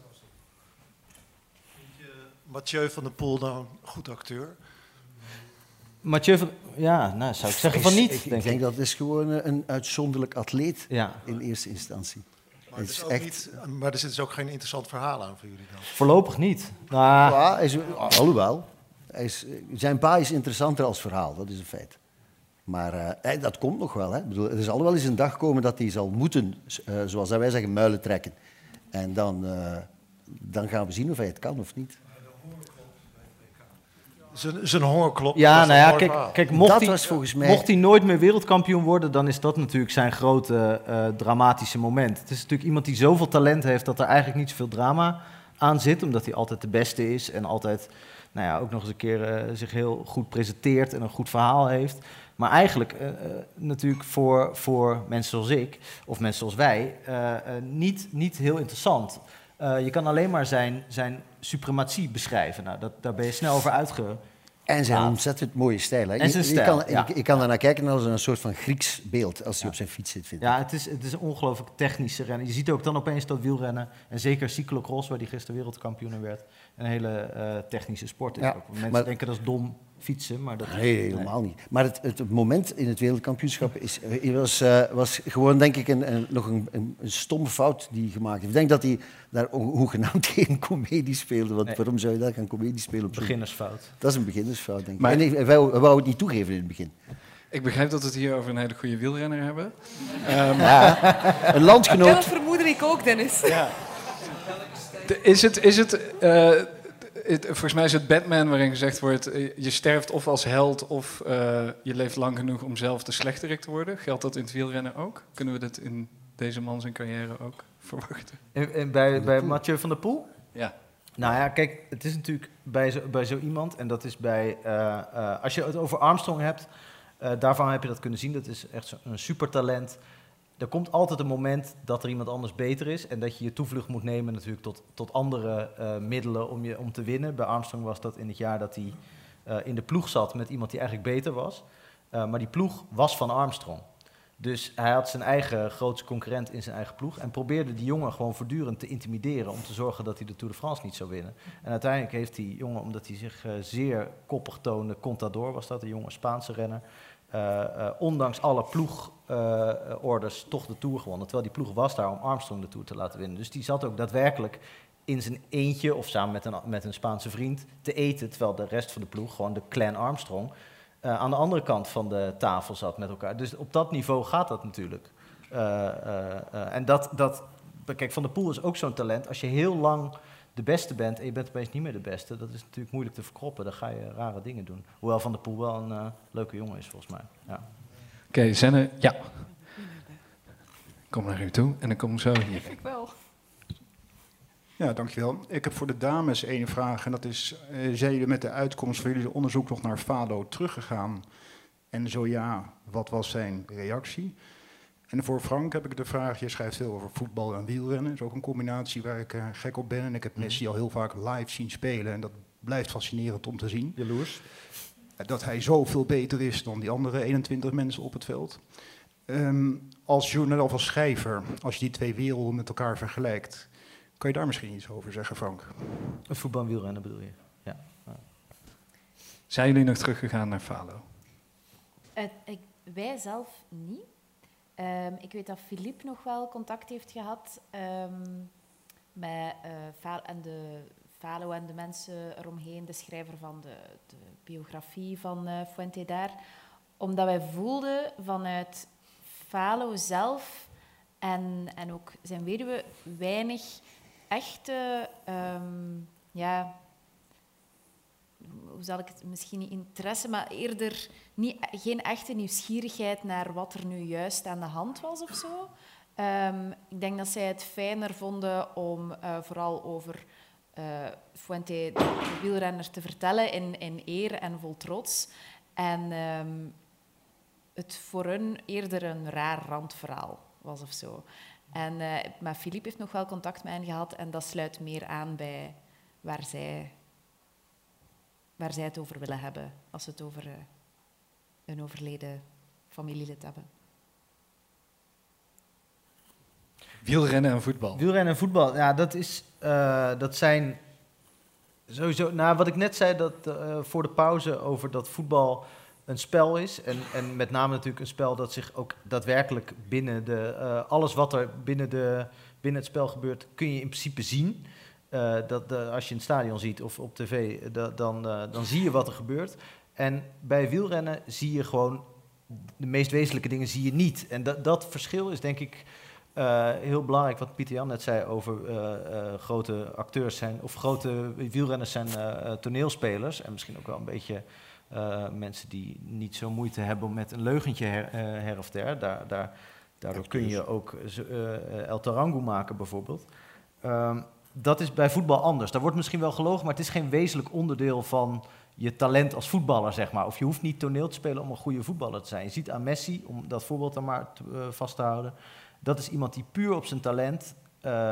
V: Mathieu van der Poel nou een goed acteur?
N: Mathieu van... Ja, nou, zou ik zeggen van niet,
D: ik,
N: denk
D: ik. denk
N: ik.
D: dat is gewoon een uitzonderlijk atleet
N: ja.
D: in eerste instantie.
V: Maar, het is ook echt... niet, maar er zit dus ook geen interessant verhaal aan voor jullie dan?
N: Voorlopig niet. Nou,
D: ja, hij is, alhoewel, hij is, zijn pa is interessanter als verhaal, dat is een feit. Maar uh, dat komt nog wel. Hè. Ik bedoel, er zal wel eens een dag komen dat hij zal moeten, uh, zoals wij zeggen, muilen trekken. En dan, uh, dan gaan we zien of hij het kan of niet.
V: Zijn hongerklop.
N: Ja, nou ja, kijk, kijk mocht,
D: dat
N: hij,
D: was volgens mij...
N: mocht hij nooit meer wereldkampioen worden, dan is dat natuurlijk zijn grote uh, dramatische moment. Het is natuurlijk iemand die zoveel talent heeft dat er eigenlijk niet zoveel drama aan zit, omdat hij altijd de beste is en altijd nou ja, ook nog eens een keer uh, zich heel goed presenteert en een goed verhaal heeft. Maar eigenlijk uh, uh, natuurlijk voor, voor mensen zoals ik, of mensen zoals wij, uh, uh, niet, niet heel interessant. Uh, je kan alleen maar zijn, zijn suprematie beschrijven. Nou, dat, daar ben je snel over uitge...
D: En zijn
N: ja.
D: ontzettend mooie stijl. Hè?
N: En zijn
D: je,
N: stijl,
D: je kan,
N: ja.
D: je, je kan daarnaar kijken als een soort van Grieks beeld als hij
N: ja.
D: op zijn fiets zit. Vind
N: ja, het is, het is een ongelooflijk technische rennen. Je ziet ook dan opeens dat wielrennen, en zeker cyclocross, waar hij gisteren wereldkampioen in werd, een hele uh, technische sport is.
D: Ja,
N: ook. Mensen
D: maar,
N: denken dat is dom fietsen, maar dat
D: nee,
N: is...
D: helemaal nee. niet. Maar het, het, het moment in het wereldkampioenschap is, was, uh, was gewoon, denk ik, een, een, nog een, een, een stomme fout die hij gemaakt heeft. Ik denk dat hij daar hoegenaamd geen comedie speelde. Want nee. Waarom zou je daar gaan comedie spelen? Op
N: beginnersfout.
D: Dat is een beginnersfout, denk ik. Maar, en hij, hij wou het niet toegeven in het begin.
A: Ik begrijp dat we het hier over een hele goede wielrenner hebben.
D: Um, ja, een landgenoot...
F: Ja, dat vermoedde ik ook, Dennis.
A: Ja. De, is het... Is het uh, Het, volgens mij is het Batman waarin gezegd wordt, je sterft of als held of uh, je leeft lang genoeg om zelf de slechterik te worden. Geldt dat in het wielrennen ook? Kunnen we dat in deze man zijn carrière ook verwachten?
N: En, en bij, bij Mathieu van der Poel?
A: Ja.
N: Nou ja, kijk, het is natuurlijk bij zo, bij zo iemand, en dat is bij, uh, uh, als je het over Armstrong hebt, uh, daarvan heb je dat kunnen zien, dat is echt een supertalent. Er komt altijd een moment dat er iemand anders beter is en dat je je toevlucht moet nemen natuurlijk tot, tot andere uh, middelen om, je, om te winnen. Bij Armstrong was dat in het jaar dat hij uh, in de ploeg zat met iemand die eigenlijk beter was. Uh, maar die ploeg was van Armstrong. Dus hij had zijn eigen grootste concurrent in zijn eigen ploeg en probeerde die jongen gewoon voortdurend te intimideren om te zorgen dat hij de Tour de France niet zou winnen. En uiteindelijk heeft die jongen, omdat hij zich uh, zeer koppig toonde, Contador was dat, een jonge Spaanse renner, uh, uh, ondanks alle ploegorders uh, toch de Tour gewonnen. Terwijl die ploeg was daar om Armstrong de Tour te laten winnen. Dus die zat ook daadwerkelijk in zijn eentje of samen met een, met een Spaanse vriend te eten, terwijl de rest van de ploeg, gewoon de clan Armstrong, uh, aan de andere kant van de tafel zat met elkaar. Dus op dat niveau gaat dat natuurlijk. Uh, uh, uh, en dat, dat, kijk, Van der Poel is ook zo'n talent. Als je heel lang de beste bent en je bent opeens niet meer de beste, dat is natuurlijk moeilijk te verkroppen. Dan ga je rare dingen doen. Hoewel Van der Poel wel een uh, leuke jongen is, volgens mij. Ja.
A: Oké, okay, Zenne, ja. Kom naar u toe en dan kom zo hier.
E: Ik wel.
B: Ja, dankjewel. Ik heb voor de dames één vraag. En dat is, uh, zijn jullie met de uitkomst van jullie onderzoek nog naar Falo teruggegaan? En zo ja, wat was zijn reactie? En voor Frank heb ik de vraag, je schrijft veel over voetbal en wielrennen. Dat is ook een combinatie waar ik uh, gek op ben. En ik heb Messi al heel vaak live zien spelen. En dat blijft fascinerend om te zien.
N: Jaloers.
B: Dat hij zoveel beter is dan die andere eenentwintig mensen op het veld. Um, als journalist of als schrijver, als je die twee werelden met elkaar vergelijkt, kan je daar misschien iets over zeggen, Frank?
N: Voetbal en wielrennen bedoel je? Ja. Ja.
A: Zijn jullie nog teruggegaan naar Falo?
H: Uh, ik, wij zelf niet. Um, ik weet dat Philippe nog wel contact heeft gehad um, met uh, Falo en de Falo en de mensen eromheen, de schrijver van de, de biografie van uh, Fuente daar, omdat wij voelden vanuit Falo zelf en, en ook zijn weduwe weinig echte, um, ja, hoe zal ik het, misschien niet interesse, maar eerder niet, geen echte nieuwsgierigheid naar wat er nu juist aan de hand was of zo. Um, ik denk dat zij het fijner vonden om uh, vooral over uh, Fuente, de wielrenner, te vertellen in, in eer en vol trots. En um, het voor hun eerder een raar randverhaal was of zo. En, uh, maar Philippe heeft nog wel contact met hen gehad en dat sluit meer aan bij waar zij, waar zij het over willen hebben, als ze het over uh, een overleden familielid hebben.
A: Wielrennen en voetbal.
N: Wielrennen en voetbal, ja, dat, is, uh, dat zijn sowieso... Nou, wat ik net zei dat, uh, voor de pauze over dat voetbal een spel is. En, en met name natuurlijk een spel dat zich ook daadwerkelijk binnen de... Uh, alles wat er binnen, de, binnen het spel gebeurt, kun je in principe zien. Uh, dat, uh, als je in het stadion ziet of op tv, uh, dan, uh, dan zie je wat er gebeurt. En bij wielrennen zie je gewoon... De meest wezenlijke dingen zie je niet. En dat, dat verschil is denk ik... Uh, heel belangrijk wat Pieter Jan net zei over uh, uh, grote acteurs zijn, of grote wielrenners zijn uh, toneelspelers. En misschien ook wel een beetje uh, mensen die niet zo moeite hebben met een leugentje her, uh, her of der. Daar, daar, daardoor kun je ook uh, El Tarango maken bijvoorbeeld. Um, dat is bij voetbal anders. Daar wordt misschien wel gelogen, maar het is geen wezenlijk onderdeel van je talent als voetballer, zeg maar. Of je hoeft niet toneel te spelen om een goede voetballer te zijn. Je ziet aan Messi, om dat voorbeeld dan maar te, uh, vast te houden. Dat is iemand die puur op zijn talent uh, uh,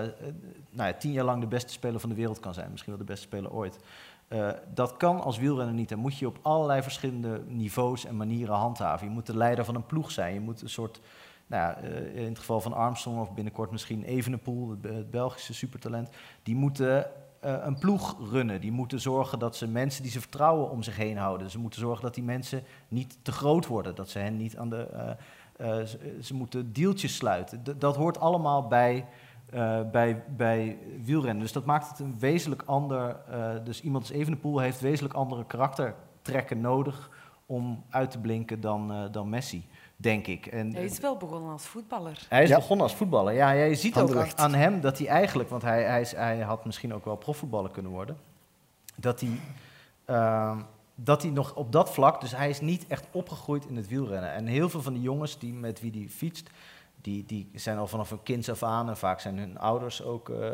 N: nou ja, tien jaar lang de beste speler van de wereld kan zijn. Misschien wel de beste speler ooit. Uh, dat kan als wielrenner niet. Dan moet je op allerlei verschillende niveaus en manieren handhaven. Je moet de leider van een ploeg zijn. Je moet een soort, nou ja, uh, in het geval van Armstrong of binnenkort misschien Evenepoel, het, het Belgische supertalent. Die moeten uh, een ploeg runnen. Die moeten zorgen dat ze mensen die ze vertrouwen om zich heen houden. Ze moeten zorgen dat die mensen niet te groot worden. Dat ze hen niet aan de... Uh, Uh, ze, ze moeten deeltjes sluiten. D- dat hoort allemaal bij, uh, bij, bij wielrennen. Dus dat maakt het een wezenlijk ander... Uh, dus iemand als Evenepoel heeft wezenlijk andere karaktertrekken nodig om uit te blinken dan, uh, dan Messi, denk ik. En,
F: hij is wel begonnen als voetballer.
N: Hij is
F: ja.
N: begonnen als voetballer. Ja, ja, je ziet ook aan, aan hem dat hij eigenlijk... Want hij, hij, is, hij had misschien ook wel profvoetballer kunnen worden. Dat hij... Uh, dat hij nog op dat vlak, dus hij is niet echt opgegroeid in het wielrennen. En heel veel van die jongens die, met wie hij fietst, die, die zijn al vanaf een kind af aan, en vaak zijn hun ouders ook uh, uh,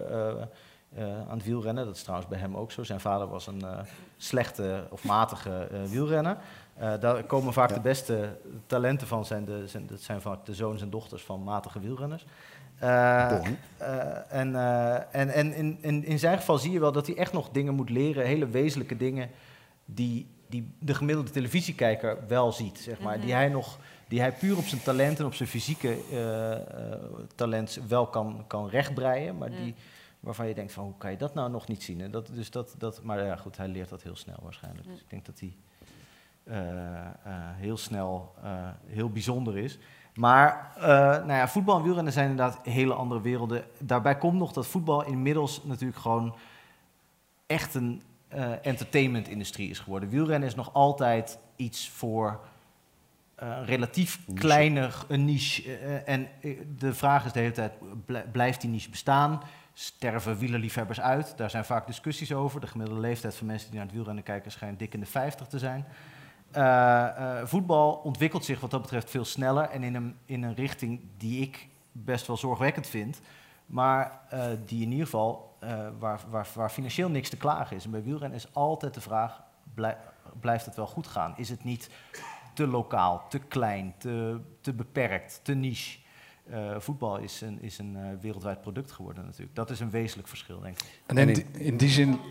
N: uh, aan het wielrennen. Dat is trouwens bij hem ook zo. Zijn vader was een uh, slechte of matige uh, wielrenner. Uh, daar komen vaak ja. de beste talenten van, zijn de, zijn, dat zijn vaak de zoons en dochters van matige wielrenners. Uh, uh, en uh, en, en in, in, in zijn geval zie je wel dat hij echt nog dingen moet leren, hele wezenlijke dingen, die, die de gemiddelde televisiekijker wel ziet, zeg maar. Mm-hmm. Die hij nog, die hij puur op zijn talent en op zijn fysieke uh, uh, talent wel kan, kan rechtbreien, maar die, waarvan je denkt van, hoe kan je dat nou nog niet zien? En dat, dus dat, dat, maar ja, goed, hij leert dat heel snel waarschijnlijk. Mm. Dus ik denk dat hij uh, uh, heel snel uh, heel bijzonder is. Maar uh, nou ja, voetbal en wielrennen zijn inderdaad hele andere werelden. Daarbij komt nog dat voetbal inmiddels natuurlijk gewoon echt een uh, entertainment-industrie is geworden. Wielrennen is nog altijd iets voor uh, relatief niche. kleiner een niche. Uh, en de vraag is de hele tijd, blijft die niche bestaan? Sterven wielerliefhebbers uit? Daar zijn vaak discussies over. De gemiddelde leeftijd van mensen die naar het wielrennen kijken schijnt dik in de vijftig te zijn. Uh, uh, voetbal ontwikkelt zich wat dat betreft veel sneller en in een, in een richting die ik best wel zorgwekkend vind, maar uh, die in ieder geval uh, waar, waar, waar financieel niks te klagen is. En bij wielrennen is altijd de vraag, blij, blijft het wel goed gaan? Is het niet te lokaal, te klein, te, te beperkt, te niche? Uh, voetbal is een, is een uh, wereldwijd product geworden natuurlijk. Dat is een wezenlijk verschil, denk ik.
A: En in die, in die zin...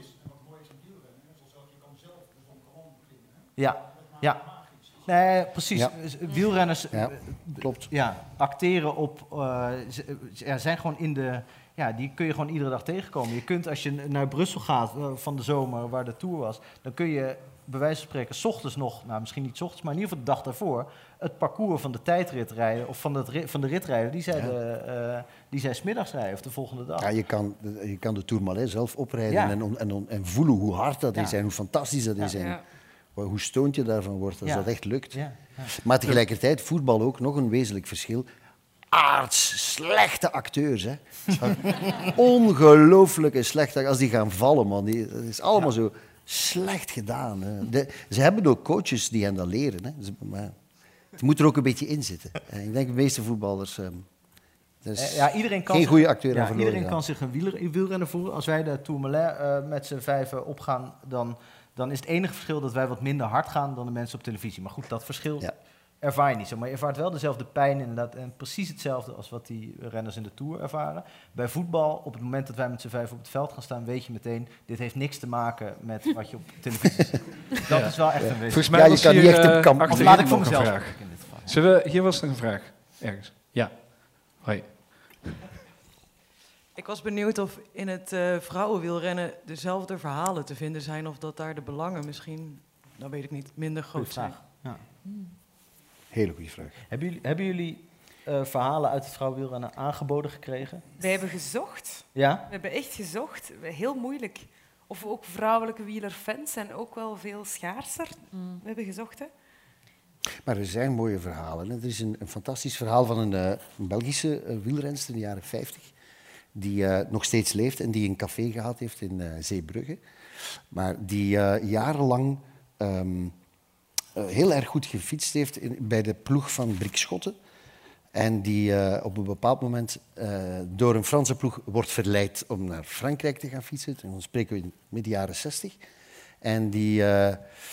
N: Ja, ja. Nee, precies. Ja. Wielrenners
D: ja, klopt.
N: Ja, acteren op... Uh, ja, zijn gewoon in de... Ja, die kun je gewoon iedere dag tegenkomen. Je kunt, als je naar Brussel gaat uh, van de zomer, waar de Tour was, dan kun je bij wijze van spreken 's ochtends nog, nou misschien niet 's ochtends, maar in ieder geval de dag daarvoor, het parcours van de tijdrit rijden, of van, het, van de ritrijder, die zij, ja. de, uh, die zij 's middags rijden, of de volgende dag.
D: Ja, je kan, je kan de Tourmalet zelf oprijden
N: ja.
D: en, en, en voelen hoe hard dat
N: ja.
D: is en hoe fantastisch dat is.
N: Ja.
D: En
N: Ja.
D: hoe stoont je daarvan wordt als
N: ja.
D: dat echt lukt.
N: Ja. Ja.
D: Maar tegelijkertijd, voetbal ook, nog een wezenlijk verschil. Aards slechte acteurs, hè. Ongelooflijke slechte, als die gaan vallen, man. Die, dat is allemaal ja. zo slecht gedaan. Hè. De, ze hebben ook coaches die hen dat leren, hè. Ze, maar het moet er ook een beetje in zitten. En ik denk de meeste voetballers... Um, dus
N: ja, iedereen kan
D: geen
N: zich,
D: goede acteur
N: ja,
D: aan verloren.
N: Iedereen kan zich een wieler, wielrenner voelen. Als wij de Tourmalet uh, met z'n vijven opgaan, dan, dan is het enige verschil dat wij wat minder hard gaan dan de mensen op televisie. Maar goed, dat verschil ja. ervaar je niet zo. Maar je ervaart wel dezelfde pijn inderdaad, en precies hetzelfde als wat die renners in de Tour ervaren. Bij voetbal, op het moment dat wij met z'n vijven op het veld gaan staan, weet je meteen, dit heeft niks te maken met wat je op televisie ziet. Dat ja. is wel echt ja. een wezen.
A: Volgens mij ja, was je kan hier, niet echt op kamp.
N: Of laat ik voor mezelf spreken in dit geval.
A: Zullen we, hier was er een vraag, ergens. Ja, hoi.
C: Ik was benieuwd of in het uh, vrouwenwielrennen dezelfde verhalen te vinden zijn, of dat daar de belangen misschien, dat weet ik niet, minder groot zijn.
N: Ja.
D: Hele goede vraag.
N: Hebben jullie, hebben jullie uh, verhalen uit het vrouwenwielrennen aangeboden gekregen?
K: Wij hebben gezocht.
N: Ja?
K: We hebben echt gezocht. Heel moeilijk. Of ook vrouwelijke wielerfans zijn ook wel veel schaarser. Mm. We hebben gezocht, hè.
D: Maar er zijn mooie verhalen. Er is een, een fantastisch verhaal van een, uh, een Belgische uh, wielrenster in de jaren vijftig. Die uh, nog steeds leeft en die een café gehad heeft in uh, Zeebrugge. Maar die uh, jarenlang um, uh, heel erg goed gefietst heeft in, bij de ploeg van Brik Schotten. En die uh, op een bepaald moment uh, door een Franse ploeg wordt verleid om naar Frankrijk te gaan fietsen. En dan spreken we in midden jaren zestig. En die uh,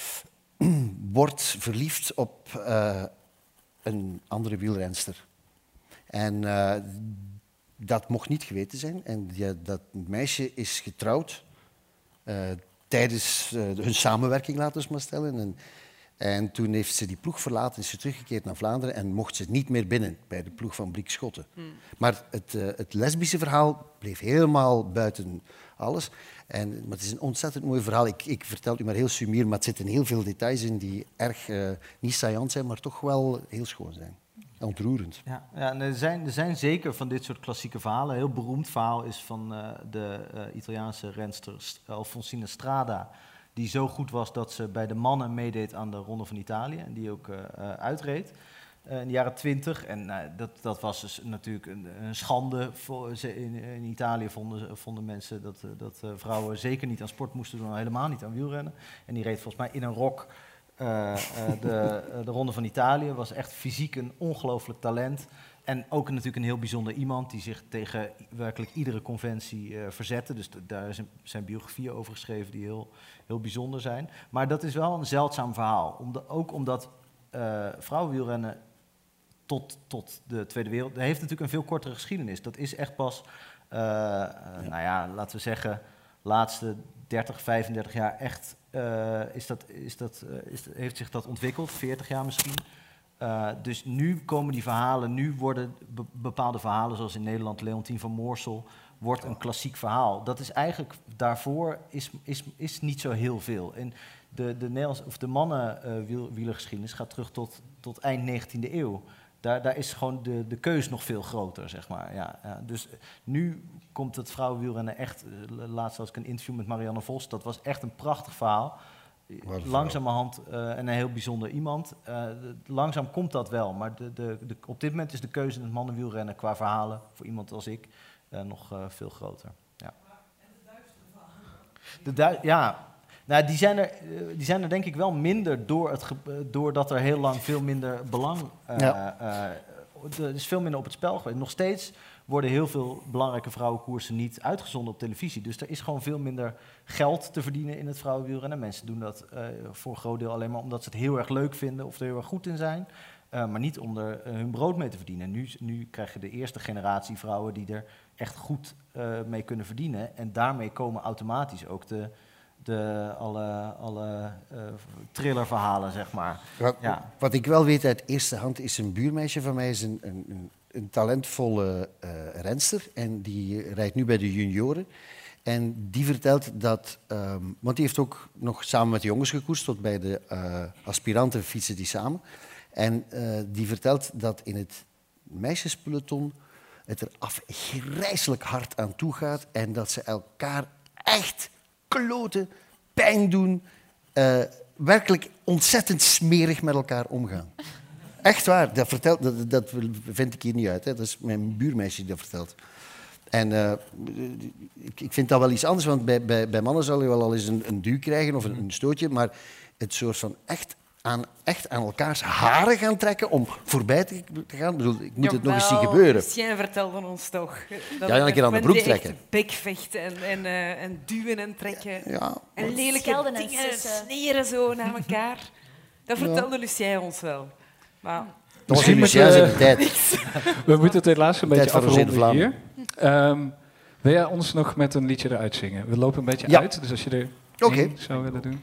D: wordt verliefd op uh, een andere wielrenster. En uh, dat mocht niet geweten zijn. En die, dat meisje is getrouwd uh, tijdens uh, hun samenwerking, laten we het maar stellen. En, en toen heeft ze die ploeg verlaten, is ze teruggekeerd naar Vlaanderen en mocht ze niet meer binnen bij de ploeg van Brik Schotten. Hmm. Maar het, uh, het lesbische verhaal bleef helemaal buiten alles. En, maar het is een ontzettend mooi verhaal. Ik, ik vertel het u maar heel sumier, maar het zitten heel veel details in die erg uh, niet saillant zijn, maar toch wel heel schoon zijn. Ontroerend.
N: Ja, ja en er, zijn, er zijn zeker van dit soort klassieke verhalen. Een heel beroemd verhaal is van uh, de uh, Italiaanse renster Alfonsina Strada, die zo goed was dat ze bij de mannen meedeed aan de Ronde van Italië en die ook uh, uh, uitreed uh, in de jaren twintig. En uh, dat, dat was dus natuurlijk een, een schande. Voor, ze, in, in Italië vonden, vonden mensen dat, uh, dat uh, vrouwen zeker niet aan sport moesten doen, helemaal niet aan wielrennen. En die reed volgens mij in een rok uh, uh, de, uh, de Ronde van Italië. Was echt fysiek een ongelooflijk talent. En ook natuurlijk een heel bijzonder iemand die zich tegen werkelijk iedere conventie uh, verzette. Dus d- daar zijn, zijn biografieën over geschreven die heel, heel bijzonder zijn. Maar dat is wel een zeldzaam verhaal. Omdat, ook omdat uh, vrouwenwielrennen tot, tot de Tweede Wereld... Dat heeft natuurlijk een veel kortere geschiedenis. Dat is echt pas, uh, uh, nou ja, laten we zeggen, de laatste dertig, vijfendertig jaar echt... Uh, is dat, is dat, uh, is, heeft zich dat ontwikkeld, veertig jaar misschien... Uh, dus nu komen die verhalen, nu worden be- bepaalde verhalen, zoals in Nederland Leontien van Moorsel wordt een klassiek verhaal. Dat is eigenlijk daarvoor is, is, is niet zo heel veel. En de, de, Nederlands, of de mannenwielergeschiedenis uh, gaat terug tot, tot eind negentiende eeuw. Daar, daar is gewoon de, de keus nog veel groter, zeg maar. Ja, ja. Dus nu komt het vrouwenwielrennen echt... Uh, laatst was ik een interview met Marianne Vos. Dat was echt een prachtig verhaal. Langzamerhand uh, en een heel bijzonder iemand. Uh, de, langzaam komt dat wel. Maar de, de, de, op dit moment is de keuze in het mannenwielrennen qua verhalen... voor iemand als ik uh, nog uh, veel groter. Ja. En de duistere verhalen? De du- ja... Nou, die zijn, er, die zijn er denk ik wel minder door het ge- doordat er heel lang veel minder belang... Uh, ja. uh, er is veel minder op het spel geweest. Nog steeds worden heel veel belangrijke vrouwenkoersen niet uitgezonden op televisie. Dus er is gewoon veel minder geld te verdienen in het vrouwenwielrennen. Mensen doen dat uh, voor een groot deel alleen maar omdat ze het heel erg leuk vinden of er heel erg goed in zijn. Uh, maar niet om er uh, hun brood mee te verdienen. Nu, nu krijg je de eerste generatie vrouwen die er echt goed uh, mee kunnen verdienen. En daarmee komen automatisch ook de... De, alle alle uh, thrillerverhalen, zeg maar.
U: Wat,
N: ja.
U: wat ik wel weet uit eerste hand is een buurmeisje van mij is een, een, een talentvolle uh, renster. En die rijdt nu bij de junioren. En die vertelt dat... Um, want die heeft ook nog samen met de jongens gekoerst. Tot bij de uh, aspiranten fietsen die samen. En uh, die vertelt dat in het meisjespeloton het er afgrijselijk hard aan toe gaat. En dat ze elkaar echt... kloten, pijn doen, uh, werkelijk ontzettend smerig met elkaar omgaan. Echt waar, dat, vertelt, dat, dat vind ik hier niet uit. Hè. Dat is mijn buurmeisje die dat vertelt. En uh, ik, ik vind dat wel iets anders, want bij, bij, bij mannen zal je wel al eens een, een duw krijgen of een, een stootje, maar het soort van echt aan, echt aan elkaars haren gaan trekken om voorbij te, te gaan. Ik bedoel, ik moet het nog eens zien gebeuren.
K: Lucien vertelde ons toch. Dat
U: ja, een keer aan de broek trekken.
K: Bekvechten en, en, uh, en duwen en trekken.
U: Ja.
K: En lelijke dingen en sneren zo naar elkaar. Dat vertelde ja. Lucien ons wel. Maar...
U: Dat was in Lucien zijn tijd.
A: We moeten het helaas een beetje afronden hier. Um, wil jij ons nog met een liedje eruit zingen? We lopen een beetje ja. uit, dus als je er
U: okay.
A: één zou willen doen.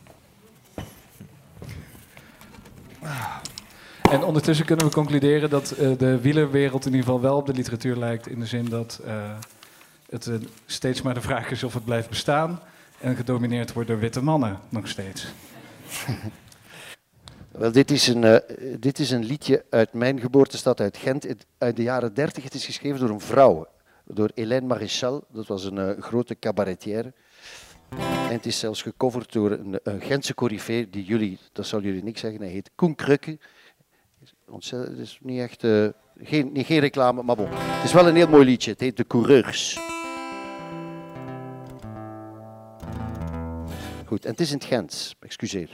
A: En ondertussen kunnen we concluderen dat uh, de wielerwereld in ieder geval wel op de literatuur lijkt. In de zin dat uh, het uh, steeds maar de vraag is of het blijft bestaan. En gedomineerd wordt door witte mannen nog steeds.
U: Wel, dit is, een, uh, dit is een liedje uit mijn geboortestad, uit Gent, het, uit de jaren dertig. Het is geschreven door een vrouw, door Hélène Maréchal. Dat was een uh, grote cabaretière. En het is zelfs gecoverd door een, een Gentse coryfee, die jullie, dat zal jullie niks zeggen, hij heet Koen Krukke. Het is niet echt, uh, geen, niet, geen reclame, maar bon. Het is wel een heel mooi liedje, het heet De Coureurs. Goed, en het is in het Gents, excuseer.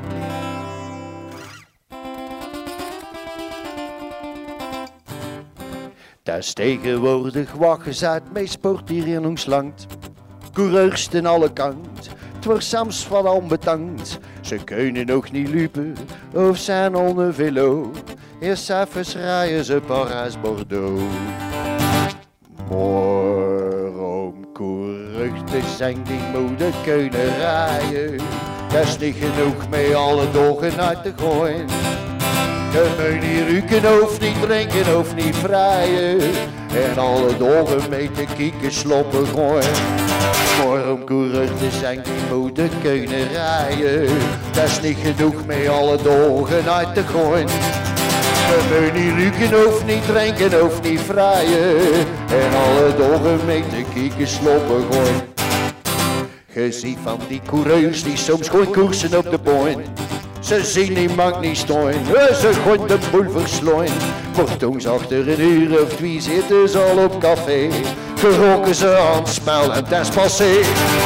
U: Dat is tegenwoordig wat gezegd, mij sport hier in ons land. Coureurs ten alle kant, het wordt soms wat onbedankt. Ze kunnen nog niet lopen of zijn onder velo. Eerst even rijden ze Parijs-Bordeaux. Maar om coureurs te zijn die moeten kunnen rijden. Dat is niet genoeg mee alle dagen uit te gooien. Je moet niet ruiken of niet drinken of niet vrijen. En alle dagen mee te kieken sloppen gooien. Maar om coureur te zijn die moeten kunnen rijden. Dat is niet genoeg mee alle dagen uit te gooien. Je moet niet ruiken of niet drinken of niet vrijen. En alle dagen mee te kieken sloppen gooien. Je ziet van die coureurs die soms gewoon koersen op de boin. Ze zien niemand niet staan, ze gaan de boel verslaan. Maar toen achter een uur of twee zitten ze al op café. Geroken ze aan het spel en dat is passé.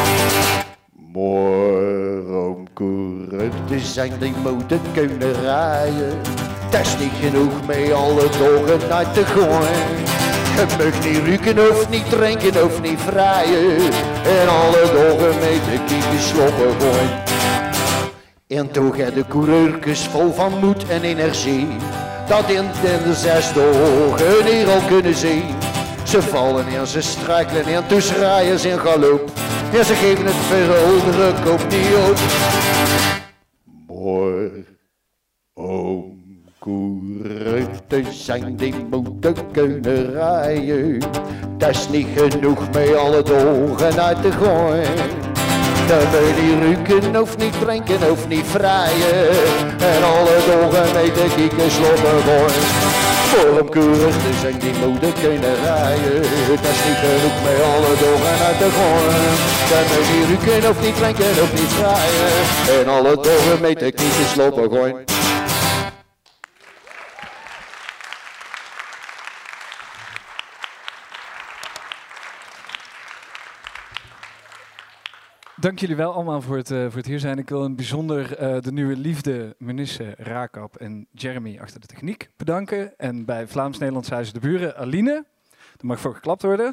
U: Maar om coureur te zijn, die moeten kunnen rijden. Dat is niet genoeg mee alle dagen uit te gooien. Je mag niet ruiken of niet drinken of niet vrijen. En alle dagen mee te kieken sloppen gooien. En toen gaat de coureurtjes vol van moed en energie. Dat in de zes dagen hier al kunnen zien. Ze vallen en ze struikelen en tussen rijden ze in galop. En ze geven het verhaal druk opnieuw op. Maar om Koeruiten zijn die moeten kunnen rijden. Dat is niet genoeg met alle dogen uit te gooien. Dan wil je niet ruiken of niet drinken of niet vrijen. En alle dogen met de kiekers lopen gooien. Voor om keurig te zijn die moeten kunnen rijden. Dat is niet genoeg met alle dogen uit te gooien. Dan wil je niet ruiken of niet drinken of niet vrijen. En alle dogen met de kiekers lopen gooien.
A: Dank jullie wel allemaal voor het, uh, voor het hier zijn. Ik wil in het bijzonder uh, de nieuwe liefde, Munisse, Raakap en Jeremy achter de techniek bedanken. En bij Vlaams-Nederlands Huis de Buren, Aline. Daar mag voor geklapt worden.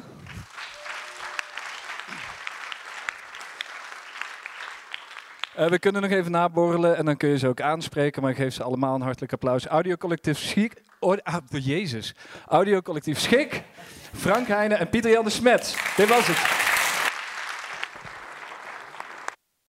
A: Uh, we kunnen nog even naborrelen en dan kun je ze ook aanspreken, maar ik geef ze allemaal een hartelijk applaus. Audiocollectief Schik, oh, ah, Jezus. Audiocollectief Schik, Frank Heijnen en Pieter Jan de Smet. Dit was het.